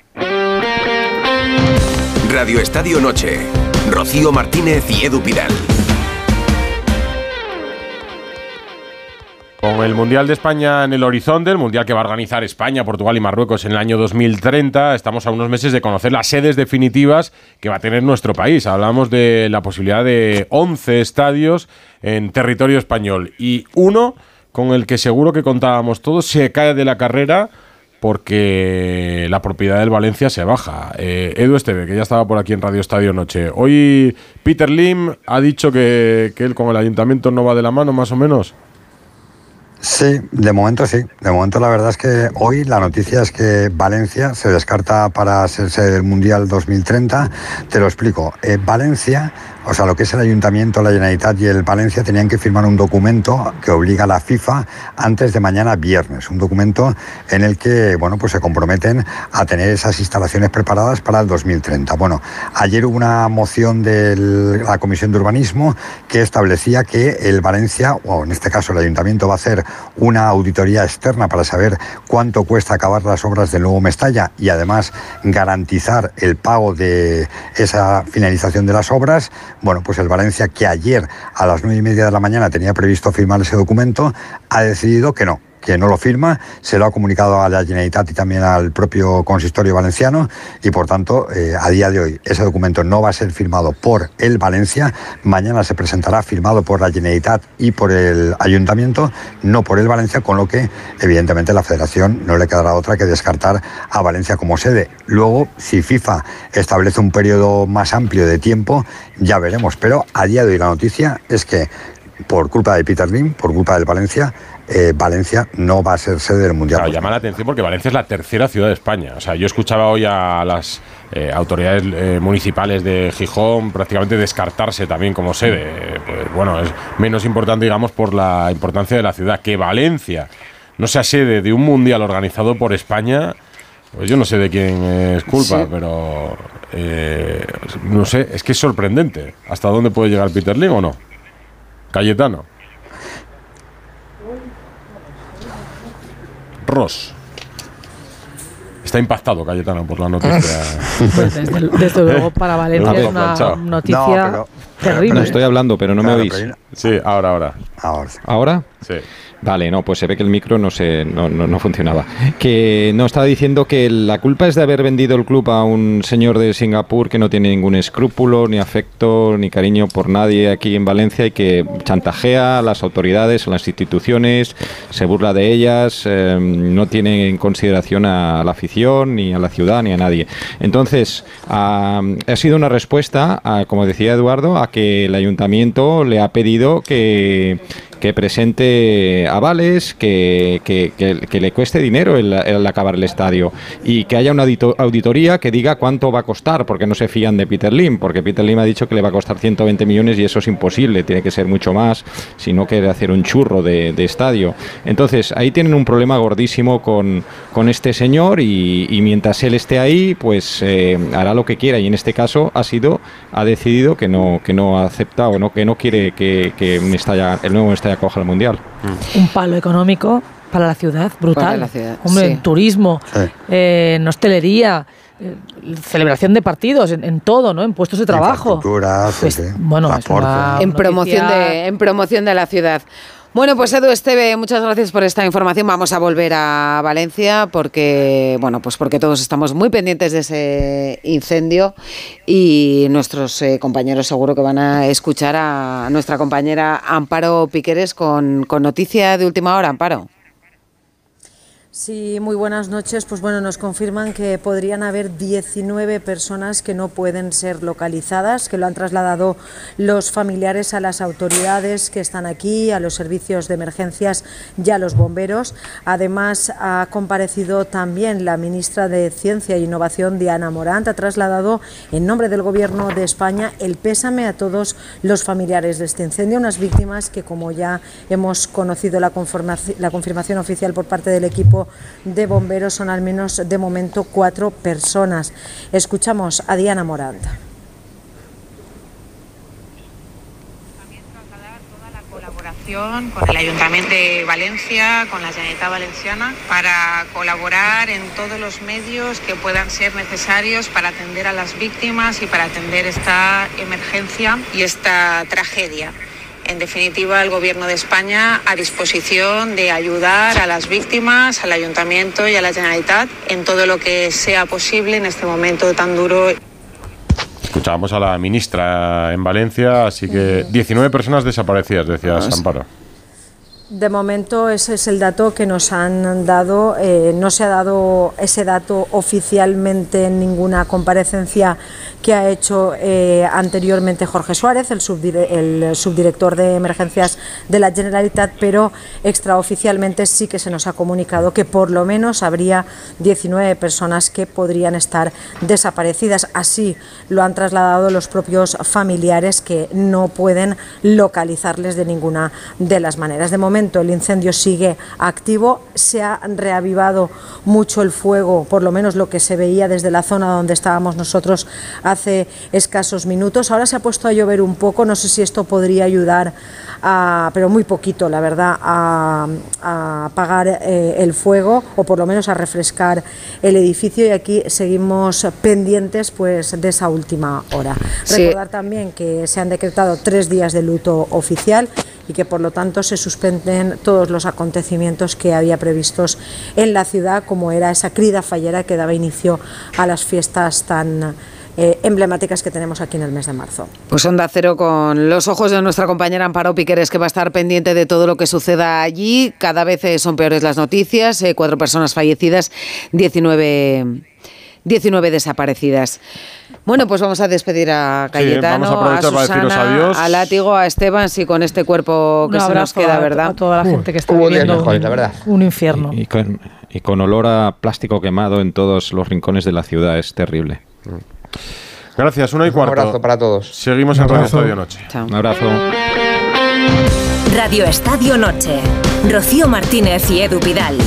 Radio Estadio Noche. Rocío Martínez y Edu Pidal. Con el Mundial de España en el horizonte, el Mundial que va a organizar España, Portugal y Marruecos en el año dos mil treinta, estamos a unos meses de conocer las sedes definitivas que va a tener nuestro país. Hablamos de la posibilidad de once estadios en territorio español y uno con el que seguro que contábamos todos se cae de la carrera porque la propiedad del Valencia se baja. Eh, Edu Esteve, que ya estaba por aquí en Radio Estadio Noche. Hoy Peter Lim ha dicho que, que él con el ayuntamiento no va de la mano, más o menos. Sí, de momento sí. De momento la verdad es que hoy la noticia es que Valencia se descarta para ser sede del Mundial dos mil treinta. Te lo explico. Eh, Valencia, o sea, lo que es el Ayuntamiento, la Generalitat y el Valencia tenían que firmar un documento que obliga a la FIFA antes de mañana viernes. Un documento en el que, bueno, pues se comprometen a tener esas instalaciones preparadas para el dos mil treinta. Bueno, ayer hubo una moción de la Comisión de Urbanismo que establecía que el Valencia, o en este caso el Ayuntamiento, va a hacer una auditoría externa para saber cuánto cuesta acabar las obras del nuevo Mestalla y además garantizar el pago de esa finalización de las obras. Bueno, pues el Valencia, que ayer a las nueve y media de la mañana tenía previsto firmar ese documento, ha decidido que no, que no lo firma, se lo ha comunicado a la Generalitat y también al propio consistorio valenciano y por tanto eh, a día de hoy ese documento no va a ser firmado por el Valencia, mañana se presentará firmado por la Generalitat y por el Ayuntamiento, no por el Valencia, con lo que evidentemente la Federación no le quedará otra que descartar a Valencia como sede. Luego, si FIFA establece un periodo más amplio de tiempo, ya veremos, pero a día de hoy la noticia es que por culpa de Peter Lim, por culpa del Valencia, Eh, Valencia no va a ser sede del Mundial. Claro, llama la atención porque Valencia es la tercera ciudad de España. O sea, yo escuchaba hoy a las eh, autoridades eh, municipales de Gijón prácticamente descartarse también como sede. Eh, pues bueno, es menos importante, digamos, por la importancia de la ciudad. Que Valencia no sea sede de un Mundial organizado por España, pues yo no sé de quién es culpa, sí. pero eh, no sé, es que es sorprendente. ¿Hasta dónde puede llegar Peter Lim o no? Cayetano. Ross. Está impactado Cayetano por la noticia. Pues desde, desde luego para Valencia es una noticia no, pero, terrible. No estoy hablando, pero no claro, me oís. Pero, sí, ahora, ahora. Ahora. ¿Ahora? Sí. Vale, no, pues se ve que el micro no se no, no, no funcionaba. Que no, estaba diciendo que la culpa es de haber vendido el club a un señor de Singapur que no tiene ningún escrúpulo, ni afecto, ni cariño por nadie aquí en Valencia y que chantajea a las autoridades, a las instituciones, se burla de ellas, eh, no tiene en consideración a la afición, ni a la ciudad, ni a nadie. Entonces, ha, ha sido una respuesta, a, como decía Eduardo, a que el ayuntamiento le ha pedido que... que presente avales, que, que, que, que le cueste dinero el, el acabar el estadio y que haya una auditoría que diga cuánto va a costar, porque no se fían de Peter Lim, porque Peter Lim ha dicho que le va a costar ciento veinte millones y eso es imposible, tiene que ser mucho más si no quiere hacer un churro de, de estadio. Entonces ahí tienen un problema gordísimo con, con este señor y, y mientras él esté ahí pues eh, hará lo que quiera y en este caso ha sido ha decidido que no que no acepta o no que no quiere que, que Mestalla, el nuevo Mestalla acoja el Mundial. Un palo económico para la ciudad, brutal. Para la ciudad, Hombre, sí. en turismo, sí. eh, en hostelería, eh, celebración de partidos, en, en todo, ¿no? En puestos de trabajo. Pues, sí, sí. Bueno, es una en promoción de en promoción de la ciudad. Bueno, pues Edu Esteve, muchas gracias por esta información. Vamos a volver a Valencia porque, bueno, pues porque todos estamos muy pendientes de ese incendio y nuestros eh, compañeros seguro que van a escuchar a nuestra compañera Amparo Piqueres con, con noticia de última hora. Amparo. Sí, muy buenas noches. Pues bueno, nos confirman que podrían haber diecinueve personas que no pueden ser localizadas, que lo han trasladado los familiares a las autoridades que están aquí, a los servicios de emergencias y a los bomberos. Además, ha comparecido también la ministra de Ciencia e Innovación, Diana Morant, ha trasladado en nombre del Gobierno de España el pésame a todos los familiares de este incendio, unas víctimas que, como ya hemos conocido la confirmación, la confirmación oficial por parte del equipo de bomberos, son al menos de momento cuatro personas. Escuchamos a Diana Morant. También trasladar toda la colaboración con el Ayuntamiento de Valencia, con la Generalitat Valenciana, para colaborar en todos los medios que puedan ser necesarios para atender a las víctimas y para atender esta emergencia y esta tragedia. En definitiva, el Gobierno de España a disposición de ayudar a las víctimas, al Ayuntamiento y a la Generalitat en todo lo que sea posible en este momento tan duro. Escuchábamos a la ministra en Valencia, así que diecinueve personas desaparecidas, decías, Amparo. De momento ese es el dato que nos han dado, eh, no se ha dado ese dato oficialmente en ninguna comparecencia que ha hecho eh, anteriormente Jorge Suárez, el, subdire el subdirector de emergencias de la Generalitat, pero extraoficialmente sí que se nos ha comunicado que por lo menos habría diecinueve personas que podrían estar desaparecidas. Así lo han trasladado los propios familiares que no pueden localizarles de ninguna de las maneras. De momento el incendio sigue activo, se ha reavivado mucho el fuego, por lo menos lo que se veía desde la zona donde estábamos nosotros hace escasos minutos. Ahora se ha puesto a llover un poco, no sé si esto podría ayudar, a, pero muy poquito, la verdad, a, a apagar eh, el fuego o por lo menos a refrescar el edificio, y aquí seguimos pendientes pues de esa última hora. Sí. Recordar también que se han decretado tres días de luto oficial y que por lo tanto se suspenden todos los acontecimientos que había previstos en la ciudad, como era esa crida fallera que daba inicio a las fiestas tan eh, emblemáticas que tenemos aquí en el mes de marzo. Pues Onda Cero con los ojos de nuestra compañera Amparo Piqueres, que va a estar pendiente de todo lo que suceda allí. Cada vez son peores las noticias, eh, cuatro personas fallecidas, diecinueve, diecinueve desaparecidas. Bueno, pues vamos a despedir a Cayetano, sí, a, a Susana, a Látigo, a Esteban, sí, con este cuerpo que se nos queda, ¿verdad? A toda la gente que está uh, viviendo mejores, la verdad. Un infierno. Y, y, con, y con olor a plástico quemado en todos los rincones de la ciudad, es terrible. Gracias, una y cuarto. Un abrazo para todos. Seguimos en Radio Estadio Noche. Chao. Un abrazo. Radio Estadio Noche. Rocío Martínez y Edu Pidal.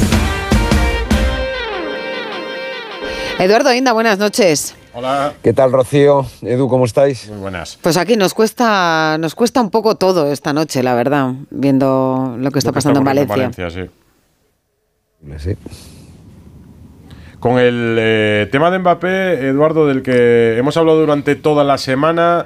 Eduardo Inda, buenas noches. Hola. ¿Qué tal, Rocío? Edu, ¿cómo estáis? Muy buenas. Pues aquí nos cuesta nos cuesta un poco todo esta noche, la verdad, viendo lo que está lo que pasando está en Valencia. En Valencia, sí. Sí. Con el eh, tema de Mbappé, Eduardo, del que hemos hablado durante toda la semana,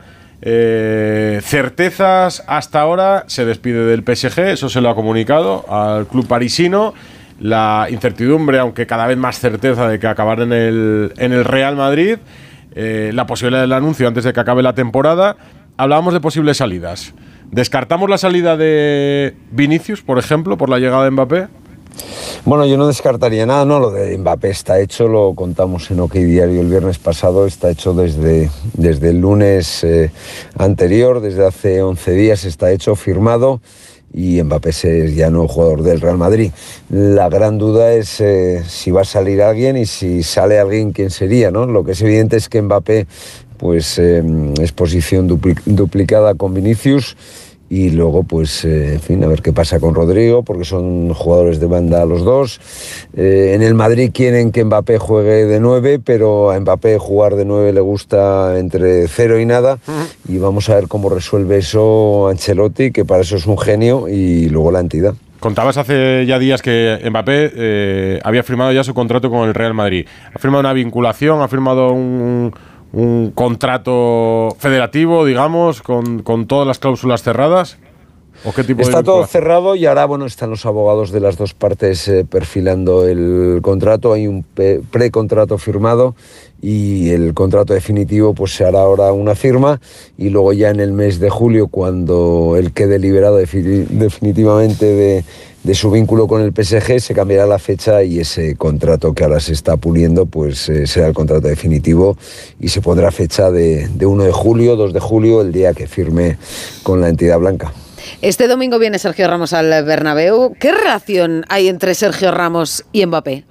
eh, certezas hasta ahora, se despide del P S G, eso se lo ha comunicado al club parisino. La incertidumbre, aunque cada vez más certeza de que acabará en el, en el Real Madrid, eh, la posibilidad del anuncio antes de que acabe la temporada. Hablábamos de posibles salidas. ¿Descartamos la salida de Vinicius, por ejemplo, por la llegada de Mbappé? Bueno, yo no descartaría nada, no, lo de Mbappé está hecho, lo contamos en OK Diario el viernes pasado, está hecho desde, desde el lunes eh, anterior, desde hace once días está hecho, firmado, y Mbappé es ya no jugador del Real Madrid. La gran duda es eh, si va a salir alguien y si sale alguien, ¿quién sería, no? Lo que es evidente es que Mbappé pues, eh, es posición dupli- duplicada con Vinicius, y luego, pues, eh, en fin, a ver qué pasa con Rodrigo, porque son jugadores de banda los dos. Eh, en el Madrid quieren que Mbappé juegue de nueve, pero a Mbappé jugar de nueve le gusta entre cero y nada. Uh-huh. Y vamos a ver cómo resuelve eso Ancelotti, que para eso es un genio, y luego la entidad. Contabas hace ya días que Mbappé eh, había firmado ya su contrato con el Real Madrid. Ha firmado una vinculación, ha firmado un... un contrato federativo, digamos, con, con todas las cláusulas cerradas. ¿O qué tipo Está de todo cerrado y ahora, bueno, están los abogados de las dos partes eh, perfilando el contrato. Hay un pe- precontrato firmado y el contrato definitivo pues se hará ahora una firma, y luego ya en el mes de julio, cuando él quede liberado defi- definitivamente de, de su vínculo con el P S G, se cambiará la fecha y ese contrato que ahora se está puliendo pues eh, será el contrato definitivo, y se pondrá fecha de, de uno de julio, dos de julio, el día que firme con la entidad blanca. Este domingo viene Sergio Ramos al Bernabéu. ¿Qué relación hay entre Sergio Ramos y Mbappé?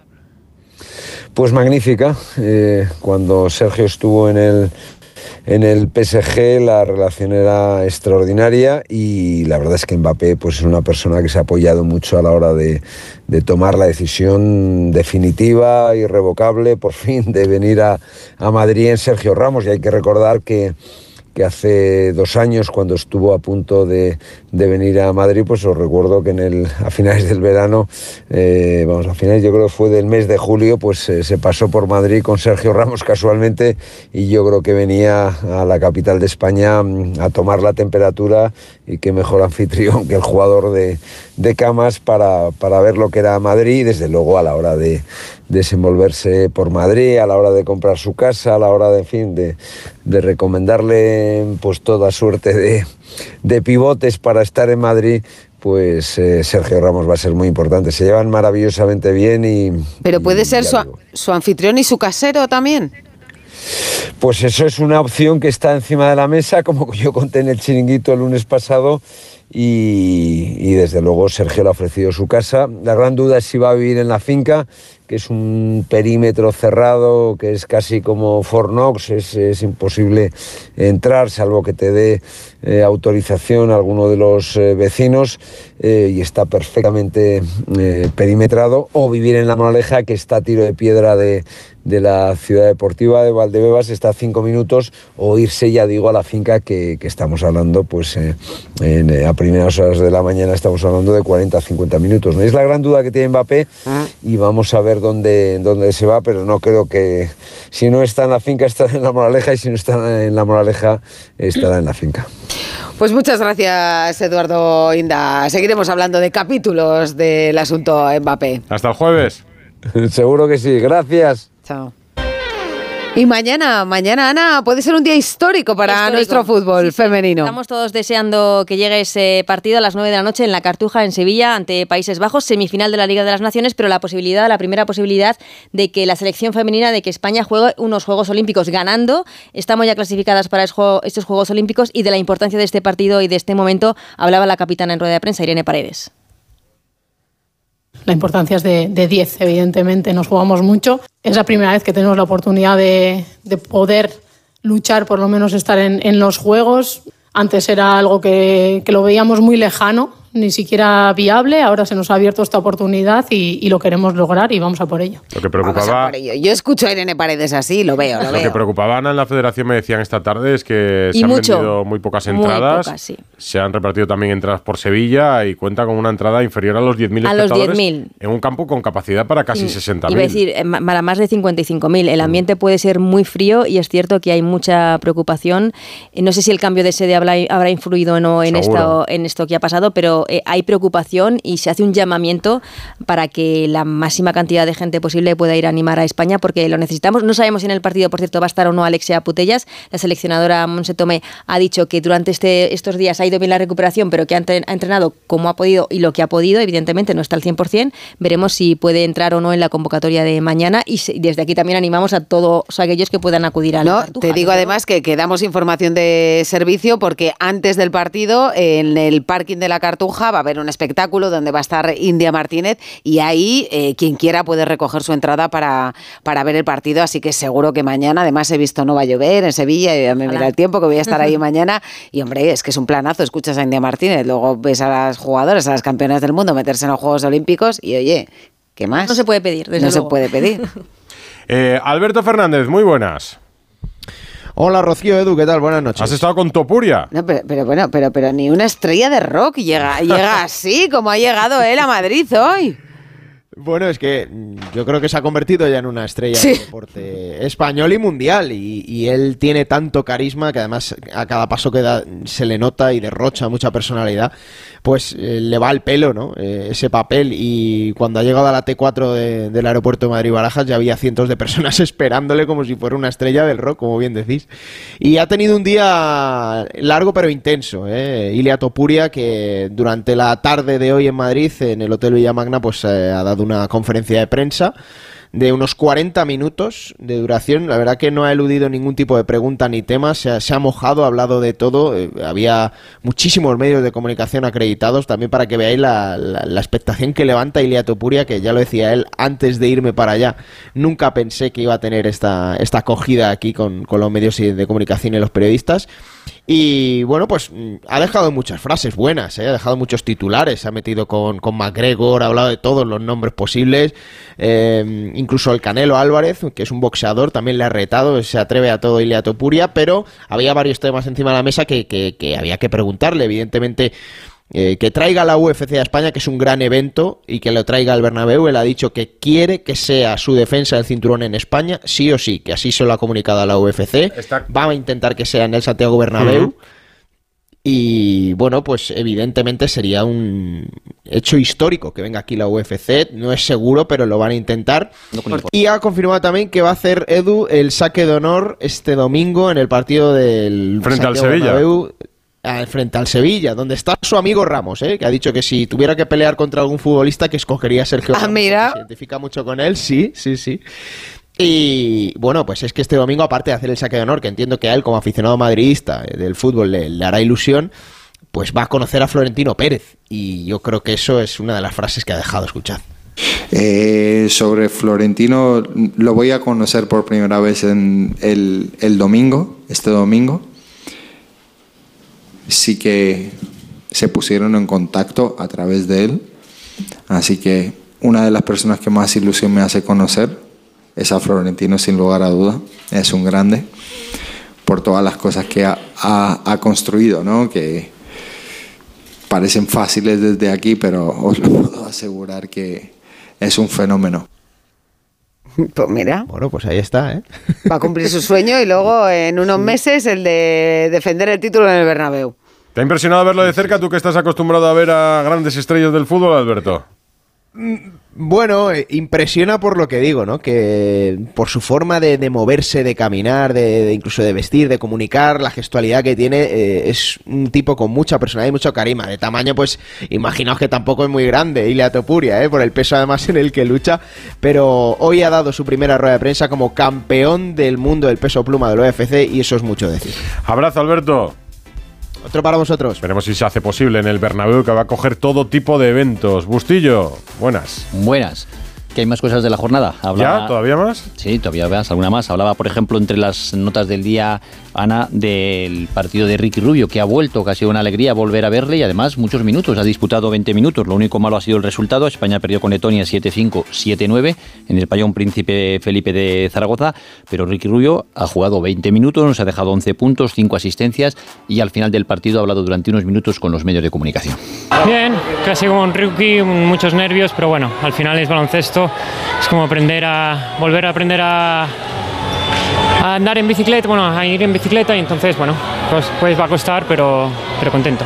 Pues magnífica. Eh, cuando Sergio estuvo en el, en el P S G, la relación era extraordinaria, y la verdad es que Mbappé pues, es una persona que se ha apoyado mucho a la hora de, de tomar la decisión definitiva, irrevocable, por fin, de venir a, a Madrid en Sergio Ramos. Y hay que recordar que que hace dos años, cuando estuvo a punto de, de venir a Madrid, pues os recuerdo que en el, a finales del verano, eh, vamos, a finales yo creo que fue del mes de julio, pues eh, se pasó por Madrid con Sergio Ramos casualmente, y yo creo que venía a la capital de España a tomar la temperatura, y qué mejor anfitrión que el jugador de, de Camas para, para ver lo que era Madrid, y desde luego a la hora de desenvolverse por Madrid, a la hora de comprar su casa, a la hora de, en fin, de, de recomendarle pues toda suerte de, de pivotes para estar en Madrid, pues eh, Sergio Ramos va a ser muy importante. Se llevan maravillosamente bien y... Pero puede y, ser su, su anfitrión y su casero también. Pues eso es una opción que está encima de la mesa, como yo conté en el Chiringuito el lunes pasado, y, y desde luego Sergio le ha ofrecido su casa. La gran duda es si va a vivir en la finca, que es un perímetro cerrado, que es casi como Fort Knox, es, es imposible entrar, salvo que te dé eh, autorización a alguno de los eh, vecinos, eh, y está perfectamente eh, perimetrado, o vivir en La Moraleja, que está a tiro de piedra de, de la ciudad deportiva de Valdebebas, está a cinco minutos, o irse, ya digo, a la finca que, que estamos hablando, pues eh, en, eh, a primeras horas de la mañana estamos hablando de cuarenta a cincuenta minutos. ¿No? Es la gran duda que tiene Mbappé, y vamos a ver dónde, dónde se va, pero no creo que, si no está en la finca, estará en La Moraleja, y si no está en La Moraleja, estará en la finca. Pues muchas gracias, Eduardo Inda. Seguiremos hablando de capítulos del asunto Mbappé. Hasta el jueves. Seguro que sí. Gracias. Chao. Y mañana, mañana, Ana, puede ser un día histórico para histórico. nuestro fútbol sí, sí. femenino. Estamos todos deseando que llegue ese partido a las nueve de la noche en la Cartuja, en Sevilla, ante Países Bajos, semifinal de la Liga de las Naciones, pero la posibilidad, la primera posibilidad de que la selección femenina, de que España juegue unos Juegos Olímpicos ganando. Estamos ya clasificadas para estos Juegos Olímpicos, y de la importancia de este partido y de este momento hablaba la capitana en rueda de prensa, Irene Paredes. La importancia es de, de diez, evidentemente, nos jugamos mucho. Es la primera vez que tenemos la oportunidad de, de poder luchar, por lo menos estar en, en los Juegos. Antes era algo que, que lo veíamos muy lejano, ni siquiera viable. Ahora se nos ha abierto esta oportunidad y, y lo queremos lograr y vamos a por ello. Lo que preocupaba... por ello. Yo escucho a Irene Paredes así, lo veo, lo, lo veo. que preocupaba Ana en la federación, me decían esta tarde, es que y se han mucho. vendido muy pocas entradas. Muy pocas, sí. Se han repartido también entradas por Sevilla y cuenta con una entrada inferior a los diez mil A los espectadores diez mil. en un campo con capacidad para casi sesenta mil. Iba a decir, eh, para más de cincuenta y cinco mil. El ambiente puede ser muy frío y es cierto que hay mucha preocupación. Eh, No sé si el cambio de sede habrá, habrá influido o no en esto, en esto que ha pasado, pero eh, hay preocupación y se hace un llamamiento para que la máxima cantidad de gente posible pueda ir a animar a España, porque lo necesitamos. No sabemos si en el partido, por cierto, va a estar o no Alexia Putellas. La seleccionadora Montse Tomé ha dicho que durante este, estos días ha ido bien la recuperación, pero que ha entrenado como ha podido y lo que ha podido. Evidentemente no está al cien por ciento. Veremos si puede entrar o no en la convocatoria de mañana, y desde aquí también animamos a todos aquellos que puedan acudir a la No, Cartuja. te digo además que, que damos información de servicio, porque antes del partido en el parking de la Cartuja va a haber un espectáculo donde va a estar India Martínez, y ahí eh, quien quiera puede recoger su entrada para, para ver el partido, así que seguro que mañana, además he visto no va a llover en Sevilla, y ya me mira el tiempo que voy a estar ahí mañana, y hombre, es que es un planazo, escuchas a India Martínez, luego ves a las jugadoras, a las campeonas del mundo meterse en los Juegos Olímpicos y oye, ¿qué más? No se puede pedir, desde No luego. se puede pedir. eh, Alberto Fernández, muy buenas. Hola Rocío, Edu, ¿qué tal? Buenas noches. ¿Has estado con Topuria? No, pero, pero bueno, pero, pero ni una estrella de rock llega, llega así como ha llegado él a Madrid hoy. Bueno, es que yo creo que se ha convertido ya en una estrella Sí. del deporte español y mundial, y, y él tiene tanto carisma que además a cada paso que da se le nota y derrocha mucha personalidad, pues eh, le va al pelo, ¿no? Eh, ese papel, y cuando ha llegado a la T cuatro de, del aeropuerto de Madrid-Barajas ya había cientos de personas esperándole como si fuera una estrella del rock, como bien decís. Y ha tenido un día largo pero intenso, ¿eh? Ilia Topuria, que durante la tarde de hoy en Madrid, en el Hotel Villamagna, pues eh, ha dado una conferencia de prensa de unos cuarenta minutos de duración. La verdad que no ha eludido ningún tipo de pregunta ni tema, se ha, se ha mojado, ha hablado de todo. Eh, había muchísimos medios de comunicación acreditados, también para que veáis la, la, la expectación que levanta Ilia Topuria, que ya lo decía él antes de irme para allá. Nunca pensé que iba a tener esta, esta acogida aquí con, con los medios de comunicación y los periodistas. Y bueno, pues ha dejado muchas frases buenas, ¿eh? Ha dejado muchos titulares, se ha metido con, con McGregor, ha hablado de todos los nombres posibles, eh, incluso el Canelo Álvarez, que es un boxeador, también le ha retado, se atreve a todo Ilia Topuria, pero había varios temas encima de la mesa que, que, que había que preguntarle. Evidentemente, Eh, que traiga la U F C a España, que es un gran evento, y que lo traiga al Bernabéu. Él ha dicho que quiere que sea su defensa del cinturón en España, sí o sí, que así se lo ha comunicado a la U F C. Está... Va a intentar que sea en el Santiago Bernabéu. Uh-huh. Y bueno, pues evidentemente sería un hecho histórico que venga aquí la U F C. No es seguro, pero lo van a intentar. No, y ha confirmado también que va a hacer Edu el saque de honor este domingo en el partido del frente Santiago al Sevilla. Bernabéu, frente al Sevilla, donde está su amigo Ramos, ¿eh? Que ha dicho que si tuviera que pelear contra algún futbolista, que escogería a Sergio Ramos. Ah, mira. Se identifica mucho con él, sí, sí, sí. Y bueno, pues es que este domingo, aparte de hacer el saque de honor, que entiendo que a él como aficionado madridista del fútbol le, le hará ilusión, pues va a conocer a Florentino Pérez. Y yo creo que eso es una de las frases que ha dejado. Escuchad. Eh, sobre Florentino, lo voy a conocer por primera vez en el, el domingo, este domingo. Sí que se pusieron en contacto a través de él, así que una de las personas que más ilusión me hace conocer es a Florentino, sin lugar a duda. Es un grande por todas las cosas que ha, ha, ha construido, ¿no? Que parecen fáciles desde aquí, pero os lo puedo asegurar que es un fenómeno. Pues mira. Bueno, pues ahí está, ¿eh? Va a cumplir su sueño y luego en unos meses el de defender el título en el Bernabéu. ¿Te ha impresionado verlo de cerca, tú que estás acostumbrado a ver a grandes estrellas del fútbol, Alberto? Bueno, eh, impresiona por lo que digo, ¿no? Que por su forma de, de moverse, de caminar, de, de incluso de vestir, de comunicar, la gestualidad que tiene, eh, es un tipo con mucha personalidad y mucho carisma. De tamaño, pues, imaginaos que tampoco es muy grande, Ilia Topuria, ¿eh? Por el peso además en el que lucha, pero hoy ha dado su primera rueda de prensa como campeón del mundo del peso pluma del U F C, y eso es mucho decir. Abrazo, Alberto. Otro para vosotros. Veremos si se hace posible en el Bernabéu, que va a coger todo tipo de eventos. Bustillo, buenas. Buenas. Que hay más cosas de la jornada. Hablaba, ¿Ya? ¿Todavía más? Sí, todavía más, alguna más. Hablaba, por ejemplo, entre las notas del día, Ana, del partido de Ricky Rubio, que ha vuelto, que ha sido una alegría volver a verle y además muchos minutos. Ha disputado veinte minutos. Lo único malo ha sido el resultado. España perdió con Letonia siete cinco, siete nueve en el pabellón Príncipe Felipe de Zaragoza, pero Ricky Rubio ha jugado veinte minutos, nos ha dejado once puntos, cinco asistencias y al final del partido ha hablado durante unos minutos con los medios de comunicación. Bien, casi como un rookie, muchos nervios, pero bueno, al final es baloncesto. Es como aprender a volver a aprender a, a andar en bicicleta, bueno, a ir en bicicleta y entonces, bueno, pues, pues va a costar, pero, pero contento.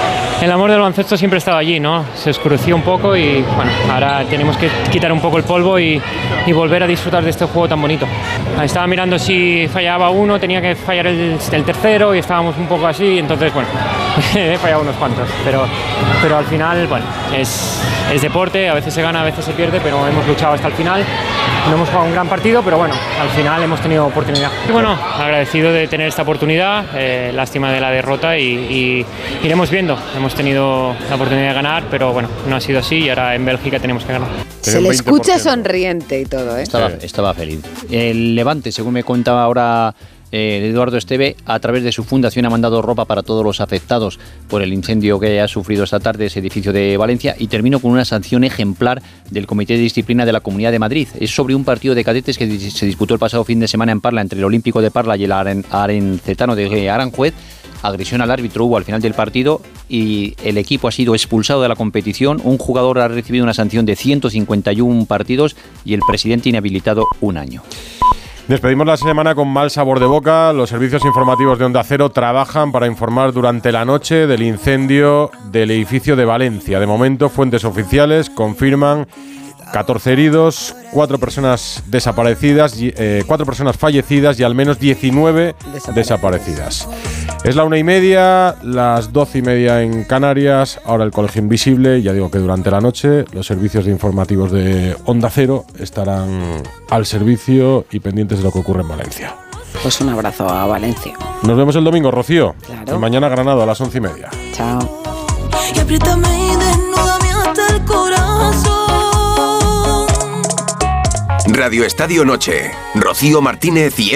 El amor del baloncesto siempre ha estado allí, ¿no? Se oscureció un poco y, bueno, ahora tenemos que quitar un poco el polvo y, y volver a disfrutar de este juego tan bonito. Estaba mirando si fallaba uno, tenía que fallar el, el tercero y estábamos un poco así, entonces, bueno, he fallado unos cuantos, pero, pero al final, bueno, es, es deporte, a veces se gana, a veces se pierde, pero hemos luchado hasta el final. No hemos jugado un gran partido, pero bueno, al final hemos tenido oportunidad. Y bueno, agradecido de tener esta oportunidad, eh, lástima de la derrota y, y iremos viendo. Hemos tenido la oportunidad de ganar, pero bueno, no ha sido así y ahora en Bélgica tenemos que ganar. Se le escucha sonriente y todo, ¿eh? Estaba, estaba feliz. El Levante, según me contaba ahora Eh, Eduardo Esteve, a través de su fundación ha mandado ropa para todos los afectados por el incendio que ha sufrido esta tarde ese edificio de Valencia. Y termino con una sanción ejemplar del Comité de Disciplina de la Comunidad de Madrid. Es sobre un partido de cadetes que se disputó el pasado fin de semana en Parla entre el Olímpico de Parla y el Aren, Arencetano de Aranjuez. Agresión al árbitro hubo al final del partido y el equipo ha sido expulsado de la competición. Un jugador ha recibido una sanción de ciento cincuenta y uno partidos y el presidente inhabilitado un año. Despedimos la semana con mal sabor de boca. Los servicios informativos de Onda Cero trabajan para informar durante la noche del incendio del edificio de Valencia. De momento, fuentes oficiales confirman catorce heridos, cuatro personas desaparecidas, eh, cuatro personas fallecidas y al menos diecinueve desaparecidas. Es la una y media, las doce y media en Canarias. Ahora el Colegio Invisible. Ya digo que durante la noche los servicios de informativos de Onda Cero estarán al servicio y pendientes de lo que ocurre en Valencia. Pues un abrazo a Valencia. Nos vemos el domingo, Rocío. Claro. Y mañana Granado a las once y media. Chao. Y apriétame y desnúdame hasta el corazón. Radio Estadio Noche. Rocío Martínez y